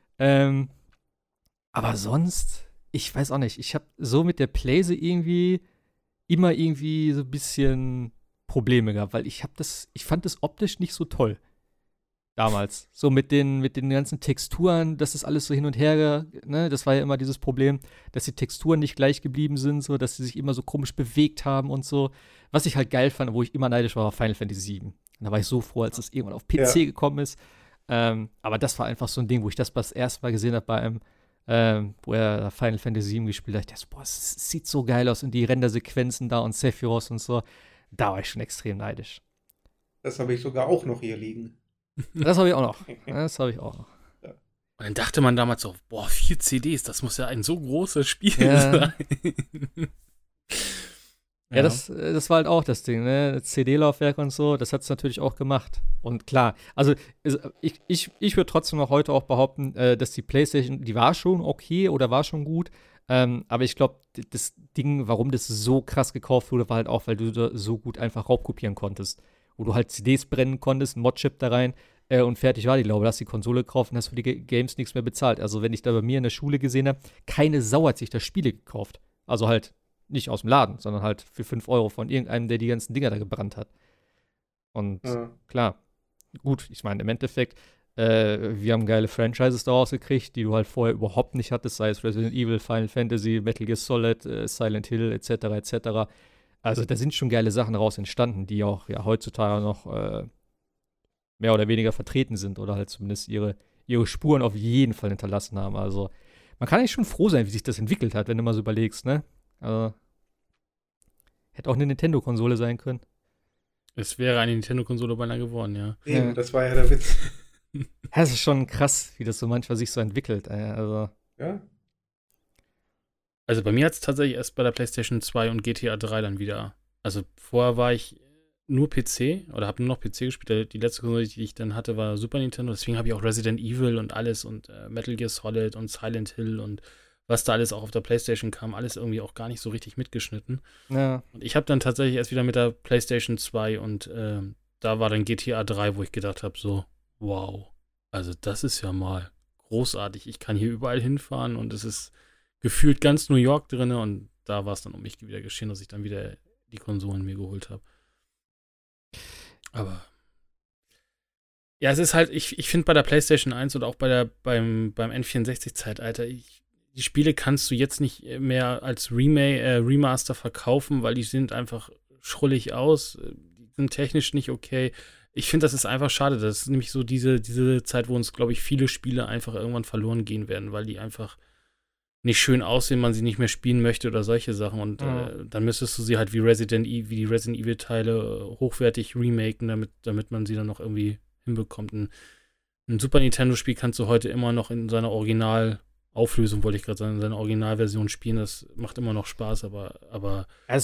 Aber sonst, ich weiß auch nicht. Ich habe so mit der Playse immer irgendwie so ein bisschen Probleme gehabt, weil ich fand das optisch nicht so toll. Damals. So mit den ganzen Texturen, das ist alles so hin und her, ne? Das war ja immer dieses Problem, dass die Texturen nicht gleich geblieben sind, so, dass sie sich immer so komisch bewegt haben und so. Was ich halt geil fand, wo ich immer neidisch war Final Fantasy VII. Und da war ich so froh, als es irgendwann auf PC gekommen ist. Aber das war einfach so ein Ding, wo ich das erste Mal gesehen habe bei einem, wo er Final Fantasy VII gespielt hat. Ich dachte, boah, es sieht so geil aus und die Rendersequenzen da und Sephiroth und so. Da war ich schon extrem neidisch. Das habe ich sogar auch noch hier liegen. Das habe ich auch noch. Ja. Und dann dachte man damals so, 4 CDs, das muss ja ein so großes Spiel sein. Ja, das war halt auch das Ding, ne? CD-Laufwerk und so, das hat es natürlich auch gemacht. Und klar, also ich würde trotzdem noch heute auch behaupten, dass die PlayStation, die war schon okay oder war schon gut. Aber ich glaube, das Ding, warum das so krass gekauft wurde, war halt auch, weil du da so gut einfach raubkopieren konntest. Wo du halt CDs brennen konntest, ein Mod-Chip da rein und fertig war die Laube. Hast die Konsole gekauft und hast für die Games nichts mehr bezahlt. Also wenn ich da bei mir in der Schule gesehen habe, keine Sau hat sich da Spiele gekauft. Also halt nicht aus dem Laden, sondern halt für 5 Euro von irgendeinem, der die ganzen Dinger da gebrannt hat. Und klar, gut, ich meine, im Endeffekt, wir haben geile Franchises daraus gekriegt, die du halt vorher überhaupt nicht hattest, sei es Resident Evil, Final Fantasy, Metal Gear Solid, Silent Hill, etc., etc. Also da sind schon geile Sachen daraus entstanden, die auch ja heutzutage noch mehr oder weniger vertreten sind oder halt zumindest ihre Spuren auf jeden Fall hinterlassen haben. Also man kann eigentlich schon froh sein, wie sich das entwickelt hat, wenn du mal so überlegst, ne? Also, hätte auch eine Nintendo-Konsole sein können. Es wäre eine Nintendo-Konsole beinahe geworden, ja. Eben, das war ja der Witz. Das ist schon krass, wie das so manchmal sich so entwickelt. Also. Ja. Also bei mir hat es tatsächlich erst bei der PlayStation 2 und GTA 3 dann wieder. Also vorher war ich nur PC oder habe nur noch PC gespielt. Die letzte Konsole, die ich dann hatte, war Super Nintendo. Deswegen habe ich auch Resident Evil und alles und Metal Gear Solid und Silent Hill und was da alles auch auf der PlayStation kam, alles irgendwie auch gar nicht so richtig mitgeschnitten. Ja. Und ich habe dann tatsächlich erst wieder mit der PlayStation 2 und da war dann GTA 3, wo ich gedacht habe, so, wow, also das ist ja mal großartig. Ich kann hier überall hinfahren und es ist gefühlt ganz New York drin und da war es dann um mich wieder geschehen, dass ich dann wieder die Konsolen mir geholt habe. Aber ja, es ist halt, ich finde bei der PlayStation 1 und auch beim N64-Zeitalter, die Spiele kannst du jetzt nicht mehr als Remaster verkaufen, weil die sind einfach schrullig aus, die sind technisch nicht okay. Ich finde, das ist einfach schade. Das ist nämlich so diese Zeit, wo uns, glaube ich, viele Spiele einfach irgendwann verloren gehen werden, weil die einfach nicht schön aussehen, man sie nicht mehr spielen möchte oder solche Sachen. Und dann müsstest du sie halt wie die Resident Evil-Teile hochwertig remaken, damit man sie dann noch irgendwie hinbekommt. Ein Super Nintendo-Spiel kannst du heute immer noch in seiner Originalauflösung, wollte ich gerade sagen, in seiner Originalversion spielen. Das macht immer noch Spaß, aber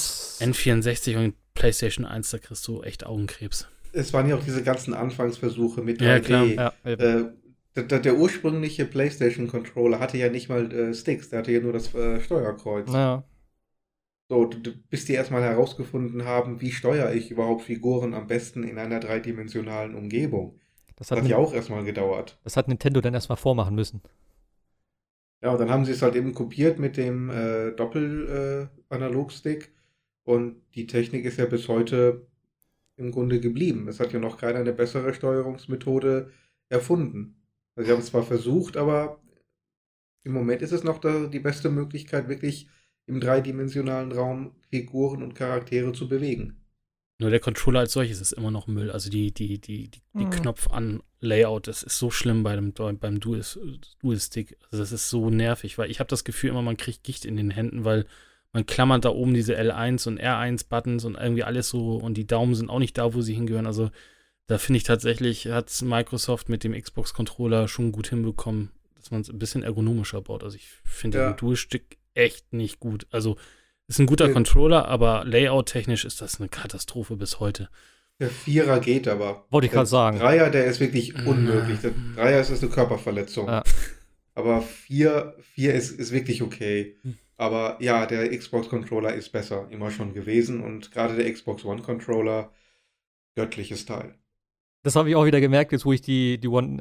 N64 und PlayStation 1, da kriegst du echt Augenkrebs. Es waren ja auch diese ganzen Anfangsversuche mit 3D. Ja, klar. Der ursprüngliche PlayStation-Controller hatte ja nicht mal Sticks, der hatte ja nur das Steuerkreuz. Ja. So, bis die erstmal herausgefunden haben, wie steuere ich überhaupt Figuren am besten in einer dreidimensionalen Umgebung. Das hat ja auch erstmal gedauert. Das hat Nintendo dann erstmal vormachen müssen. Ja, und dann haben sie es halt eben kopiert mit dem Doppel-Analog-Stick und die Technik ist ja bis heute im Grunde geblieben. Es hat ja noch keiner eine bessere Steuerungsmethode erfunden. Also sie haben es zwar versucht, aber im Moment ist es noch die beste Möglichkeit, wirklich im dreidimensionalen Raum Figuren und Charaktere zu bewegen. Nur der Controller als solches ist immer noch Müll. Also die Knopf-an-Layout, das ist so schlimm beim Dual-Stick. Also das ist so nervig, weil ich habe das Gefühl immer, man kriegt Gicht in den Händen, weil man klammert da oben diese L1 und R1-Buttons und irgendwie alles so und die Daumen sind auch nicht da, wo sie hingehören. Also da finde ich tatsächlich, hat Microsoft mit dem Xbox-Controller schon gut hinbekommen, dass man es ein bisschen ergonomischer baut. Also ich finde den Dual-Stick echt nicht gut. Also ist ein guter Controller, aber layout-technisch ist das eine Katastrophe bis heute. Der Vierer geht aber. Wollte ich gerade sagen. Der Dreier, der ist wirklich unmöglich. Der Dreier ist eine Körperverletzung. Ja. Aber 4 ist wirklich okay. Aber ja, der Xbox-Controller ist besser, immer schon gewesen. Und gerade der Xbox One-Controller, göttliches Teil. Das habe ich auch wieder gemerkt, jetzt wo ich die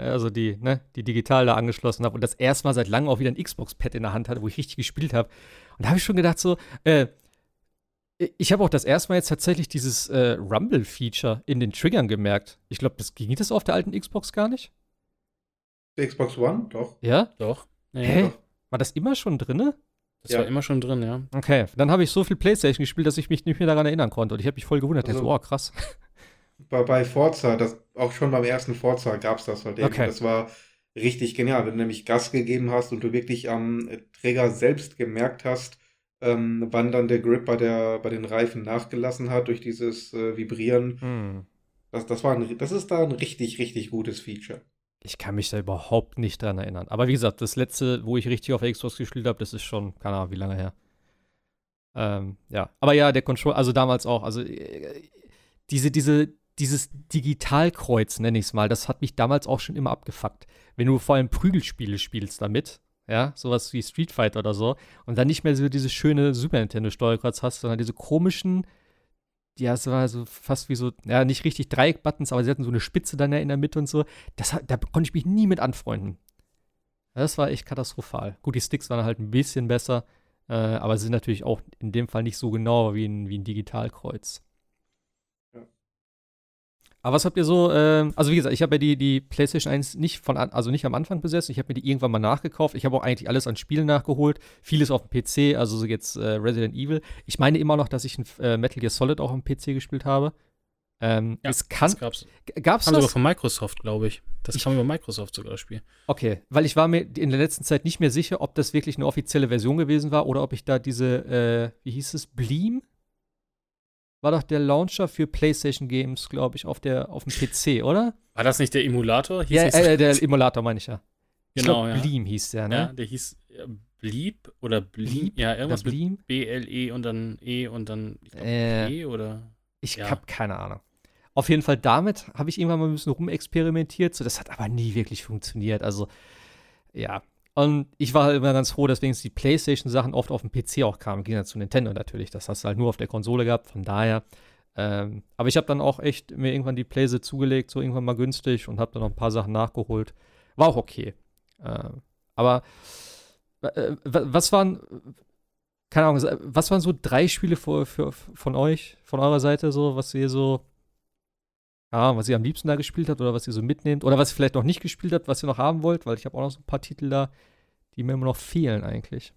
digital da angeschlossen habe und das erste Mal seit langem auch wieder ein Xbox-Pad in der Hand hatte, wo ich richtig gespielt habe. Und da habe ich schon gedacht so, ich habe auch das erste Mal jetzt tatsächlich dieses Rumble-Feature in den Triggern gemerkt. Ich glaube, ging das auf der alten Xbox gar nicht? Der Xbox One? Doch. Ja? Doch. Ja, hä? Doch. War das immer schon drin? Das war immer schon drin, ja. Okay, dann habe ich so viel PlayStation gespielt, dass ich mich nicht mehr daran erinnern konnte. Und ich habe mich voll gewundert. Also, oh, krass. Bei Forza, auch schon beim ersten Forza gab es das halt eben. Okay. Das war richtig genial, wenn du nämlich Gas gegeben hast und du wirklich am Träger selbst gemerkt hast, wann dann der Grip bei den Reifen nachgelassen hat durch dieses Vibrieren. Das ist da ein richtig, richtig gutes Feature. Ich kann mich da überhaupt nicht dran erinnern. Aber wie gesagt, das letzte, wo ich richtig auf der Xbox gespielt habe, das ist schon, keine Ahnung, wie lange her. Ja. Aber ja, der Controller, also damals auch, also dieses Digitalkreuz, nenne ich es mal, das hat mich damals auch schon immer abgefuckt. Wenn du vor allem Prügelspiele spielst damit, ja, sowas wie Street Fighter oder so, und dann nicht mehr so dieses schöne Super Nintendo-Steuerkreuz hast, sondern diese komischen, ja, es war so fast wie so, ja, nicht richtig Dreieck-Buttons, aber sie hatten so eine Spitze dann ja in der Mitte und so. Da konnte ich mich nie mit anfreunden. Das war echt katastrophal. Gut, die Sticks waren halt ein bisschen besser, aber sie sind natürlich auch in dem Fall nicht so genau wie ein Digitalkreuz. Ja. Aber was habt ihr so, also wie gesagt, ich habe ja die PlayStation 1 nicht nicht am Anfang besessen, ich habe mir die irgendwann mal nachgekauft. Ich habe auch eigentlich alles an Spielen nachgeholt, vieles auf dem PC, also so jetzt Resident Evil. Ich meine immer noch, dass ich ein Metal Gear Solid auch am PC gespielt habe. Ja, das gab's das? sogar von Microsoft, glaube ich. Das kam über Microsoft sogar, das Spiel. Okay, weil ich war mir in der letzten Zeit nicht mehr sicher, ob das wirklich eine offizielle Version gewesen war oder ob ich da diese, wie hieß es, Bleem? War doch der Launcher für PlayStation Games, glaube ich, auf dem PC, oder? War das nicht der Emulator? Ja, der Emulator meine ich ja. Genau, ja. Bleem hieß der, ne? Ja, der hieß Bleep oder Bleem. Ja, irgendwas Bleem? mit B-L-E und dann E und dann, ich glaube, E oder? Ich habe keine Ahnung. Auf jeden Fall damit habe ich irgendwann mal ein bisschen rumexperimentiert. So, das hat aber nie wirklich funktioniert. Also, ja. Und ich war halt immer ganz froh, dass wenigstens die PlayStation-Sachen oft auf dem PC auch kamen. Ging ja zu Nintendo natürlich. Das hast du halt nur auf der Konsole gehabt. Von daher. Aber ich habe dann auch echt mir irgendwann die Playse zugelegt, so irgendwann mal günstig und habe dann noch ein paar Sachen nachgeholt. War auch okay. Aber was waren, keine Ahnung, was waren so 3 Spiele von euch, von eurer Seite so, was ihr so, was ihr am liebsten da gespielt habt oder was ihr so mitnehmt oder was ihr vielleicht noch nicht gespielt habt, was ihr noch haben wollt, weil ich habe auch noch so ein paar Titel da, die mir immer noch fehlen eigentlich.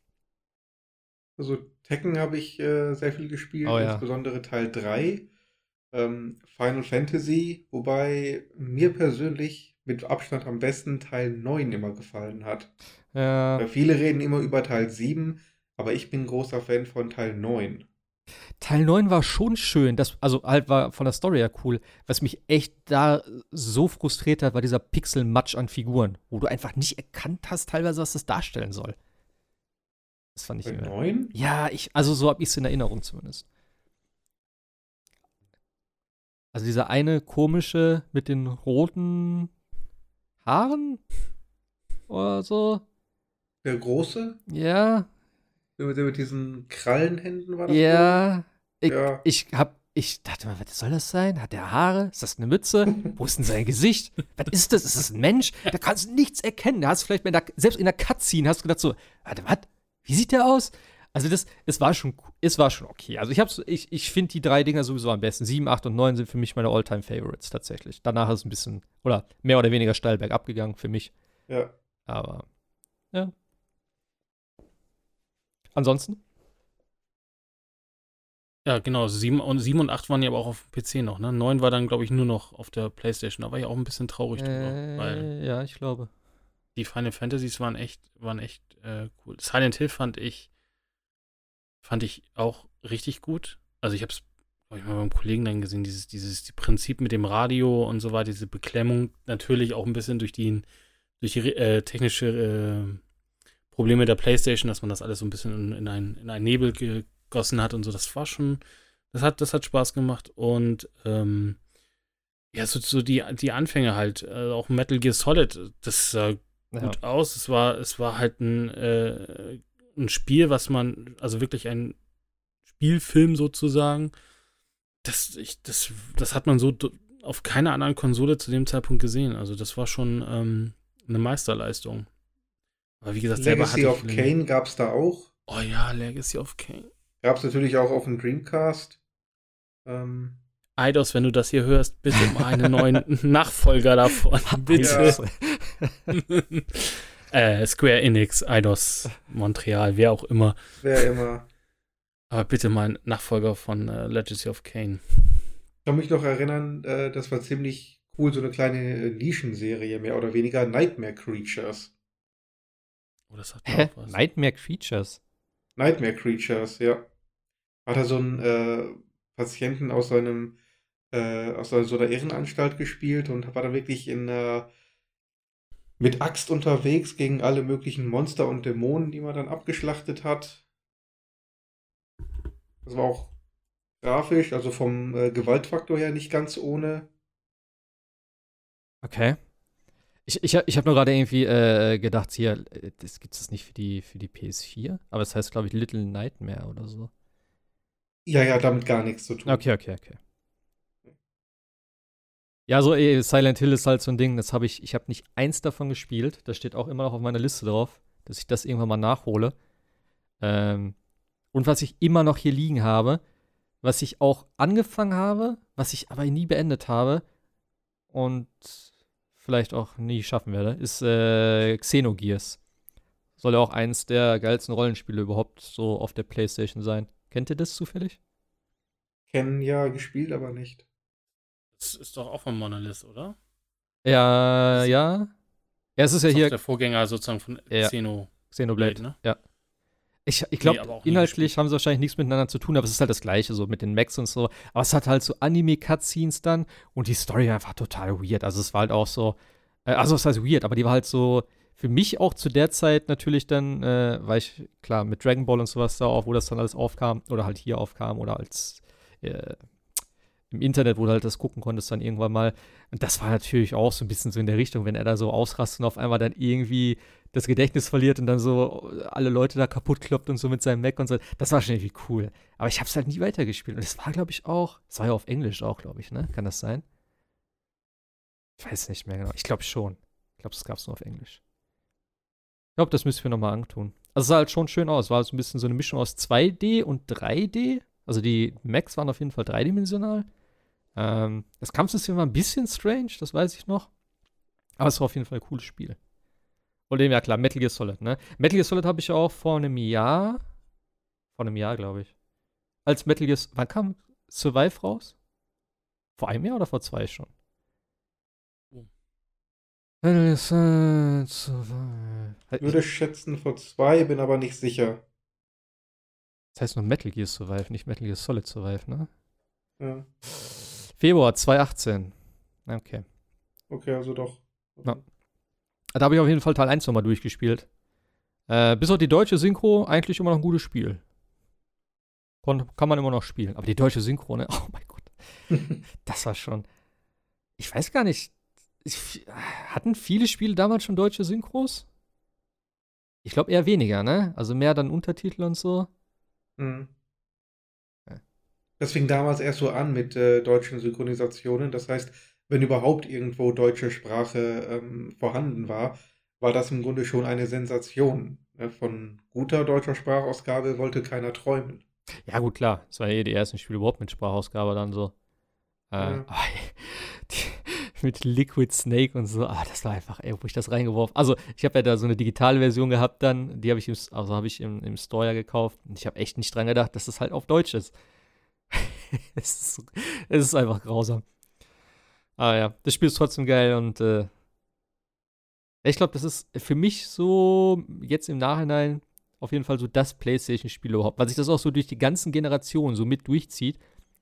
Also Tekken habe ich sehr viel gespielt, insbesondere Teil 3. Final Fantasy, wobei mir persönlich mit Abstand am besten Teil 9 immer gefallen hat. Ja. Viele reden immer über Teil 7, aber ich bin großer Fan von Teil 9. Teil 9 war schon schön, also halt war von der Story her cool. Was mich echt da so frustriert hat, war dieser Pixel-Matsch an Figuren, wo du einfach nicht erkannt hast, teilweise, was das darstellen soll. Das fand ich Bei immer. 9? Ja, also so habe ich es in Erinnerung zumindest. Also dieser eine komische mit den roten Haaren oder so. Der große? Ja. Mit diesen Krallenhänden war das? Ja. Ich dachte mal, was soll das sein? Hat der Haare? Ist das eine Mütze? Wo ist denn sein Gesicht? Was ist das? Ist das ein Mensch? Da kannst du nichts erkennen. Da hast du vielleicht selbst in der Cutscene hast du gedacht so, warte, was? Wie sieht der aus? Also es war schon okay. Also ich finde die 3 Dinger sowieso am besten. 7, 8 und 9 sind für mich meine All-Time-Favorites tatsächlich. Danach ist es ein bisschen, oder mehr oder weniger steil bergab gegangen für mich. Ja. Aber, ja. Ansonsten? Ja, genau. 7 und 8 waren ja aber auch auf dem PC noch, ne? 9 war dann, glaube ich, nur noch auf der PlayStation. Da war ich auch ein bisschen traurig drüber. Weil ja, ich glaube. Die Final Fantasies waren echt cool. Silent Hill fand ich auch richtig gut. Also ich habe es, glaube ich, mal beim Kollegen dann gesehen, dieses Prinzip mit dem Radio und so weiter, diese Beklemmung, natürlich auch ein bisschen durch die technische Probleme der PlayStation, dass man das alles so ein bisschen in einen Nebel gegossen hat und so. Das war schon, das hat Spaß gemacht. Und ja, so die Anfänge halt, auch Metal Gear Solid, das sah gut aus. Es war halt ein Spiel, was man, also wirklich ein Spielfilm sozusagen, das hat man so auf keiner anderen Konsole zu dem Zeitpunkt gesehen. Also das war schon eine Meisterleistung. Aber wie gesagt, Legacy of Kain gab es da auch. Oh ja, Legacy of Kain. Gab es natürlich auch auf dem Dreamcast. Eidos, wenn du das hier hörst, bitte um einen neuen Nachfolger davon. Bitte. Square Enix, Eidos, Montreal, wer auch immer. Wer immer. Aber bitte mal ein Nachfolger von Legacy of Kain. Ich kann mich noch erinnern, das war ziemlich cool, so eine kleine Nischenserie, mehr oder weniger, Nightmare Creatures. Oh, das hat auch was. Nightmare Creatures? Nightmare Creatures, ja. Hat er so einen Patienten aus so einer Irrenanstalt gespielt und war dann wirklich mit Axt unterwegs gegen alle möglichen Monster und Dämonen, die man dann abgeschlachtet hat. Das war auch grafisch, also vom Gewaltfaktor her nicht ganz ohne. Okay. Ich habe nur gerade irgendwie gedacht, hier, das gibt es nicht für die PS4, aber es heißt, glaube ich, Little Nightmare oder so. Ja, damit gar nichts zu tun. Okay. Ja, so Silent Hill ist halt so ein Ding, ich habe nicht eins davon gespielt, das steht auch immer noch auf meiner Liste drauf, dass ich das irgendwann mal nachhole. Und was ich immer noch hier liegen habe, was ich auch angefangen habe, was ich aber nie beendet habe und vielleicht auch nie schaffen werde, ist Xenogears. Soll ja auch eins der geilsten Rollenspiele überhaupt so auf der PlayStation sein. Kennt ihr das zufällig? Kennen ja, gespielt, aber nicht. Das ist doch auch von Monolith, oder? Ja. Ja, es ist ja hier der Vorgänger sozusagen von Xenoblade, ne? Ja. Ich glaube, inhaltlich haben sie wahrscheinlich nichts miteinander zu tun, aber es ist halt das Gleiche, so mit den Mechs und so. Aber es hat halt so Anime-Cutscenes dann und die Story einfach total weird. Also es war halt auch so, also es heißt weird, aber die war halt so, für mich auch zu der Zeit natürlich dann, weil ich, klar, mit Dragon Ball und sowas da auch, wo das dann alles aufkam, oder halt hier aufkam, oder als im Internet, wo du halt das gucken konntest dann irgendwann mal. Und das war natürlich auch so ein bisschen so in der Richtung, wenn er da so ausrastet und auf einmal dann irgendwie das Gedächtnis verliert und dann so alle Leute da kaputt kloppt und so mit seinem Mac und so. Das war schon irgendwie cool. Aber ich hab's halt nie weitergespielt. Und das war, glaube ich, auch, das war ja auf Englisch auch, glaube ich, ne? Kann das sein? Ich weiß nicht mehr genau. Ich glaube schon. Ich glaube, das gab's nur auf Englisch. Ich glaube, das müssen wir nochmal antun. Also es sah halt schon schön aus. Es war halt so ein bisschen so eine Mischung aus 2D und 3D. Also die Macs waren auf jeden Fall dreidimensional. Das Kampfsystem war ein bisschen strange, das weiß ich noch. Aber es war auf jeden Fall ein cooles Spiel. Und eben, ja klar, Metal Gear Solid, ne? Metal Gear Solid habe ich auch vor einem Jahr, glaube ich. Als Metal Gear, wann kam Survive raus? Vor einem Jahr oder vor 2 schon? Metal Gear Solid, Survive. Würde schätzen vor 2, bin aber nicht sicher. Das heißt nur Metal Gear Survive, nicht Metal Gear Solid Survive, ne? Ja. Februar 2018. Okay. Okay, also doch. Ja. Da habe ich auf jeden Fall Teil 1 nochmal durchgespielt. Bis auf die deutsche Synchro eigentlich immer noch ein gutes Spiel. Kann man immer noch spielen. Aber die deutsche Synchro, ne? Oh mein Gott. Das war schon. Ich weiß gar nicht. Hatten viele Spiele damals schon deutsche Synchros? Ich glaube eher weniger, ne? Also mehr dann Untertitel und so. Mhm. Das fing damals erst so an mit deutschen Synchronisationen. Das heißt, wenn überhaupt irgendwo deutsche Sprache vorhanden war, war das im Grunde schon eine Sensation. Von guter deutscher Sprachausgabe wollte keiner träumen. Ja, gut, klar. Das war die ersten Spiele überhaupt mit Sprachausgabe dann so. Ja. Mit Liquid Snake und so. Das war einfach, wo ich das reingeworfen. Also, ich habe ja da so eine digitale Version gehabt dann. Die habe ich, im Store ja gekauft. Und ich habe echt nicht dran gedacht, dass das halt auf Deutsch ist. Es ist einfach grausam. Aber ja, das Spiel ist trotzdem geil und ich glaube, das ist für mich so jetzt im Nachhinein auf jeden Fall so das PlayStation-Spiel überhaupt, weil sich das auch so durch die ganzen Generationen so mit durchzieht.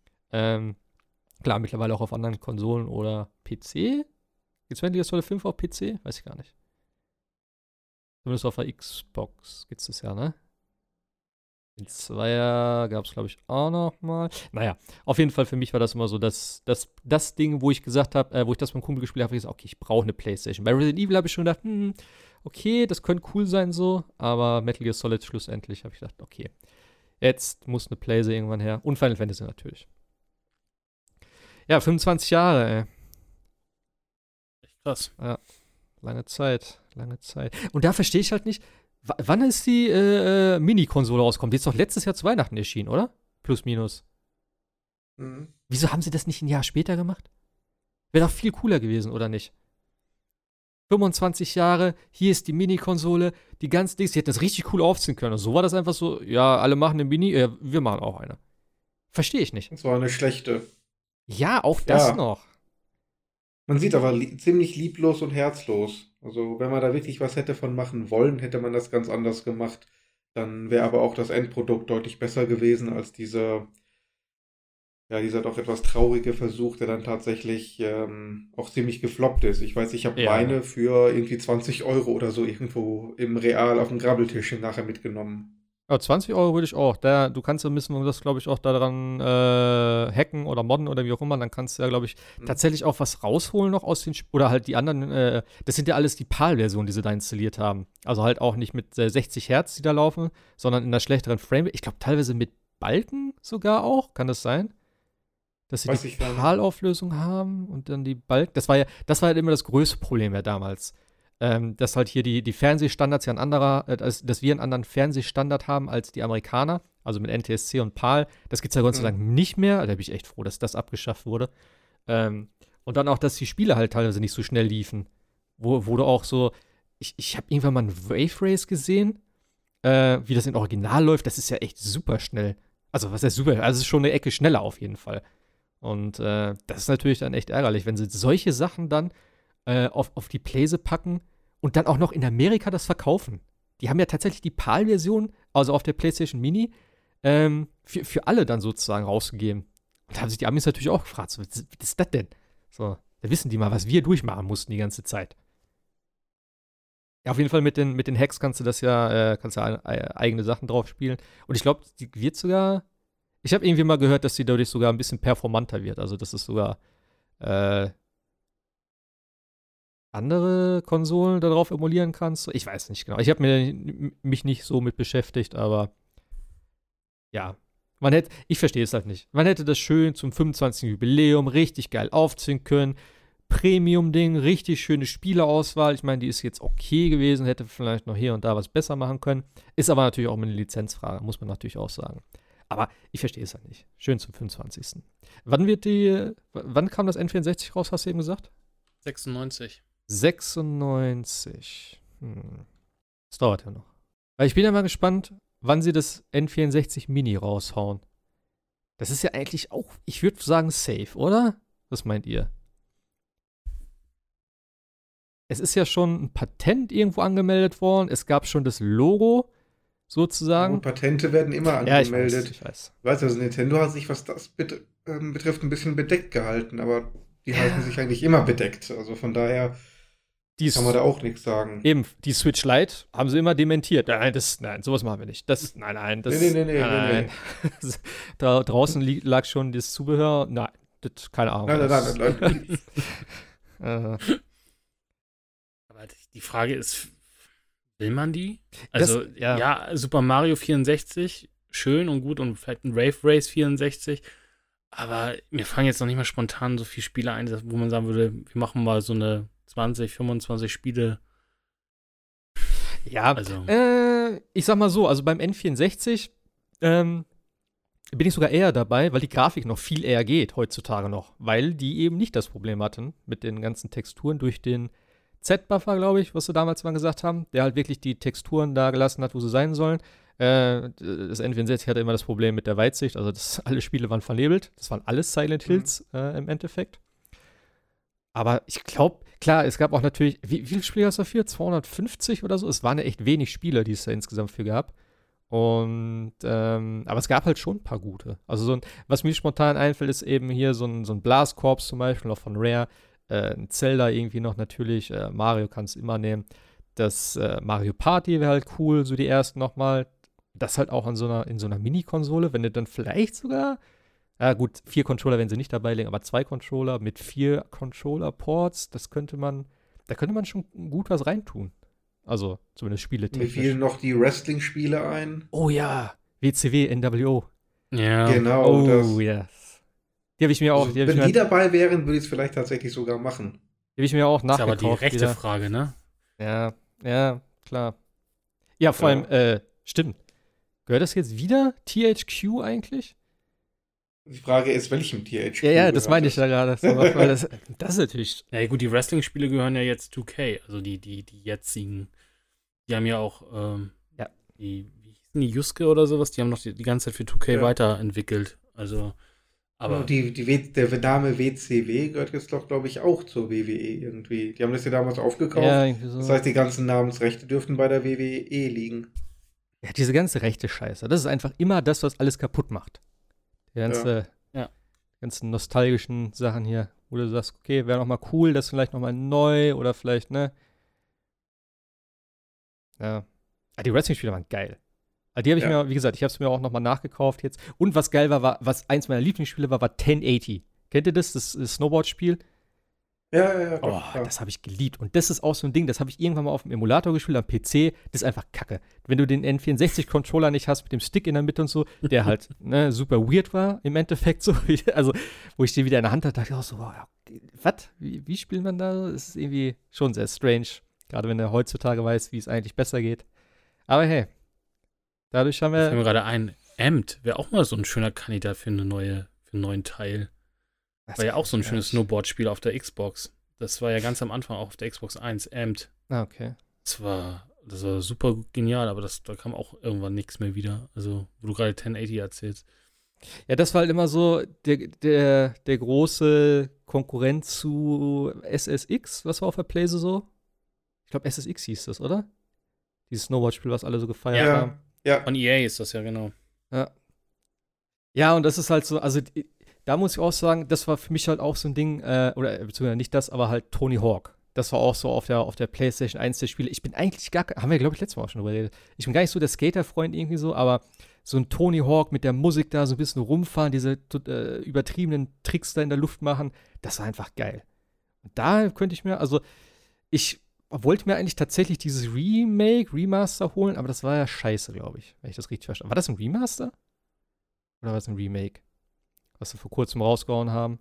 Klar, mittlerweile auch auf anderen Konsolen oder PC. Gibt's Metal Gear Solid 5 auf PC? Weiß ich gar nicht. Zumindest auf der Xbox gibt's das ja, ne? Den Zweier gab es, glaube ich, auch noch mal. Naja, auf jeden Fall für mich war das immer so das Ding, wo ich gesagt habe, wo ich das mit dem Kumpel gespielt habe, habe ich gesagt, okay, ich brauche eine PlayStation. Bei Resident Evil habe ich schon gedacht, okay, das könnte cool sein so, aber Metal Gear Solid schlussendlich habe ich gedacht, okay, jetzt muss eine PlayStation irgendwann her. Und Final Fantasy natürlich. Ja, 25 Jahre, ey. Echt krass. Ja, lange Zeit. Und da verstehe ich halt nicht, wann ist die Mini-Konsole rausgekommen? Die ist doch letztes Jahr zu Weihnachten erschienen, oder? Plus, minus. Mhm. Wieso haben sie das nicht ein Jahr später gemacht? Wäre doch viel cooler gewesen, oder nicht? 25 Jahre, hier ist die Mini-Konsole, die ganzen Dings, die hätten das richtig cool aufziehen können. Und so war das einfach so, ja, alle machen eine Mini, wir machen auch eine. Verstehe ich nicht. Das war eine schlechte. Ja, auch das noch. Man sieht aber ziemlich lieblos und herzlos. Also, wenn man da wirklich was hätte von machen wollen, hätte man das ganz anders gemacht. Dann wäre aber auch das Endprodukt deutlich besser gewesen als dieser doch etwas traurige Versuch, der dann tatsächlich auch ziemlich gefloppt ist. Ich weiß, ich habe meine für irgendwie 20 € oder so irgendwo im Real auf dem Grabbeltisch nachher mitgenommen. Ja, 20 Euro würde ich auch. Du kannst ja ein bisschen das, glaube ich, auch daran hacken oder modden oder wie auch immer. Dann kannst du ja, glaube ich, tatsächlich auch was rausholen noch aus den oder halt die anderen. Das sind ja alles die PAL-Versionen, die sie da installiert haben. Also halt auch nicht mit 60 Hertz, die da laufen, sondern in einer schlechteren Frame. Ich glaube, teilweise mit Balken sogar auch. Kann das sein? Dass sie die PAL-Auflösung haben und dann die Balken. Das war halt immer das größte Problem ja damals. Dass halt hier die Fernsehstandards ja dass wir einen anderen Fernsehstandard haben als die Amerikaner, also mit NTSC und PAL. Das gibt es ja Gott sei Dank nicht mehr. Da bin ich echt froh, dass das abgeschafft wurde. Und dann auch, dass die Spiele halt teilweise nicht so schnell liefen. Wo du auch so, ich habe irgendwann mal ein Wave Race gesehen, wie das in Original läuft. Das ist ja echt super schnell. Also, was heißt super? Also, es ist schon eine Ecke schneller auf jeden Fall. Und das ist natürlich dann echt ärgerlich, wenn sie solche Sachen dann auf die Pläse packen und dann auch noch in Amerika das verkaufen. Die haben ja tatsächlich die PAL-Version, also auf der PlayStation Mini, für alle dann sozusagen rausgegeben. Und da haben sich die Amis natürlich auch gefragt, so, was ist das denn? So, da wissen die mal, was wir durchmachen mussten die ganze Zeit. Ja, auf jeden Fall mit den Hacks kannst du eigene Sachen drauf spielen. Und ich glaube, die wird sogar, ich habe irgendwie mal gehört, dass die dadurch sogar ein bisschen performanter wird. Also, dass es sogar andere Konsolen darauf emulieren kannst. Ich weiß nicht genau. Ich habe mich nicht so mit beschäftigt, aber ja. Ich verstehe es halt nicht. Man hätte das schön zum 25. Jubiläum richtig geil aufziehen können. Premium-Ding, richtig schöne Spieleauswahl. Ich meine, die ist jetzt okay gewesen, hätte vielleicht noch hier und da was besser machen können. Ist aber natürlich auch eine Lizenzfrage, muss man natürlich auch sagen. Aber ich verstehe es halt nicht. Schön zum 25. Wann kam das N64 raus, hast du eben gesagt? 96. 96. Das dauert ja noch. Weil ich bin ja mal gespannt, wann sie das N64 Mini raushauen. Das ist ja eigentlich auch, ich würde sagen, safe, oder? Was meint ihr? Es ist ja schon ein Patent irgendwo angemeldet worden. Es gab schon das Logo, sozusagen. Und Patente werden immer angemeldet. Ja, ich weiß. Weißt du, also Nintendo hat sich, was das betrifft, ein bisschen bedeckt gehalten, aber die halten sich eigentlich immer bedeckt. Also von daher kann man da auch nichts sagen. Eben, die Switch Lite haben sie immer dementiert. Nein, sowas machen wir nicht. Nein. Da draußen lag schon das Zubehör. Nein, keine Ahnung. Nein. Aber die Frage ist, will man die? Also, ja, Super Mario 64, schön und gut und vielleicht ein Wave Race 64. Aber mir fallen jetzt noch nicht mal spontan so viele Spiele ein, wo man sagen würde, wir machen mal so eine 20, 25 Spiele. Ja, also. Ich sag mal so, also beim N64 bin ich sogar eher dabei, weil die Grafik noch viel eher geht heutzutage noch, weil die eben nicht das Problem hatten mit den ganzen Texturen durch den Z-Buffer, glaube ich, was sie damals mal gesagt haben, der halt wirklich die Texturen da gelassen hat, wo sie sein sollen. Das N64 hatte immer das Problem mit der Weitsicht, also alle Spiele waren vernebelt. Das waren alles Silent Hills im Endeffekt. Aber ich glaube, klar, es gab auch natürlich, wie viele Spiele hast du dafür? 250 oder so? Es waren ja echt wenig Spiele, die es da insgesamt für gab. Und, aber es gab halt schon ein paar gute. Also was mir spontan einfällt, ist eben hier so ein Blast Corps zum Beispiel, auch von Rare. Ein Zelda irgendwie noch natürlich. Mario kannst du immer nehmen. Das Mario Party wäre halt cool, so die ersten nochmal. Das halt auch in so einer Mini-Konsole, wenn du dann vielleicht sogar, ja gut, 4 Controller werden sie nicht dabei legen, aber 2 Controller mit 4 Controller-Ports, da könnte man schon gut was reintun. Also, zumindest spieletechnisch. Mir fielen noch die Wrestling-Spiele ein. Oh ja, WCW, NWO. Ja. Genau. Oh, yes. Die habe ich mir auch. Also, wenn die dabei wären, würde ich es vielleicht tatsächlich sogar machen. Die habe ich mir auch nachgekauft. Das ist aber die rechte Frage, ne? Ja, klar. Ja, vor allem, stimmt. Gehört das jetzt wieder THQ eigentlich? Die Frage ist, welchem THQ? Ja, das meine ich ja gerade. Das ist natürlich. Ja, gut, die Wrestling-Spiele gehören ja jetzt 2K. Also die jetzigen. Die haben ja auch, wie hießen die, Yusuke oder sowas? Die haben noch die ganze Zeit für 2K weiterentwickelt. Also, aber. Der Name WCW gehört jetzt doch, glaube ich, auch zur WWE irgendwie. Die haben das ja damals aufgekauft. Ja, irgendwie so. Das heißt, die ganzen Namensrechte dürften bei der WWE liegen. Ja, diese ganze rechte Scheiße. Das ist einfach immer das, was alles kaputt macht. Die ganzen nostalgischen Sachen hier, wo du sagst, okay, wäre noch mal cool, das vielleicht noch mal neu oder vielleicht, ne? Ja. Die Wrestling-Spiele waren geil. Also die habe ich mir, wie gesagt, ich habe es mir auch nochmal nachgekauft jetzt. Und was geil war, was eins meiner Lieblingsspiele war 1080. Kennt ihr das? Das Snowboard-Spiel? Ja. Oh, das habe ich geliebt. Und das ist auch so ein Ding, das habe ich irgendwann mal auf dem Emulator gespielt, am PC. Das ist einfach kacke. Wenn du den N64-Controller nicht hast mit dem Stick in der Mitte und so, der halt super weird war im Endeffekt so. Also, wo ich den wieder in der Hand hatte, dachte ich auch so, wow, was? Wie spielt man da? Das ist irgendwie schon sehr strange. Gerade wenn er heutzutage weiß, wie es eigentlich besser geht. Aber hey, dadurch haben wir. Ich fällt mir gerade ein, Amped wäre auch mal so ein schöner Kandidat für einen neuen Teil. Das war ja auch so ein schönes Snowboard-Spiel auf der Xbox. Das war ja ganz am Anfang auch auf der Xbox 1, Amped. Ah, okay. Das war super genial, aber da kam auch irgendwann nichts mehr wieder. Also, wo du gerade 1080 erzählst. Ja, das war halt immer so der große Konkurrent zu SSX, was war auf der Playse so? Ich glaube, SSX hieß das, oder? Dieses Snowboard-Spiel, was alle so gefeiert haben. Ja. Von EA ist das ja, genau. Ja. Ja, und das ist halt so, also da muss ich auch sagen, das war für mich halt auch so ein Ding, oder beziehungsweise nicht das, aber halt Tony Hawk. Das war auch so auf der PlayStation 1 der Spiele. Ich bin eigentlich haben wir, glaube ich, letztes Mal auch schon drüber geredet. Ich bin gar nicht so der Skater-Freund irgendwie so, aber so ein Tony Hawk mit der Musik da, so ein bisschen rumfahren, diese übertriebenen Tricks da in der Luft machen, das war einfach geil. Und da könnte ich mir, also ich wollte mir eigentlich tatsächlich dieses Remaster holen, aber das war ja scheiße, glaube ich, wenn ich das richtig verstanden habe. War das ein Remaster? Oder war es ein Remake? Was sie vor kurzem rausgehauen haben?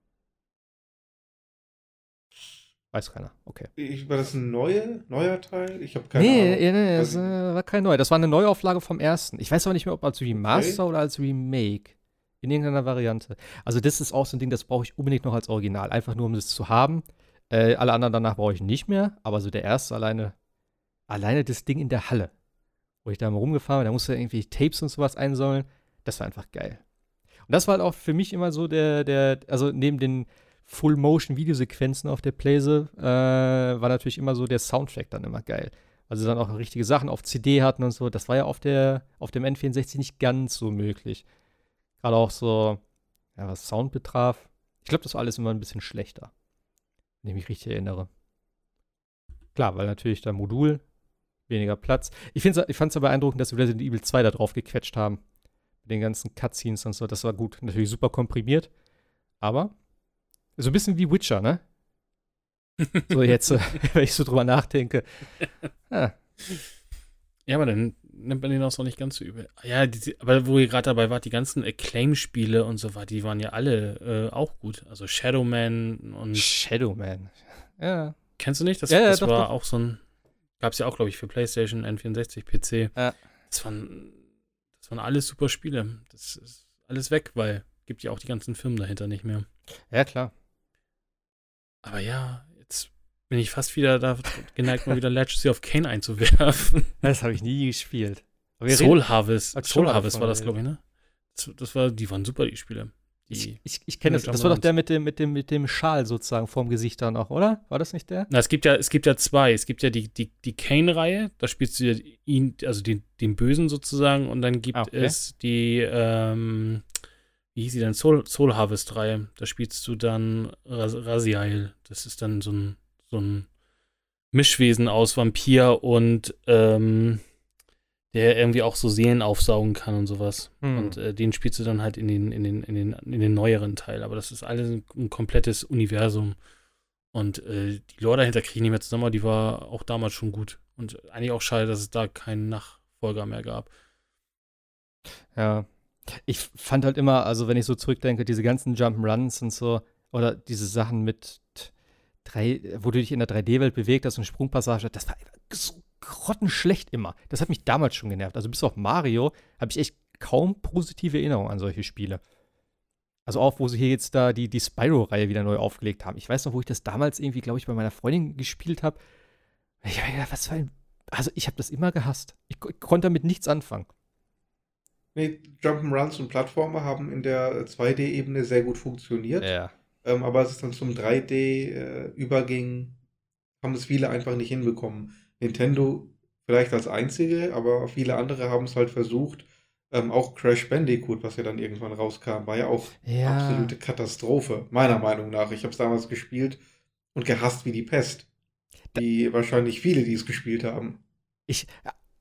Weiß keiner, okay. War das ein neuer Teil? Ich habe keine Ahnung. Nee, das war kein neuer. Das war eine Neuauflage vom ersten. Ich weiß aber nicht mehr, ob als Remaster oder als Remake. In irgendeiner Variante. Also das ist auch so ein Ding, das brauche ich unbedingt noch als Original. Einfach nur, um das zu haben. Alle anderen danach brauche ich nicht mehr. Aber so der erste alleine das Ding in der Halle, wo ich da mal rumgefahren bin, da musste irgendwie Tapes und sowas einsammeln. Das war einfach geil. Und das war halt auch für mich immer so also neben den Full-Motion-Videosequenzen auf der Playse, war natürlich immer so der Soundtrack dann immer geil. Also dann auch richtige Sachen auf CD hatten und so. Das war ja auf dem N64 nicht ganz so möglich. Gerade auch so, ja, was Sound betraf. Ich glaube, das war alles immer ein bisschen schlechter. Wenn ich mich richtig erinnere. Klar, weil natürlich da Modul, weniger Platz. Ich fand es aber beeindruckend, dass wir Resident Evil 2 da drauf gequetscht haben. Mit den ganzen Cutscenes und so. Das war gut. Natürlich super komprimiert. Aber so ein bisschen wie Witcher, ne? So jetzt, wenn ich so drüber nachdenke. Ja, aber dann nimmt man den auch so nicht ganz so übel. Ja, aber wo ihr gerade dabei wart, die ganzen Acclaim-Spiele und so weiter, die waren ja alle auch gut. Also Shadowman und. Shadowman. Ja. Kennst du nicht? Das doch, war auch so ein. Gab's ja auch, glaube ich, für PlayStation, N64, PC. Ja. Das waren alles super Spiele. Das ist alles weg, weil gibt ja auch die ganzen Firmen dahinter nicht mehr. Ja, klar. Aber ja, jetzt bin ich fast wieder da geneigt, mal wieder Legacy of Kain einzuwerfen. Das habe ich nie gespielt. Soul Harvest war das, glaube ich, ne? Die waren super, die Spiele. Ich kenne das. Das war doch der mit dem Schal sozusagen vorm Gesicht dann auch, oder? War das nicht der? Na, es gibt ja zwei. Es gibt ja die Kain-Reihe, da spielst du ja ihn, also den Bösen sozusagen, und dann gibt es die, wie hieß sie denn? Soul Harvest-Reihe. Da spielst du dann Raziel. Das ist dann so ein Mischwesen aus Vampir und der irgendwie auch so Seelen aufsaugen kann und sowas. Und den spielst du dann halt in den neueren Teil. Aber das ist alles ein komplettes Universum. Und die Lore dahinter kriege ich nicht mehr zusammen, aber die war auch damals schon gut. Und eigentlich auch schade, dass es da keinen Nachfolger mehr gab. Ja. Ich fand halt immer, also wenn ich so zurückdenke, diese ganzen Jump'n'Runs und so, oder diese Sachen mit wo du dich in der 3D-Welt bewegt hast und Sprungpassage, das war so grottenschlecht immer. Das hat mich damals schon genervt. Also bis auf Mario habe ich echt kaum positive Erinnerungen an solche Spiele. Also auch, wo sie hier jetzt da die Spyro-Reihe wieder neu aufgelegt haben. Ich weiß noch, wo ich das damals irgendwie, glaube ich, bei meiner Freundin gespielt habe. Ich habe gedacht, was für ein. Also ich habe das immer gehasst. Ich konnte damit nichts anfangen. Nee, Jump'n'Runs und Plattformer haben in der 2D-Ebene sehr gut funktioniert. Ja. Aber als es dann zum 3D überging, haben es viele einfach nicht hinbekommen. Nintendo vielleicht als einzige, aber viele andere haben es halt versucht. Auch Crash Bandicoot, was ja dann irgendwann rauskam, war ja auch absolute Katastrophe, meiner Meinung nach. Ich habe es damals gespielt und gehasst wie die Pest. Wie wahrscheinlich viele, die es gespielt haben.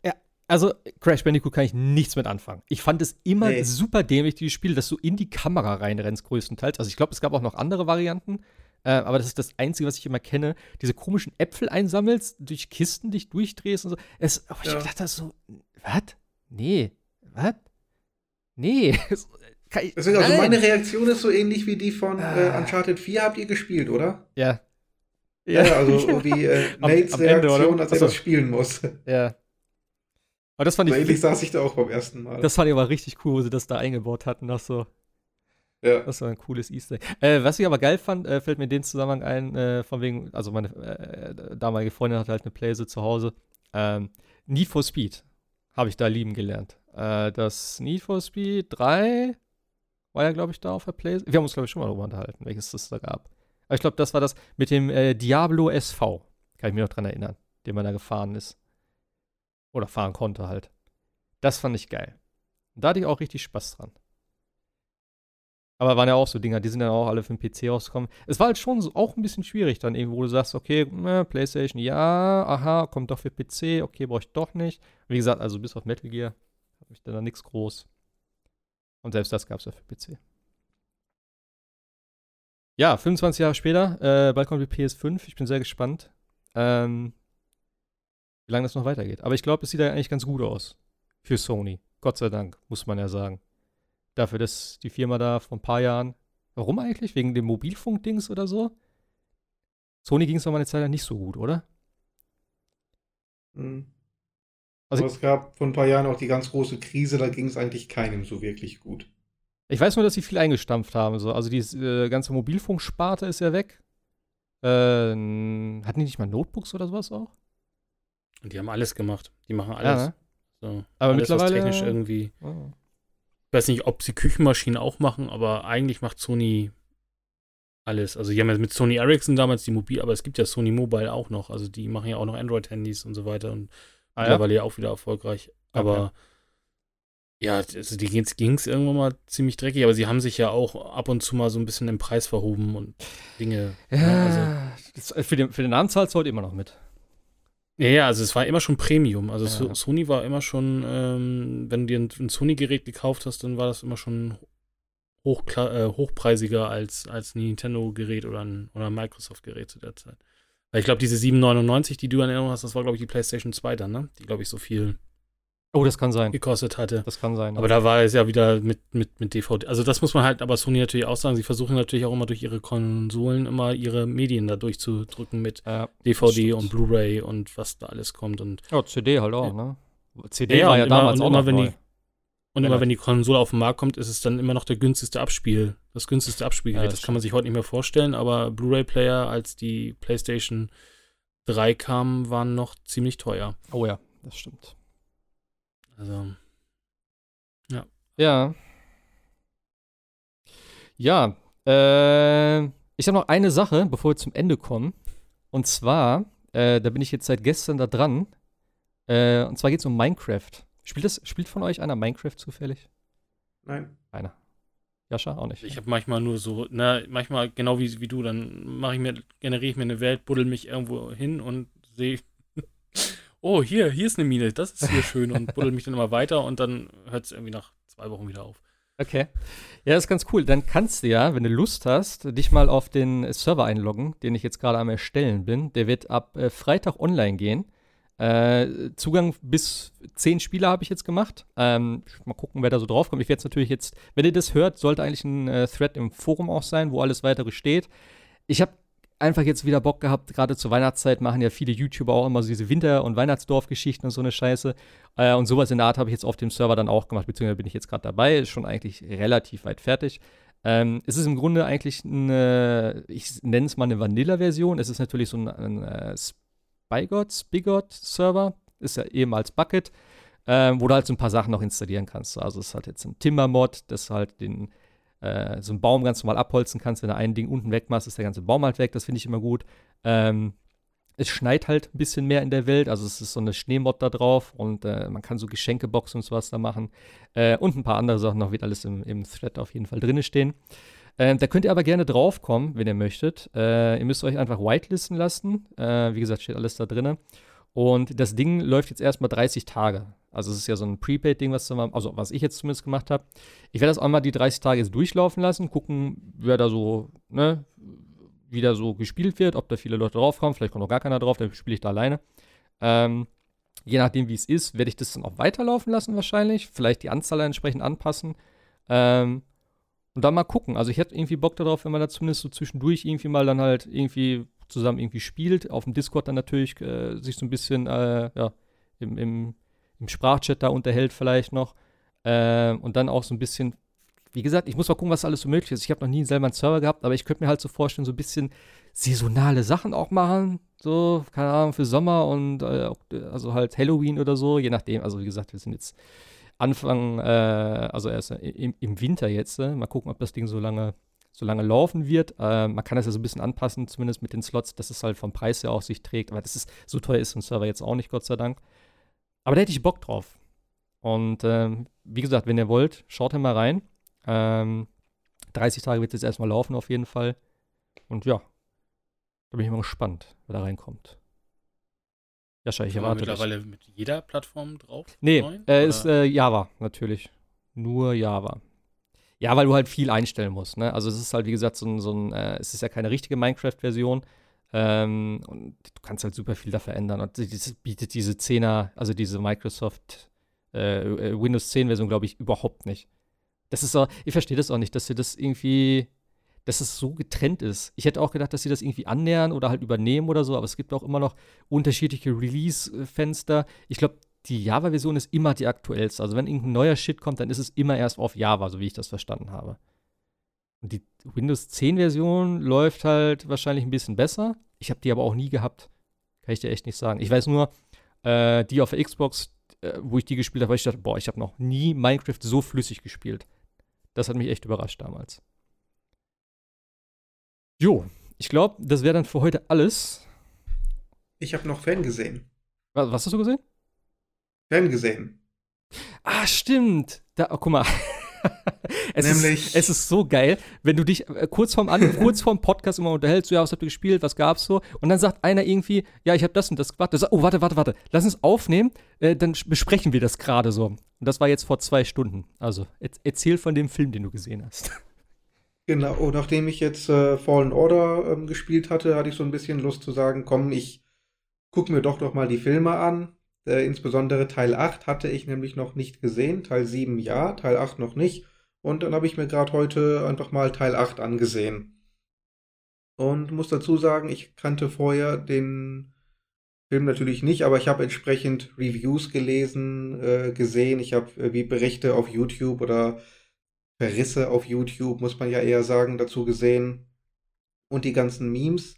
Also, Crash Bandicoot kann ich nichts mit anfangen. Ich fand es immer super dämlich, dieses Spiel, dass du in die Kamera reinrennst, größtenteils. Also, ich glaube, es gab auch noch andere Varianten. Aber das ist das Einzige, was ich immer kenne. Diese komischen Äpfel einsammelst, durch Kisten dich durchdrehst und so. Ich dachte so, was? Nee. Was? Nee. Deswegen, also meine Reaktion ist so ähnlich wie die von Uncharted 4. Habt ihr gespielt, oder? Ja. Ja, also wie Nates Reaktion, als er das spielen muss. Ja. Aber das fand ich. Ähnlich saß ich da auch beim ersten Mal. Das fand ich aber richtig cool, wo sie das da eingebaut hatten. Das so. Ja. Das war ein cooles Easter Egg. Was ich aber geil fand, fällt mir in dem Zusammenhang ein, von wegen, also meine damalige Freundin hatte halt eine Playsee zu Hause. Need for Speed habe ich da lieben gelernt. Das Need for Speed 3 war ja, glaube ich, da auf der Playsee. Wir haben uns, glaube ich, schon mal darüber unterhalten, welches es da gab. Aber ich glaube, das war das mit dem Diablo SV. Kann ich mich noch dran erinnern, den man da gefahren ist. Oder fahren konnte halt. Das fand ich geil. Und da hatte ich auch richtig Spaß dran. Aber waren ja auch so Dinger, die sind dann auch alle für den PC rausgekommen. Es war halt schon so auch ein bisschen schwierig dann irgendwo, wo du sagst, okay, PlayStation, ja, aha, kommt doch für PC, okay, brauche ich doch nicht. Wie gesagt, also bis auf Metal Gear habe ich dann nichts groß. Und selbst das gab es ja für PC. Ja, 25 Jahre später, bald kommt die PS5. Ich bin sehr gespannt, wie lange das noch weitergeht. Aber ich glaube, es sieht ja eigentlich ganz gut aus für Sony. Gott sei Dank, muss man ja sagen. Dafür, dass die Firma da vor ein paar Jahren. Warum eigentlich? Wegen dem Mobilfunk-Dings oder so? Sony ging es doch mal eine Zeit lang nicht so gut, oder? Also aber es gab vor ein paar Jahren auch die ganz große Krise, da ging es eigentlich keinem so wirklich gut. Ich weiß nur, dass sie viel eingestampft haben. So. Also die ganze Mobilfunksparte ist ja weg. Hatten die nicht mal Notebooks oder sowas auch? Und die haben alles gemacht. Die machen alles. Ja, ne? So, aber alles, mittlerweile technisch irgendwie. Ich weiß nicht, ob sie Küchenmaschinen auch machen, aber eigentlich macht Sony alles. Also die haben ja mit Sony Ericsson damals die Mobil, aber es gibt ja Sony Mobile auch noch. Also die machen ja auch noch Android-Handys und so weiter und mittlerweile ja auch wieder erfolgreich. Aber ja, also die ging's irgendwann mal ziemlich dreckig, aber sie haben sich ja auch ab und zu mal so ein bisschen im Preis verhoben und Dinge. Ja, also für den Namen zahlst du heute immer noch mit. Ja, also es war immer schon Premium. Also Sony war immer schon, wenn du dir ein Sony-Gerät gekauft hast, dann war das immer schon hochpreisiger als ein Nintendo-Gerät oder ein Microsoft-Gerät zu der Zeit. Weil ich glaube, diese 7,99, die du in Erinnerung hast, das war, glaube ich, die PlayStation 2 dann, ne? Die, glaube ich, so viel das kann sein. gekostet hatte. Das kann sein. Aber da war es ja wieder mit DVD. Also das muss man halt aber Sony natürlich auch sagen. Sie versuchen natürlich auch immer durch ihre Konsolen immer ihre Medien da durchzudrücken mit DVD und Blu-ray und was da alles kommt. Und CD halt auch, ne? CD war ja damals auch noch neu. Und immer wenn die Konsole auf den Markt kommt, ist es dann immer noch das günstigste Abspielgerät. Das kann man sich heute nicht mehr vorstellen, aber Blu-ray-Player, als die PlayStation 3 kamen, waren noch ziemlich teuer. Oh ja, das stimmt. Also, ja. Ja. Ja, ich habe noch eine Sache, bevor wir zum Ende kommen. Und zwar, da bin ich jetzt seit gestern da dran. Und zwar geht es um Minecraft. Spielt von euch einer Minecraft zufällig? Nein. Einer. Jascha, auch nicht. Ich habe manchmal nur so, manchmal genau wie du, dann generiere ich mir eine Welt, buddel mich irgendwo hin und sehe, oh, hier ist eine Mine, das ist hier schön und buddel mich dann immer weiter und dann hört es irgendwie nach 2 Wochen wieder auf. Okay. Ja, das ist ganz cool. Dann kannst du ja, wenn du Lust hast, dich mal auf den Server einloggen, den ich jetzt gerade am Erstellen bin. Der wird ab Freitag online gehen. Zugang bis 10 Spieler habe ich jetzt gemacht. Mal gucken, wer da so drauf kommt. Ich werde es natürlich jetzt, wenn ihr das hört, sollte eigentlich ein Thread im Forum auch sein, wo alles weitere steht. Ich habe einfach jetzt wieder Bock gehabt, gerade zur Weihnachtszeit machen ja viele YouTuber auch immer so diese Winter- und Weihnachtsdorfgeschichten und so eine Scheiße. Und sowas in der Art habe ich jetzt auf dem Server dann auch gemacht, beziehungsweise bin ich jetzt gerade dabei, ist schon eigentlich relativ weit fertig. Es ist im Grunde eigentlich ich nenne es mal eine Vanilla-Version. Es ist natürlich so ein Spigot-Server, ist ja ehemals Bucket, wo du halt so ein paar Sachen noch installieren kannst. Also es ist halt jetzt ein Timber-Mod, das halt so einen Baum ganz normal abholzen kannst. Wenn du ein Ding unten wegmachst, ist der ganze Baum halt weg. Das finde ich immer gut. Es schneit halt ein bisschen mehr in der Welt. Also es ist so eine Schneemod da drauf und man kann so Geschenkeboxen und sowas da machen. Und ein paar andere Sachen noch, wird alles im Thread auf jeden Fall drin stehen. Da könnt ihr aber gerne draufkommen, wenn ihr möchtet. Ihr müsst euch einfach whitelisten lassen. Wie gesagt, steht alles da drin. Und das Ding läuft jetzt erstmal 30 Tage. Also es ist ja so ein Prepaid-Ding, was ich jetzt zumindest gemacht habe. Ich werde das auch mal die 30 Tage jetzt durchlaufen lassen, gucken, wer da so, ne, wie da so gespielt wird, ob da viele Leute draufkommen, vielleicht kommt noch gar keiner drauf, dann spiele ich da alleine. Je nachdem, wie es ist, werde ich das dann auch weiterlaufen lassen wahrscheinlich. Vielleicht die Anzahl entsprechend anpassen. Und dann mal gucken. Also ich hätte irgendwie Bock darauf, wenn man da zumindest so zwischendurch irgendwie mal dann halt irgendwie zusammen irgendwie spielt. Auf dem Discord dann natürlich sich so ein bisschen im Sprachchat da unterhält vielleicht noch. Und dann auch so ein bisschen, wie gesagt, ich muss mal gucken, was alles so möglich ist. Ich habe noch nie selber einen Server gehabt, aber ich könnte mir halt so vorstellen, so ein bisschen saisonale Sachen auch machen. So, keine Ahnung, für Sommer und also halt Halloween oder so, je nachdem. Also wie gesagt, wir sind jetzt Anfang, also erst im Winter jetzt. Mal gucken, ob das Ding so lange laufen wird. Man kann das ja so ein bisschen anpassen, zumindest mit den Slots, dass es halt vom Preis her auch sich trägt. Aber das ist, so teuer ist so ein Server jetzt auch nicht, Gott sei Dank. Aber da hätte ich Bock drauf. Und wie gesagt, wenn ihr wollt, schaut mal rein. 30 Tage wird es jetzt erstmal laufen auf jeden Fall. Und ja, da bin ich mal gespannt, wer da reinkommt. Jascha, ich erwarte mittlerweile mit jeder Plattform drauf? Nee, ist Java natürlich. Nur Java. Ja, weil du halt viel einstellen musst, ne? Also es ist halt, wie gesagt, es ist ja keine richtige Minecraft-Version. Und du kannst halt super viel da verändern. Und das bietet diese 10er, also diese Microsoft Windows 10-Version, glaube ich, überhaupt nicht. Das ist so, ich verstehe das auch nicht, dass es so getrennt ist. Ich hätte auch gedacht, dass sie das irgendwie annähern oder halt übernehmen oder so, aber es gibt auch immer noch unterschiedliche Release-Fenster. Ich glaube, die Java-Version ist immer die aktuellste. Also wenn irgendein neuer Shit kommt, dann ist es immer erst auf Java, so wie ich das verstanden habe. Und die Windows 10-Version läuft halt wahrscheinlich ein bisschen besser. Ich habe die aber auch nie gehabt. Kann ich dir echt nicht sagen. Ich weiß nur, die auf der Xbox, wo ich die gespielt habe, weil ich dachte, boah, ich habe noch nie Minecraft so flüssig gespielt. Das hat mich echt überrascht damals. Jo, ich glaube, das wäre dann für heute alles. Ich habe noch Fan gesehen. Was hast du gesehen? Fan gesehen. Ah, stimmt. Guck mal. Es ist so geil, wenn du dich kurz vorm Podcast immer unterhältst, so, ja, was habt ihr gespielt, was gab's so? Und dann sagt einer irgendwie, ja, ich habe das und das gemacht. Oh, warte, lass uns aufnehmen, dann besprechen wir das gerade so. Und das war jetzt vor 2 Stunden. Also, erzähl von dem Film, den du gesehen hast. Genau, nachdem ich jetzt Fallen Order gespielt hatte, hatte ich so ein bisschen Lust zu sagen, komm, ich gucke mir doch noch mal die Filme an. Insbesondere Teil 8 hatte ich nämlich noch nicht gesehen, Teil 7 ja, Teil 8 noch nicht. Und dann habe ich mir gerade heute einfach mal Teil 8 angesehen. Und muss dazu sagen, ich kannte vorher den Film natürlich nicht, aber ich habe entsprechend Reviews gelesen, gesehen. Ich habe wie Berichte auf YouTube oder Verrisse auf YouTube, muss man ja eher sagen, dazu gesehen. Und die ganzen Memes.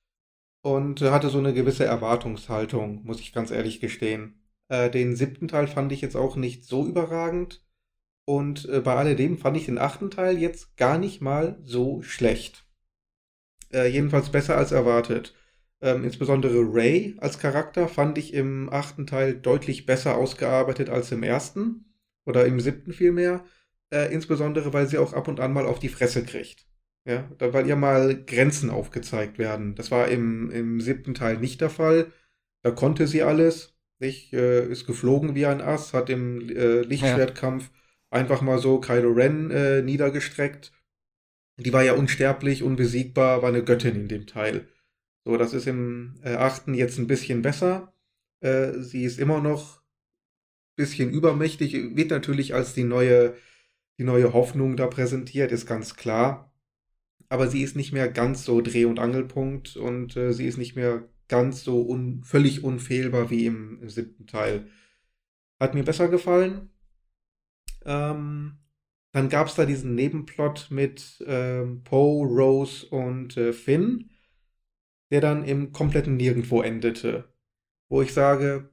Und hatte so eine gewisse Erwartungshaltung, muss ich ganz ehrlich gestehen. Den 7. Teil fand ich jetzt auch nicht so überragend. Und bei alledem fand ich den 8. Teil jetzt gar nicht mal so schlecht. Jedenfalls besser als erwartet. Insbesondere Ray als Charakter fand ich im 8. Teil deutlich besser ausgearbeitet als im 1. Oder im 7. vielmehr. Insbesondere, weil sie auch ab und an mal auf die Fresse kriegt. Ja, weil ihr mal Grenzen aufgezeigt werden. Das war im 7. Teil nicht der Fall. Da konnte sie alles. Nicht? Ist geflogen wie ein Ass, hat im Lichtschwertkampf einfach mal so Kylo Ren niedergestreckt. Die war ja unsterblich, unbesiegbar, war eine Göttin in dem Teil. So, das ist im 8. jetzt ein bisschen besser. Sie ist immer noch ein bisschen übermächtig, wird natürlich als die neue Hoffnung da präsentiert, ist ganz klar. Aber sie ist nicht mehr ganz so Dreh- und Angelpunkt und sie ist nicht mehr ganz so völlig unfehlbar wie im 7. Teil. Hat mir besser gefallen. Dann gab es da diesen Nebenplot mit Poe, Rose und Finn, der dann im kompletten Nirgendwo endete. Wo ich sage,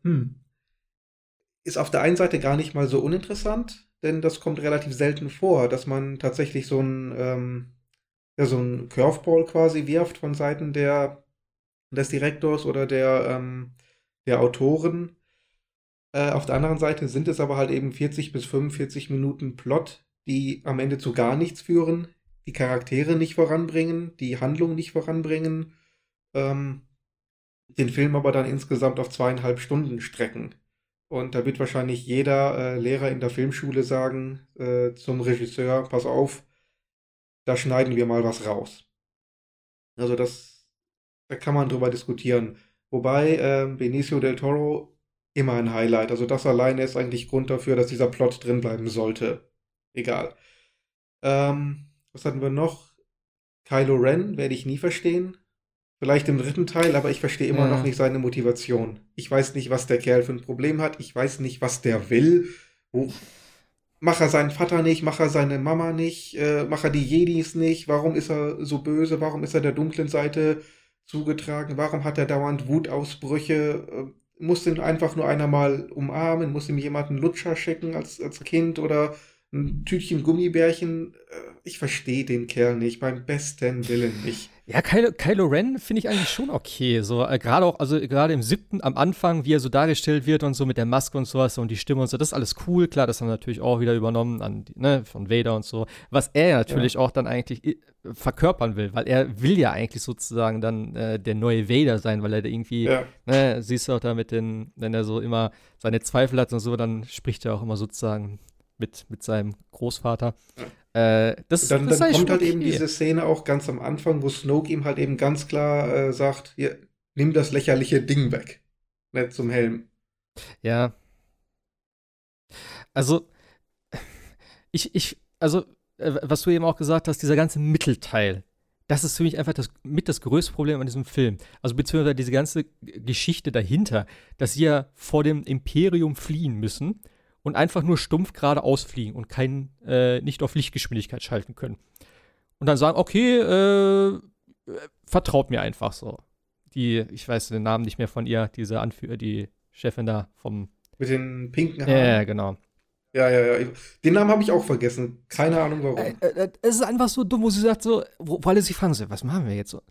ist auf der einen Seite gar nicht mal so uninteressant, denn das kommt relativ selten vor, dass man tatsächlich so ein Curveball quasi wirft von Seiten des Direktors oder der Autoren. Auf der anderen Seite sind es aber halt eben 40 bis 45 Minuten Plot, die am Ende zu gar nichts führen, die Charaktere nicht voranbringen, die Handlung nicht voranbringen. den Film aber dann insgesamt auf 2,5 Stunden strecken. Und da wird wahrscheinlich jeder Lehrer in der Filmschule sagen zum Regisseur, pass auf, da schneiden wir mal was raus. Also da kann man drüber diskutieren. Wobei Benicio del Toro immer ein Highlight. Also das alleine ist eigentlich Grund dafür, dass dieser Plot drin bleiben sollte. Egal. Was hatten wir noch? Kylo Ren werde ich nie verstehen. Vielleicht im 3. Teil, aber ich verstehe immer noch nicht seine Motivation. Ich weiß nicht, was der Kerl für ein Problem hat. Ich weiß nicht, was der will. Mach er seinen Vater nicht? Mach er seine Mama nicht? Mach er die Jedis nicht? Warum ist er so böse? Warum ist er der dunklen Seite zugetragen? Warum hat er dauernd Wutausbrüche? Muss ihn einfach nur einer mal umarmen? Muss ihm jemand einen Lutscher schicken als Kind oder ein Tütchen Gummibärchen? Ich verstehe den Kerl nicht, beim besten Willen nicht. Ja, Kylo Ren finde ich eigentlich schon okay. So, gerade auch, also gerade im 7. am Anfang, wie er so dargestellt wird und so mit der Maske und sowas und die Stimme und so, das ist alles cool. Klar, das haben wir natürlich auch wieder übernommen von Vader und so. Was er ja natürlich auch dann eigentlich verkörpern will, weil er will ja eigentlich sozusagen dann der neue Vader sein, weil er da irgendwie, siehst du auch da wenn er so immer seine Zweifel hat und so, dann spricht er auch immer sozusagen mit seinem Großvater. Dann kommt halt eben diese Szene auch ganz am Anfang, wo Snoke ihm halt eben ganz klar sagt, hier, nimm das lächerliche Ding weg. Nicht zum Helm. Ja. Also, was du eben auch gesagt hast, dieser ganze Mittelteil, das ist für mich einfach das größte Problem an diesem Film. Also beziehungsweise diese ganze Geschichte dahinter, dass sie ja vor dem Imperium fliehen müssen und einfach nur stumpf geradeaus fliegen und nicht auf Lichtgeschwindigkeit schalten können. Und dann sagen, okay, vertraut mir einfach so. Ich weiß den Namen nicht mehr von ihr, die Chefin da vom... Mit den pinken Haaren. Ja, genau. Ja. Den Namen habe ich auch vergessen. Keine Ahnung warum. Es ist einfach so dumm, wo sie sagt so, wo alle sich fragen so, was machen wir jetzt so?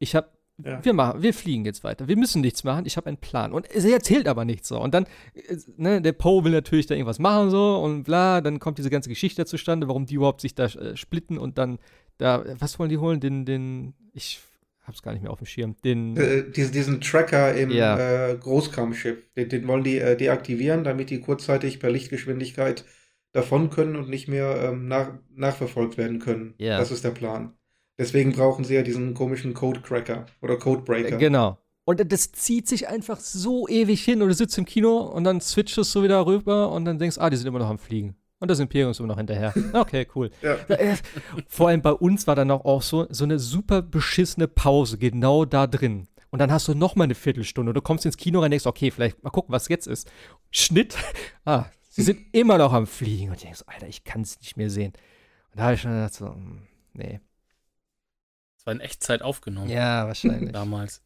Wir fliegen jetzt weiter. Wir müssen nichts machen. Ich habe einen Plan. Und sie erzählt aber nichts so. Und dann, der Poe will natürlich da irgendwas machen so und bla. Dann kommt diese ganze Geschichte zustande, warum die überhaupt sich da splitten und dann was wollen die holen? Ich hab's gar nicht mehr auf dem Schirm. Diesen Tracker im Großkampfschiff. Den wollen die deaktivieren, damit die kurzzeitig per Lichtgeschwindigkeit davon können und nicht mehr nachverfolgt werden können. Ja. Das ist der Plan. Deswegen brauchen sie ja diesen komischen Codecracker oder Codebreaker. Genau. Und das zieht sich einfach so ewig hin und du sitzt im Kino und dann switchst du so wieder rüber und dann denkst, die sind immer noch am Fliegen. Und das Imperium ist immer noch hinterher. Okay, cool. Ja. Vor allem bei uns war dann auch so eine super beschissene Pause genau da drin. Und dann hast du noch mal eine Viertelstunde und du kommst ins Kino rein und denkst, okay, vielleicht mal gucken, was jetzt ist. Schnitt. Sie sind immer noch am Fliegen. Und du denkst, Alter, ich kann es nicht mehr sehen. Und da habe ich schon gedacht so, nee. Das war in Echtzeit aufgenommen. Ja, wahrscheinlich. Damals.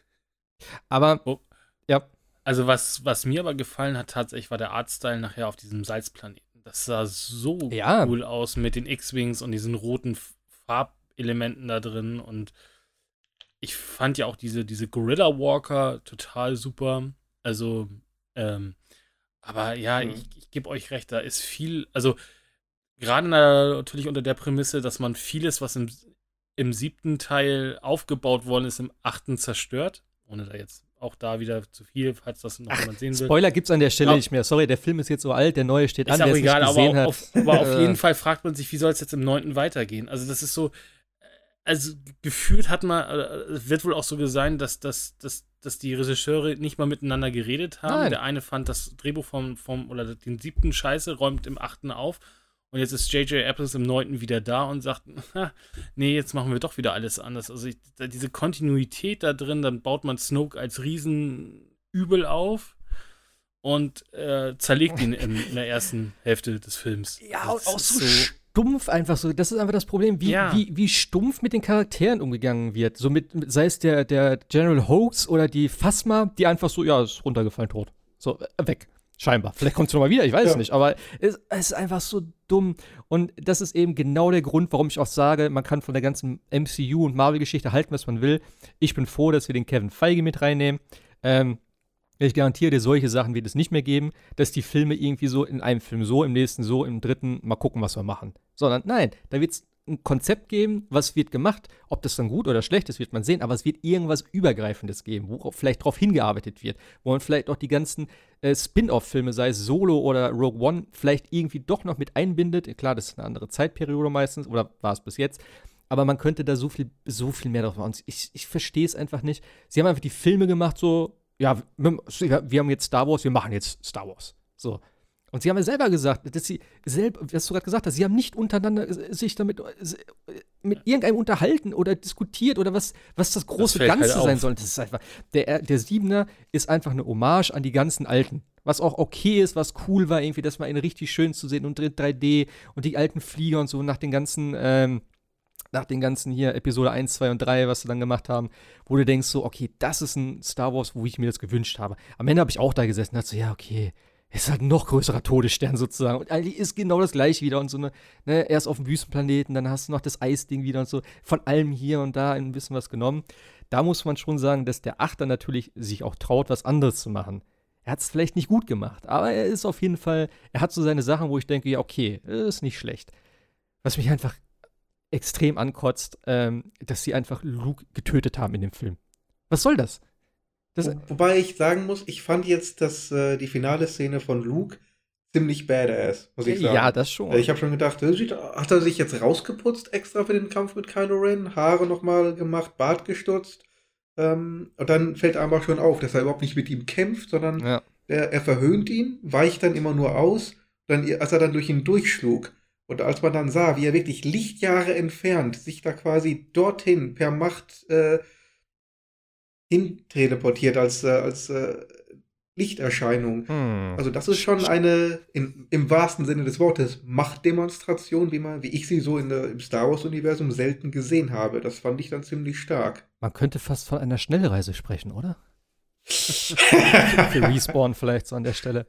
Aber, ja. Also was mir aber gefallen hat tatsächlich, war der Artstyle nachher auf diesem Salzplaneten. Das sah so cool aus mit den X-Wings und diesen roten Farbelementen da drin. Und ich fand ja auch diese Guerrilla Walker total super. Also, aber ja, ich gebe euch recht, da ist viel, also gerade natürlich unter der Prämisse, dass man vieles, was im 7. Teil aufgebaut worden ist, im 8. zerstört. Ohne da jetzt auch da wieder zu viel, falls das noch jemand sehen will. Spoiler gibt's an der Stelle nicht mehr. Sorry, der Film ist jetzt so alt, der neue steht an, der es nicht gesehen hat. Aber auf jeden Fall fragt man sich, wie soll es jetzt im 9. weitergehen? Also das ist so, also gefühlt wird wohl auch so sein, dass die Regisseure nicht mal miteinander geredet haben. Nein. Der eine fand das Drehbuch oder den 7. scheiße, räumt im 8. auf. Und jetzt ist J.J. Abrams im 9. wieder da und sagt, nee, jetzt machen wir doch wieder alles anders. Also diese Kontinuität da drin, dann baut man Snoke als Riesenübel auf und zerlegt ihn in der ersten Hälfte des Films. Ja, auch so stumpf einfach so. Das ist einfach das Problem, wie stumpf mit den Charakteren umgegangen wird. So sei es der General Hux oder die Phasma, die einfach so, ist runtergefallen, tot. So, weg. Scheinbar. Vielleicht kommt es nochmal wieder, ich weiß es nicht. Aber es ist einfach so dumm. Und das ist eben genau der Grund, warum ich auch sage, man kann von der ganzen MCU- und Marvel-Geschichte halten, was man will. Ich bin froh, dass wir den Kevin Feige mit reinnehmen. Ich garantiere dir, solche Sachen wird es nicht mehr geben, dass die Filme irgendwie so in einem Film so, im nächsten so, im dritten mal gucken, was wir machen. Sondern nein, da wird es ein Konzept geben, was wird gemacht. Ob das dann gut oder schlecht ist, wird man sehen, aber es wird irgendwas Übergreifendes geben, wo vielleicht darauf hingearbeitet wird, wo man vielleicht auch die ganzen Spin-off-Filme, sei es Solo oder Rogue One, vielleicht irgendwie doch noch mit einbindet. Klar, das ist eine andere Zeitperiode meistens, oder war es bis jetzt, aber man könnte da so viel mehr drauf machen. Ich verstehe es einfach nicht. Sie haben einfach die Filme gemacht, so, ja, wir haben jetzt Star Wars, wir machen jetzt Star Wars. So. Und sie haben ja selber gesagt, dass sie was du gerade gesagt hast, sie haben nicht untereinander sich damit mit irgendeinem unterhalten oder diskutiert oder was das große Ganze halt sein soll. Das ist einfach, der Siebener ist einfach eine Hommage an die ganzen Alten. Was auch okay ist, was cool war, irgendwie, das mal in richtig schön zu sehen und 3D und die alten Flieger und so nach den ganzen hier Episode 1, 2 und 3, was sie dann gemacht haben, wo du denkst so, okay, das ist ein Star Wars, wo ich mir das gewünscht habe. Am Ende habe ich auch da gesessen und dachte so, ja, okay, es ist halt ein noch größerer Todesstern sozusagen. Und eigentlich ist genau das gleiche wieder. Und so erst auf dem Wüstenplaneten, dann hast du noch das Eisding wieder und so. Von allem hier und da ein bisschen was genommen. Da muss man schon sagen, dass der Achter natürlich sich auch traut, was anderes zu machen. Er hat es vielleicht nicht gut gemacht, aber er ist auf jeden Fall, er hat so seine Sachen, wo ich denke, ja, okay, das ist nicht schlecht. Was mich einfach extrem ankotzt, dass sie einfach Luke getötet haben in dem Film. Was soll das? Wobei ich sagen muss, ich fand jetzt die finale Szene von Luke ziemlich badass, muss ich sagen. Ja, das schon. Ich habe schon gedacht, hat er sich jetzt rausgeputzt extra für den Kampf mit Kylo Ren? Haare nochmal gemacht, Bart gestutzt. Und dann fällt einfach schon auf, dass er überhaupt nicht mit ihm kämpft, sondern er verhöhnt ihn, weicht dann immer nur aus, als er dann durch ihn durchschlug. Und als man dann sah, wie er wirklich Lichtjahre entfernt sich da quasi dorthin per Macht hinteleportiert als Lichterscheinung. Also das ist schon eine, im wahrsten Sinne des Wortes, Machtdemonstration, wie ich sie so im Star Wars-Universum selten gesehen habe. Das fand ich dann ziemlich stark. Man könnte fast von einer Schnellreise sprechen, oder? Für Respawn vielleicht so an der Stelle.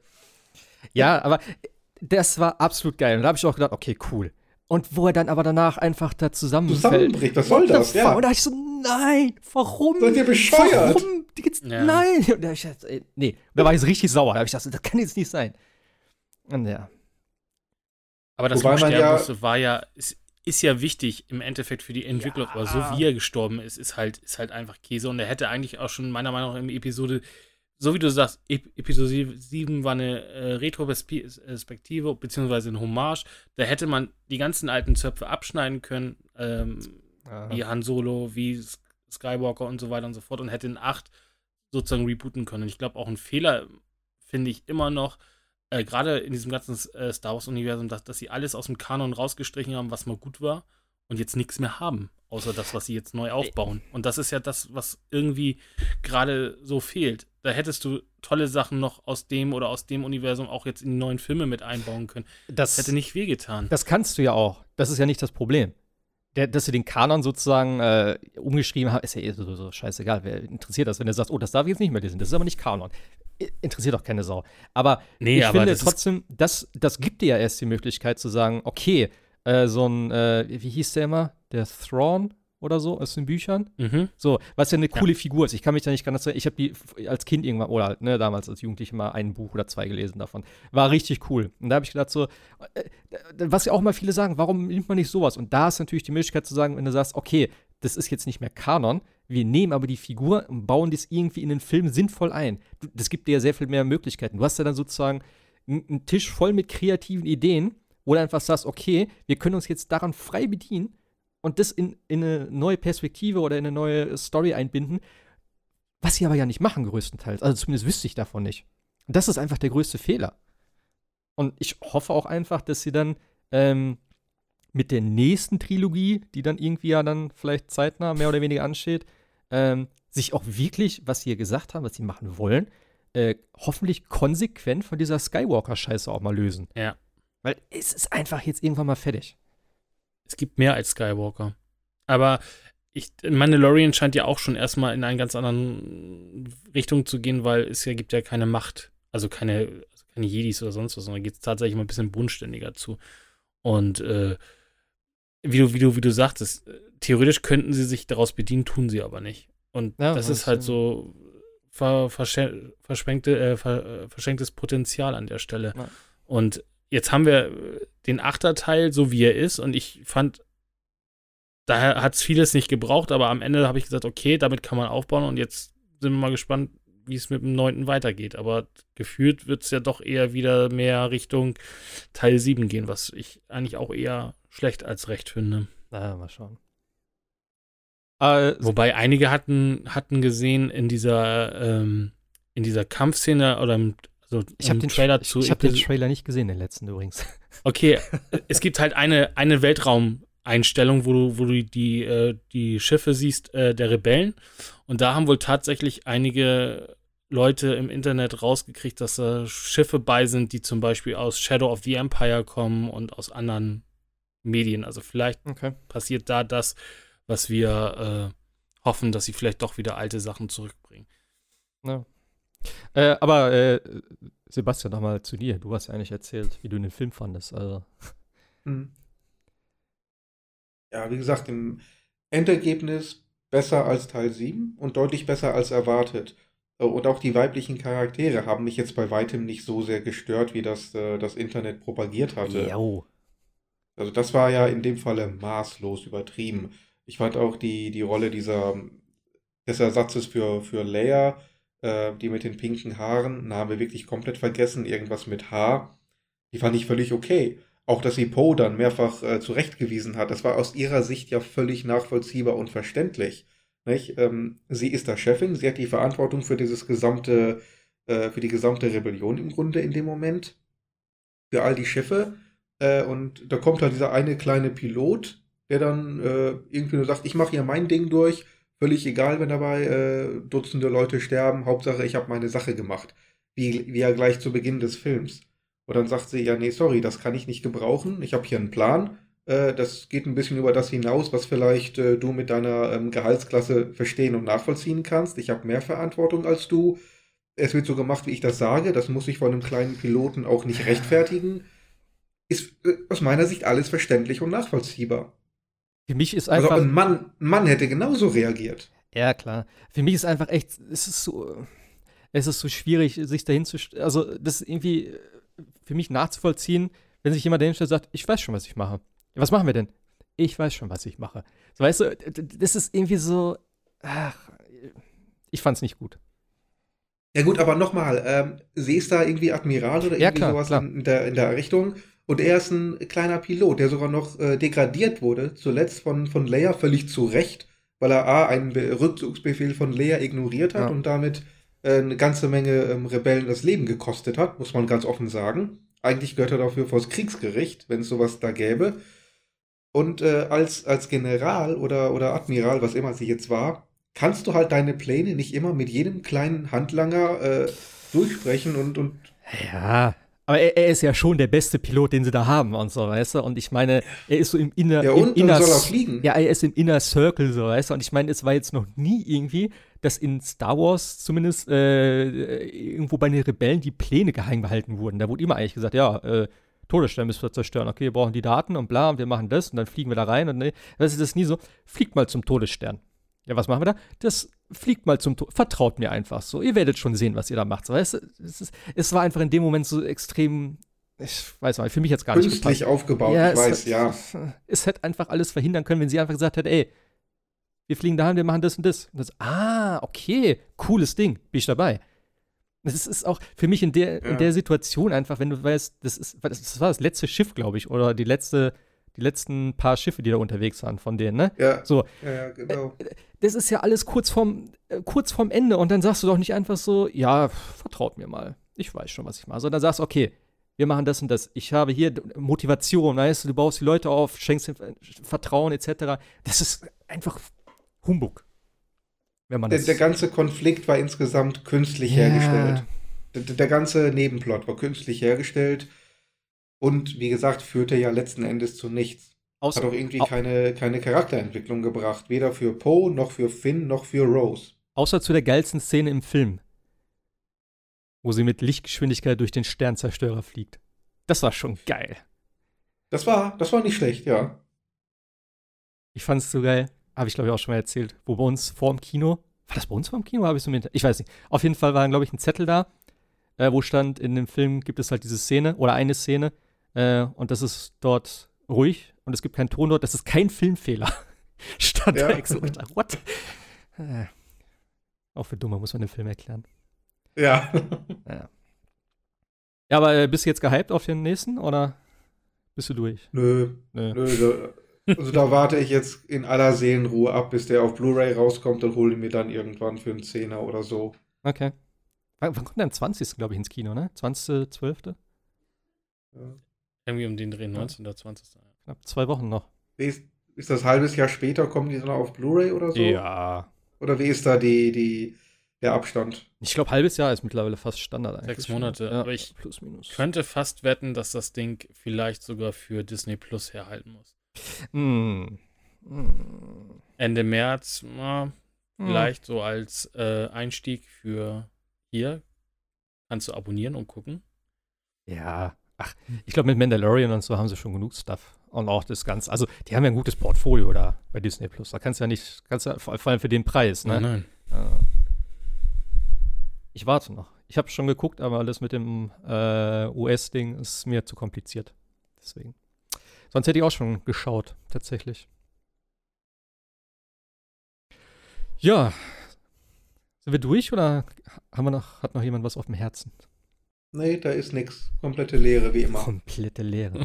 Ja, aber das war absolut geil. Und da habe ich auch gedacht, okay, cool. Und wo er dann aber danach einfach da zusammenbricht, was soll das? Ja. Und da dachte ich so, nein, warum? Seid ihr bescheuert? Warum? Ja. Nein. Und da, nee, da war ich richtig sauer. Da habe ich gedacht, das kann jetzt nicht sein. Und ja. Aber das sterben musste, war ja, ist ja wichtig im Endeffekt für die Entwicklung. Aber so wie er gestorben ist halt einfach Käse. Und er hätte eigentlich auch schon meiner Meinung nach in Episode, so wie du sagst, Episode 7 war eine Retroperspektive, beziehungsweise ein Hommage. Da hätte man die ganzen alten Zöpfe abschneiden können, wie Han Solo, wie Skywalker und so weiter und so fort, und hätte in 8 sozusagen rebooten können. Und ich glaube, auch ein Fehler finde ich immer noch, gerade in diesem ganzen Star Wars-Universum, dass sie alles aus dem Kanon rausgestrichen haben, was mal gut war, und jetzt nichts mehr haben, außer das, was sie jetzt neu aufbauen. Und das ist ja das, was irgendwie gerade so fehlt. Da hättest du tolle Sachen noch aus dem Universum auch jetzt in die neuen Filme mit einbauen können. Das hätte nicht wehgetan. Das kannst du ja auch. Das ist ja nicht das Problem. Dass sie den Kanon sozusagen umgeschrieben haben, ist ja so scheißegal. Wer interessiert das, wenn du sagst, oh, das darf ich jetzt nicht mehr lesen. Das ist aber nicht Kanon. Interessiert doch keine Sau. Aber ich finde trotzdem, das gibt dir ja erst die Möglichkeit zu sagen, okay, so ein, wie hieß der immer? Der Thrawn oder so aus den Büchern. So, was ja eine coole Figur ist. Ich kann mich da nicht ganz erinnern. Ich habe die als Kind irgendwann, oder halt, damals als Jugendlicher mal ein Buch oder 2 gelesen davon. War richtig cool. Und da habe ich gedacht so, was ja auch mal viele sagen, warum nimmt man nicht sowas? Und da ist natürlich die Möglichkeit zu sagen, wenn du sagst, okay, das ist jetzt nicht mehr Kanon, wir nehmen aber die Figur und bauen das irgendwie in den Film sinnvoll ein. Das gibt dir ja sehr viel mehr Möglichkeiten. Du hast ja dann sozusagen einen Tisch voll mit kreativen Ideen, wo du einfach sagst, okay, wir können uns jetzt daran frei bedienen und das in eine neue Perspektive oder in eine neue Story einbinden, was sie aber ja nicht machen, größtenteils. Also zumindest wüsste ich davon nicht. Und das ist einfach der größte Fehler. Und ich hoffe auch einfach, dass sie dann mit der nächsten Trilogie, die dann irgendwie ja dann vielleicht zeitnah mehr oder weniger ansteht, sich auch wirklich, was sie hier gesagt haben, was sie machen wollen, hoffentlich konsequent von dieser Skywalker-Scheiße auch mal lösen. Ja. Weil es ist einfach jetzt irgendwann mal fertig. Es gibt mehr als Skywalker. Aber Mandalorian scheint ja auch schon erstmal in eine ganz andere Richtung zu gehen, weil es gibt ja keine Macht. Also keine Jedis oder sonst was, sondern geht es tatsächlich mal ein bisschen bodenständiger zu. Und wie du sagtest, theoretisch könnten sie sich daraus bedienen, tun sie aber nicht. Und ja, das ist halt so verschenktes Potenzial an der Stelle. Ja. Und jetzt haben wir den 8er-Teil, so wie er ist, und ich fand daher hat es vieles nicht gebraucht, aber am Ende habe ich gesagt, okay, damit kann man aufbauen und jetzt sind wir mal gespannt, wie es mit dem 9. weitergeht. Aber gefühlt wird es ja doch eher wieder mehr Richtung Teil 7 gehen, was ich eigentlich auch eher schlecht als recht finde. Na, mal schauen. Wobei einige hatten gesehen in dieser Kampfszene oder ich habe den Trailer nicht gesehen, den letzten übrigens. Okay, es gibt halt eine Weltraumeinstellung, wo du die Schiffe siehst der Rebellen. Und da haben wohl tatsächlich einige Leute im Internet rausgekriegt, dass da Schiffe bei sind, die zum Beispiel aus Shadow of the Empire kommen und aus anderen Medien. Also vielleicht passiert da das, was wir hoffen, dass sie vielleicht doch wieder alte Sachen zurückbringen. Ja. Aber Sebastian, nochmal zu dir. Du hast ja eigentlich erzählt, wie du den Film fandest. Also. Ja, wie gesagt, im Endergebnis besser als Teil 7 und deutlich besser als erwartet. Und auch die weiblichen Charaktere haben mich jetzt bei weitem nicht so sehr gestört, wie das Internet propagiert hatte. Jo. Also das war ja in dem Falle maßlos übertrieben. Ich fand auch die Rolle des Ersatzes für Leia, die mit den pinken Haaren, haben wir wirklich komplett vergessen, irgendwas mit Haar. Die fand ich völlig okay. Auch, dass sie Poe dann mehrfach zurechtgewiesen hat, das war aus ihrer Sicht ja völlig nachvollziehbar und verständlich. Nicht? Sie ist da Chefin, sie hat die Verantwortung für für die gesamte Rebellion im Grunde in dem Moment, für all die Schiffe. Und da kommt halt dieser eine kleine Pilot, der dann irgendwie nur sagt, ich mache hier mein Ding durch, völlig egal, wenn dabei Dutzende Leute sterben, Hauptsache ich habe meine Sache gemacht. Wie ja gleich zu Beginn des Films. Und dann sagt sie, ja, nee, sorry, das kann ich nicht gebrauchen, ich habe hier einen Plan, das geht ein bisschen über das hinaus, was vielleicht du mit deiner Gehaltsklasse verstehen und nachvollziehen kannst. Ich habe mehr Verantwortung als du. Es wird so gemacht, wie ich das sage, das muss ich von einem kleinen Piloten auch nicht rechtfertigen. Ist aus meiner Sicht alles verständlich und nachvollziehbar. Für mich ist einfach. Also ein Mann hätte genauso reagiert. Ja, klar. Für mich ist einfach echt, es ist so schwierig, sich dahin zu. Also, das ist irgendwie für mich nachzuvollziehen, wenn sich jemand dahinstellt und sagt, ich weiß schon, was ich mache. Ja, was machen wir denn? Ich weiß schon, was ich mache. So, weißt du, das ist irgendwie so. Ich fand's nicht gut. Ja, gut, aber nochmal, sie ist da irgendwie Admiral oder irgendwie sowas klar. In der Richtung. Und er ist ein kleiner Pilot, der sogar noch degradiert wurde, zuletzt von Leia völlig zu Recht, weil er einen Rückzugsbefehl von Leia ignoriert hat und damit eine ganze Menge Rebellen das Leben gekostet hat, muss man ganz offen sagen. Eigentlich gehört er dafür vors Kriegsgericht, wenn es sowas da gäbe. Und als General oder Admiral, was immer sie jetzt war, kannst du halt deine Pläne nicht immer mit jedem kleinen Handlanger durchsprechen und ja. Aber er ist ja schon der beste Pilot, den sie da haben und so, weißt du? Und ich meine, er ist so im Inner... Ja, und soll er fliegen? Ja, er ist im Inner Circle, so, weißt du? Und ich meine, es war jetzt noch nie irgendwie, dass in Star Wars zumindest irgendwo bei den Rebellen die Pläne geheim gehalten wurden. Da wurde immer eigentlich gesagt, ja, Todesstern müssen wir zerstören. Okay, wir brauchen die Daten und bla, und wir machen das und dann fliegen wir da rein. Und ne, das ist nie so, fliegt mal zum Todesstern. Ja, was machen wir da? Das fliegt mal zum Tod. Vertraut mir einfach so. Ihr werdet schon sehen, was ihr da macht. So, weißt du, es war einfach in dem Moment so extrem, ich weiß nicht, für mich jetzt gar nicht künstlich gepasst. Aufgebaut, ja, es hätte einfach alles verhindern können, wenn sie einfach gesagt hätte, ey, wir fliegen dahin, wir machen das und das. Und das, okay, cooles Ding, bin ich dabei. Das ist auch für mich in der Situation einfach, wenn du weißt, das war das letzte Schiff, glaube ich, oder die letzten paar Schiffe, die da unterwegs waren von denen, ne? Ja, so, ja genau. Das ist ja alles kurz vorm Ende und dann sagst du doch nicht einfach so, ja, vertraut mir mal, ich weiß schon, was ich mache. Sondern sagst, okay, wir machen das und das. Ich habe hier Motivation, weißt du, baust die Leute auf, schenkst ihnen Vertrauen etc. Das ist einfach Humbug. Wenn man der ganze Konflikt war insgesamt künstlich hergestellt. Der ganze Nebenplot war künstlich hergestellt. Und wie gesagt, führte ja letzten Endes zu nichts. Hat auch irgendwie keine Charakterentwicklung gebracht. Weder für Poe, noch für Finn, noch für Rose. Außer zu der geilsten Szene im Film. Wo sie mit Lichtgeschwindigkeit durch den Sternzerstörer fliegt. Das war schon geil. Das war nicht schlecht, ja. Ich fand es so geil. Habe ich, glaube ich, auch schon mal erzählt. Wo bei uns vorm Kino. War das bei uns vorm Kino? Ich weiß nicht. Auf jeden Fall war, glaube ich, ein Zettel da, wo stand, in dem Film gibt es halt diese Szene oder eine Szene. Und das ist dort ruhig und es gibt keinen Ton dort. Das ist kein Filmfehler. dann direkt so gedacht, what? Auch für Dumme muss man den Film erklären. Ja. Ja, aber bist du jetzt gehypt auf den nächsten oder bist du durch? Nö. Also da warte ich jetzt in aller Seelenruhe ab, bis der auf Blu-ray rauskommt und hole ihn mir dann irgendwann für einen Zehner oder so. Okay. Wann kommt der am 20. glaube ich ins Kino, ne? 20.12.? Ja. Irgendwie um den Dreh 19. oder 20. Knapp 2 Wochen noch. Ist das ein halbes Jahr später, kommen die dann auf Blu-ray oder so? Ja. Oder wie ist da der Abstand? Ich glaube, halbes Jahr ist mittlerweile fast Standard eigentlich. 6 Monate. Ja, aber ich plus, minus. könnte fast wetten, dass das Ding vielleicht sogar für Disney Plus herhalten muss. Ende März, vielleicht so als Einstieg für hier. Kannst du abonnieren und gucken. Ja, ich glaube, mit Mandalorian und so haben sie schon genug Stuff. Und auch das Ganze, also die haben ja ein gutes Portfolio da bei Disney Plus. Da kannst du ja vor allem für den Preis, ne? Nein. Ich warte noch. Ich habe schon geguckt, aber alles mit dem US-Ding ist mir zu kompliziert. Deswegen. Sonst hätte ich auch schon geschaut, tatsächlich. Ja. Sind wir durch oder hat noch jemand was auf dem Herzen? Nee, da ist nichts. Komplette Leere, wie immer. Komplette Leere.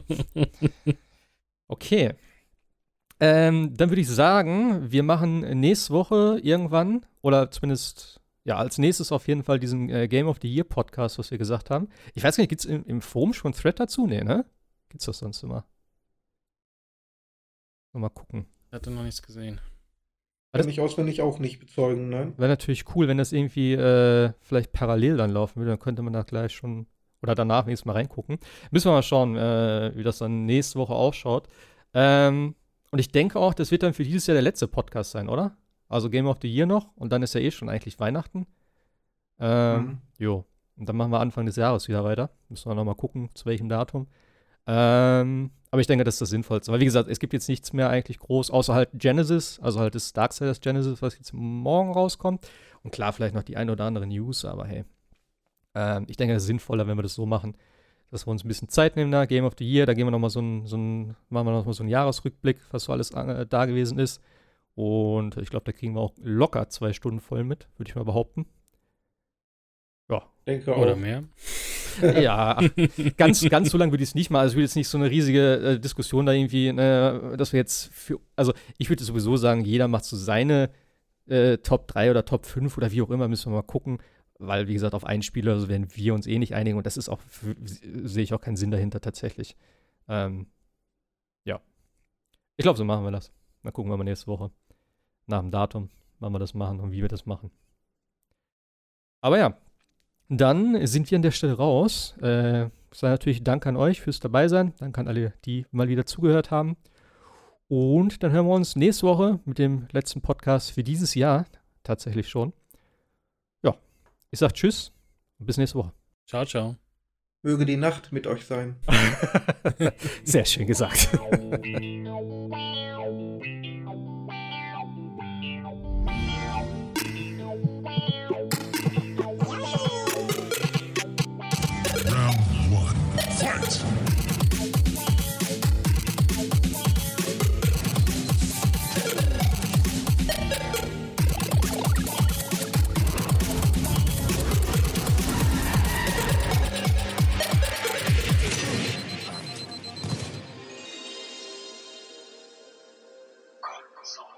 Okay. Dann würde ich sagen, wir machen nächste Woche irgendwann, oder zumindest, ja, als nächstes auf jeden Fall diesen Game of the Year Podcast, was wir gesagt haben. Ich weiß gar nicht, gibt es im Forum schon einen Thread dazu? Nee, ne? Gibt's das sonst immer? Mal gucken. Ich hatte noch nichts gesehen. Kann ich auswendig auch nicht bezeugen, nein. Wäre natürlich cool, wenn das irgendwie vielleicht parallel dann laufen würde. Dann könnte man da gleich schon oder danach nächstes Mal reingucken. Müssen wir mal schauen, wie das dann nächste Woche ausschaut. Und ich denke auch, das wird dann für dieses Jahr der letzte Podcast sein, oder? Also Game of the Year noch und dann ist ja schon eigentlich Weihnachten. Jo. Und dann machen wir Anfang des Jahres wieder weiter. Müssen wir noch mal gucken, zu welchem Datum. Aber ich denke, das ist das Sinnvollste. Weil, wie gesagt, es gibt jetzt nichts mehr eigentlich groß, außer halt Genesis, also halt das Darksiders Genesis, was jetzt morgen rauskommt. Und klar, vielleicht noch die ein oder andere News, aber hey. Ich denke, es ist sinnvoller, wenn wir das so machen, dass wir uns ein bisschen Zeit nehmen da, Game of the Year, da gehen wir noch mal machen wir noch mal so einen Jahresrückblick, was so alles da gewesen ist. Und ich glaube, da kriegen wir auch locker 2 Stunden voll mit, würde ich mal behaupten. Ja. Denke auch. Oder mehr. Ja, ganz so lang würde ich es nicht mal. Also ich will jetzt nicht so eine riesige Diskussion da irgendwie, dass wir jetzt also ich würde sowieso sagen, jeder macht so seine Top 3 oder Top 5 oder wie auch immer, müssen wir mal gucken. Weil, wie gesagt, auf einen Spieler also werden wir uns eh nicht einigen und das ist auch, sehe ich auch keinen Sinn dahinter tatsächlich. Ja. Ich glaube, so machen wir das. Dann gucken wir mal nächste Woche nach dem Datum, wann wir das machen und wie wir das machen. Aber ja, dann sind wir an der Stelle raus. Ich sage natürlich Dank an euch fürs Dabeisein. Danke an alle, die mal wieder zugehört haben. Und dann hören wir uns nächste Woche mit dem letzten Podcast für dieses Jahr. Tatsächlich schon. Ja, ich sage Tschüss und bis nächste Woche. Ciao, ciao. Möge die Nacht mit euch sein. Sehr schön gesagt. So.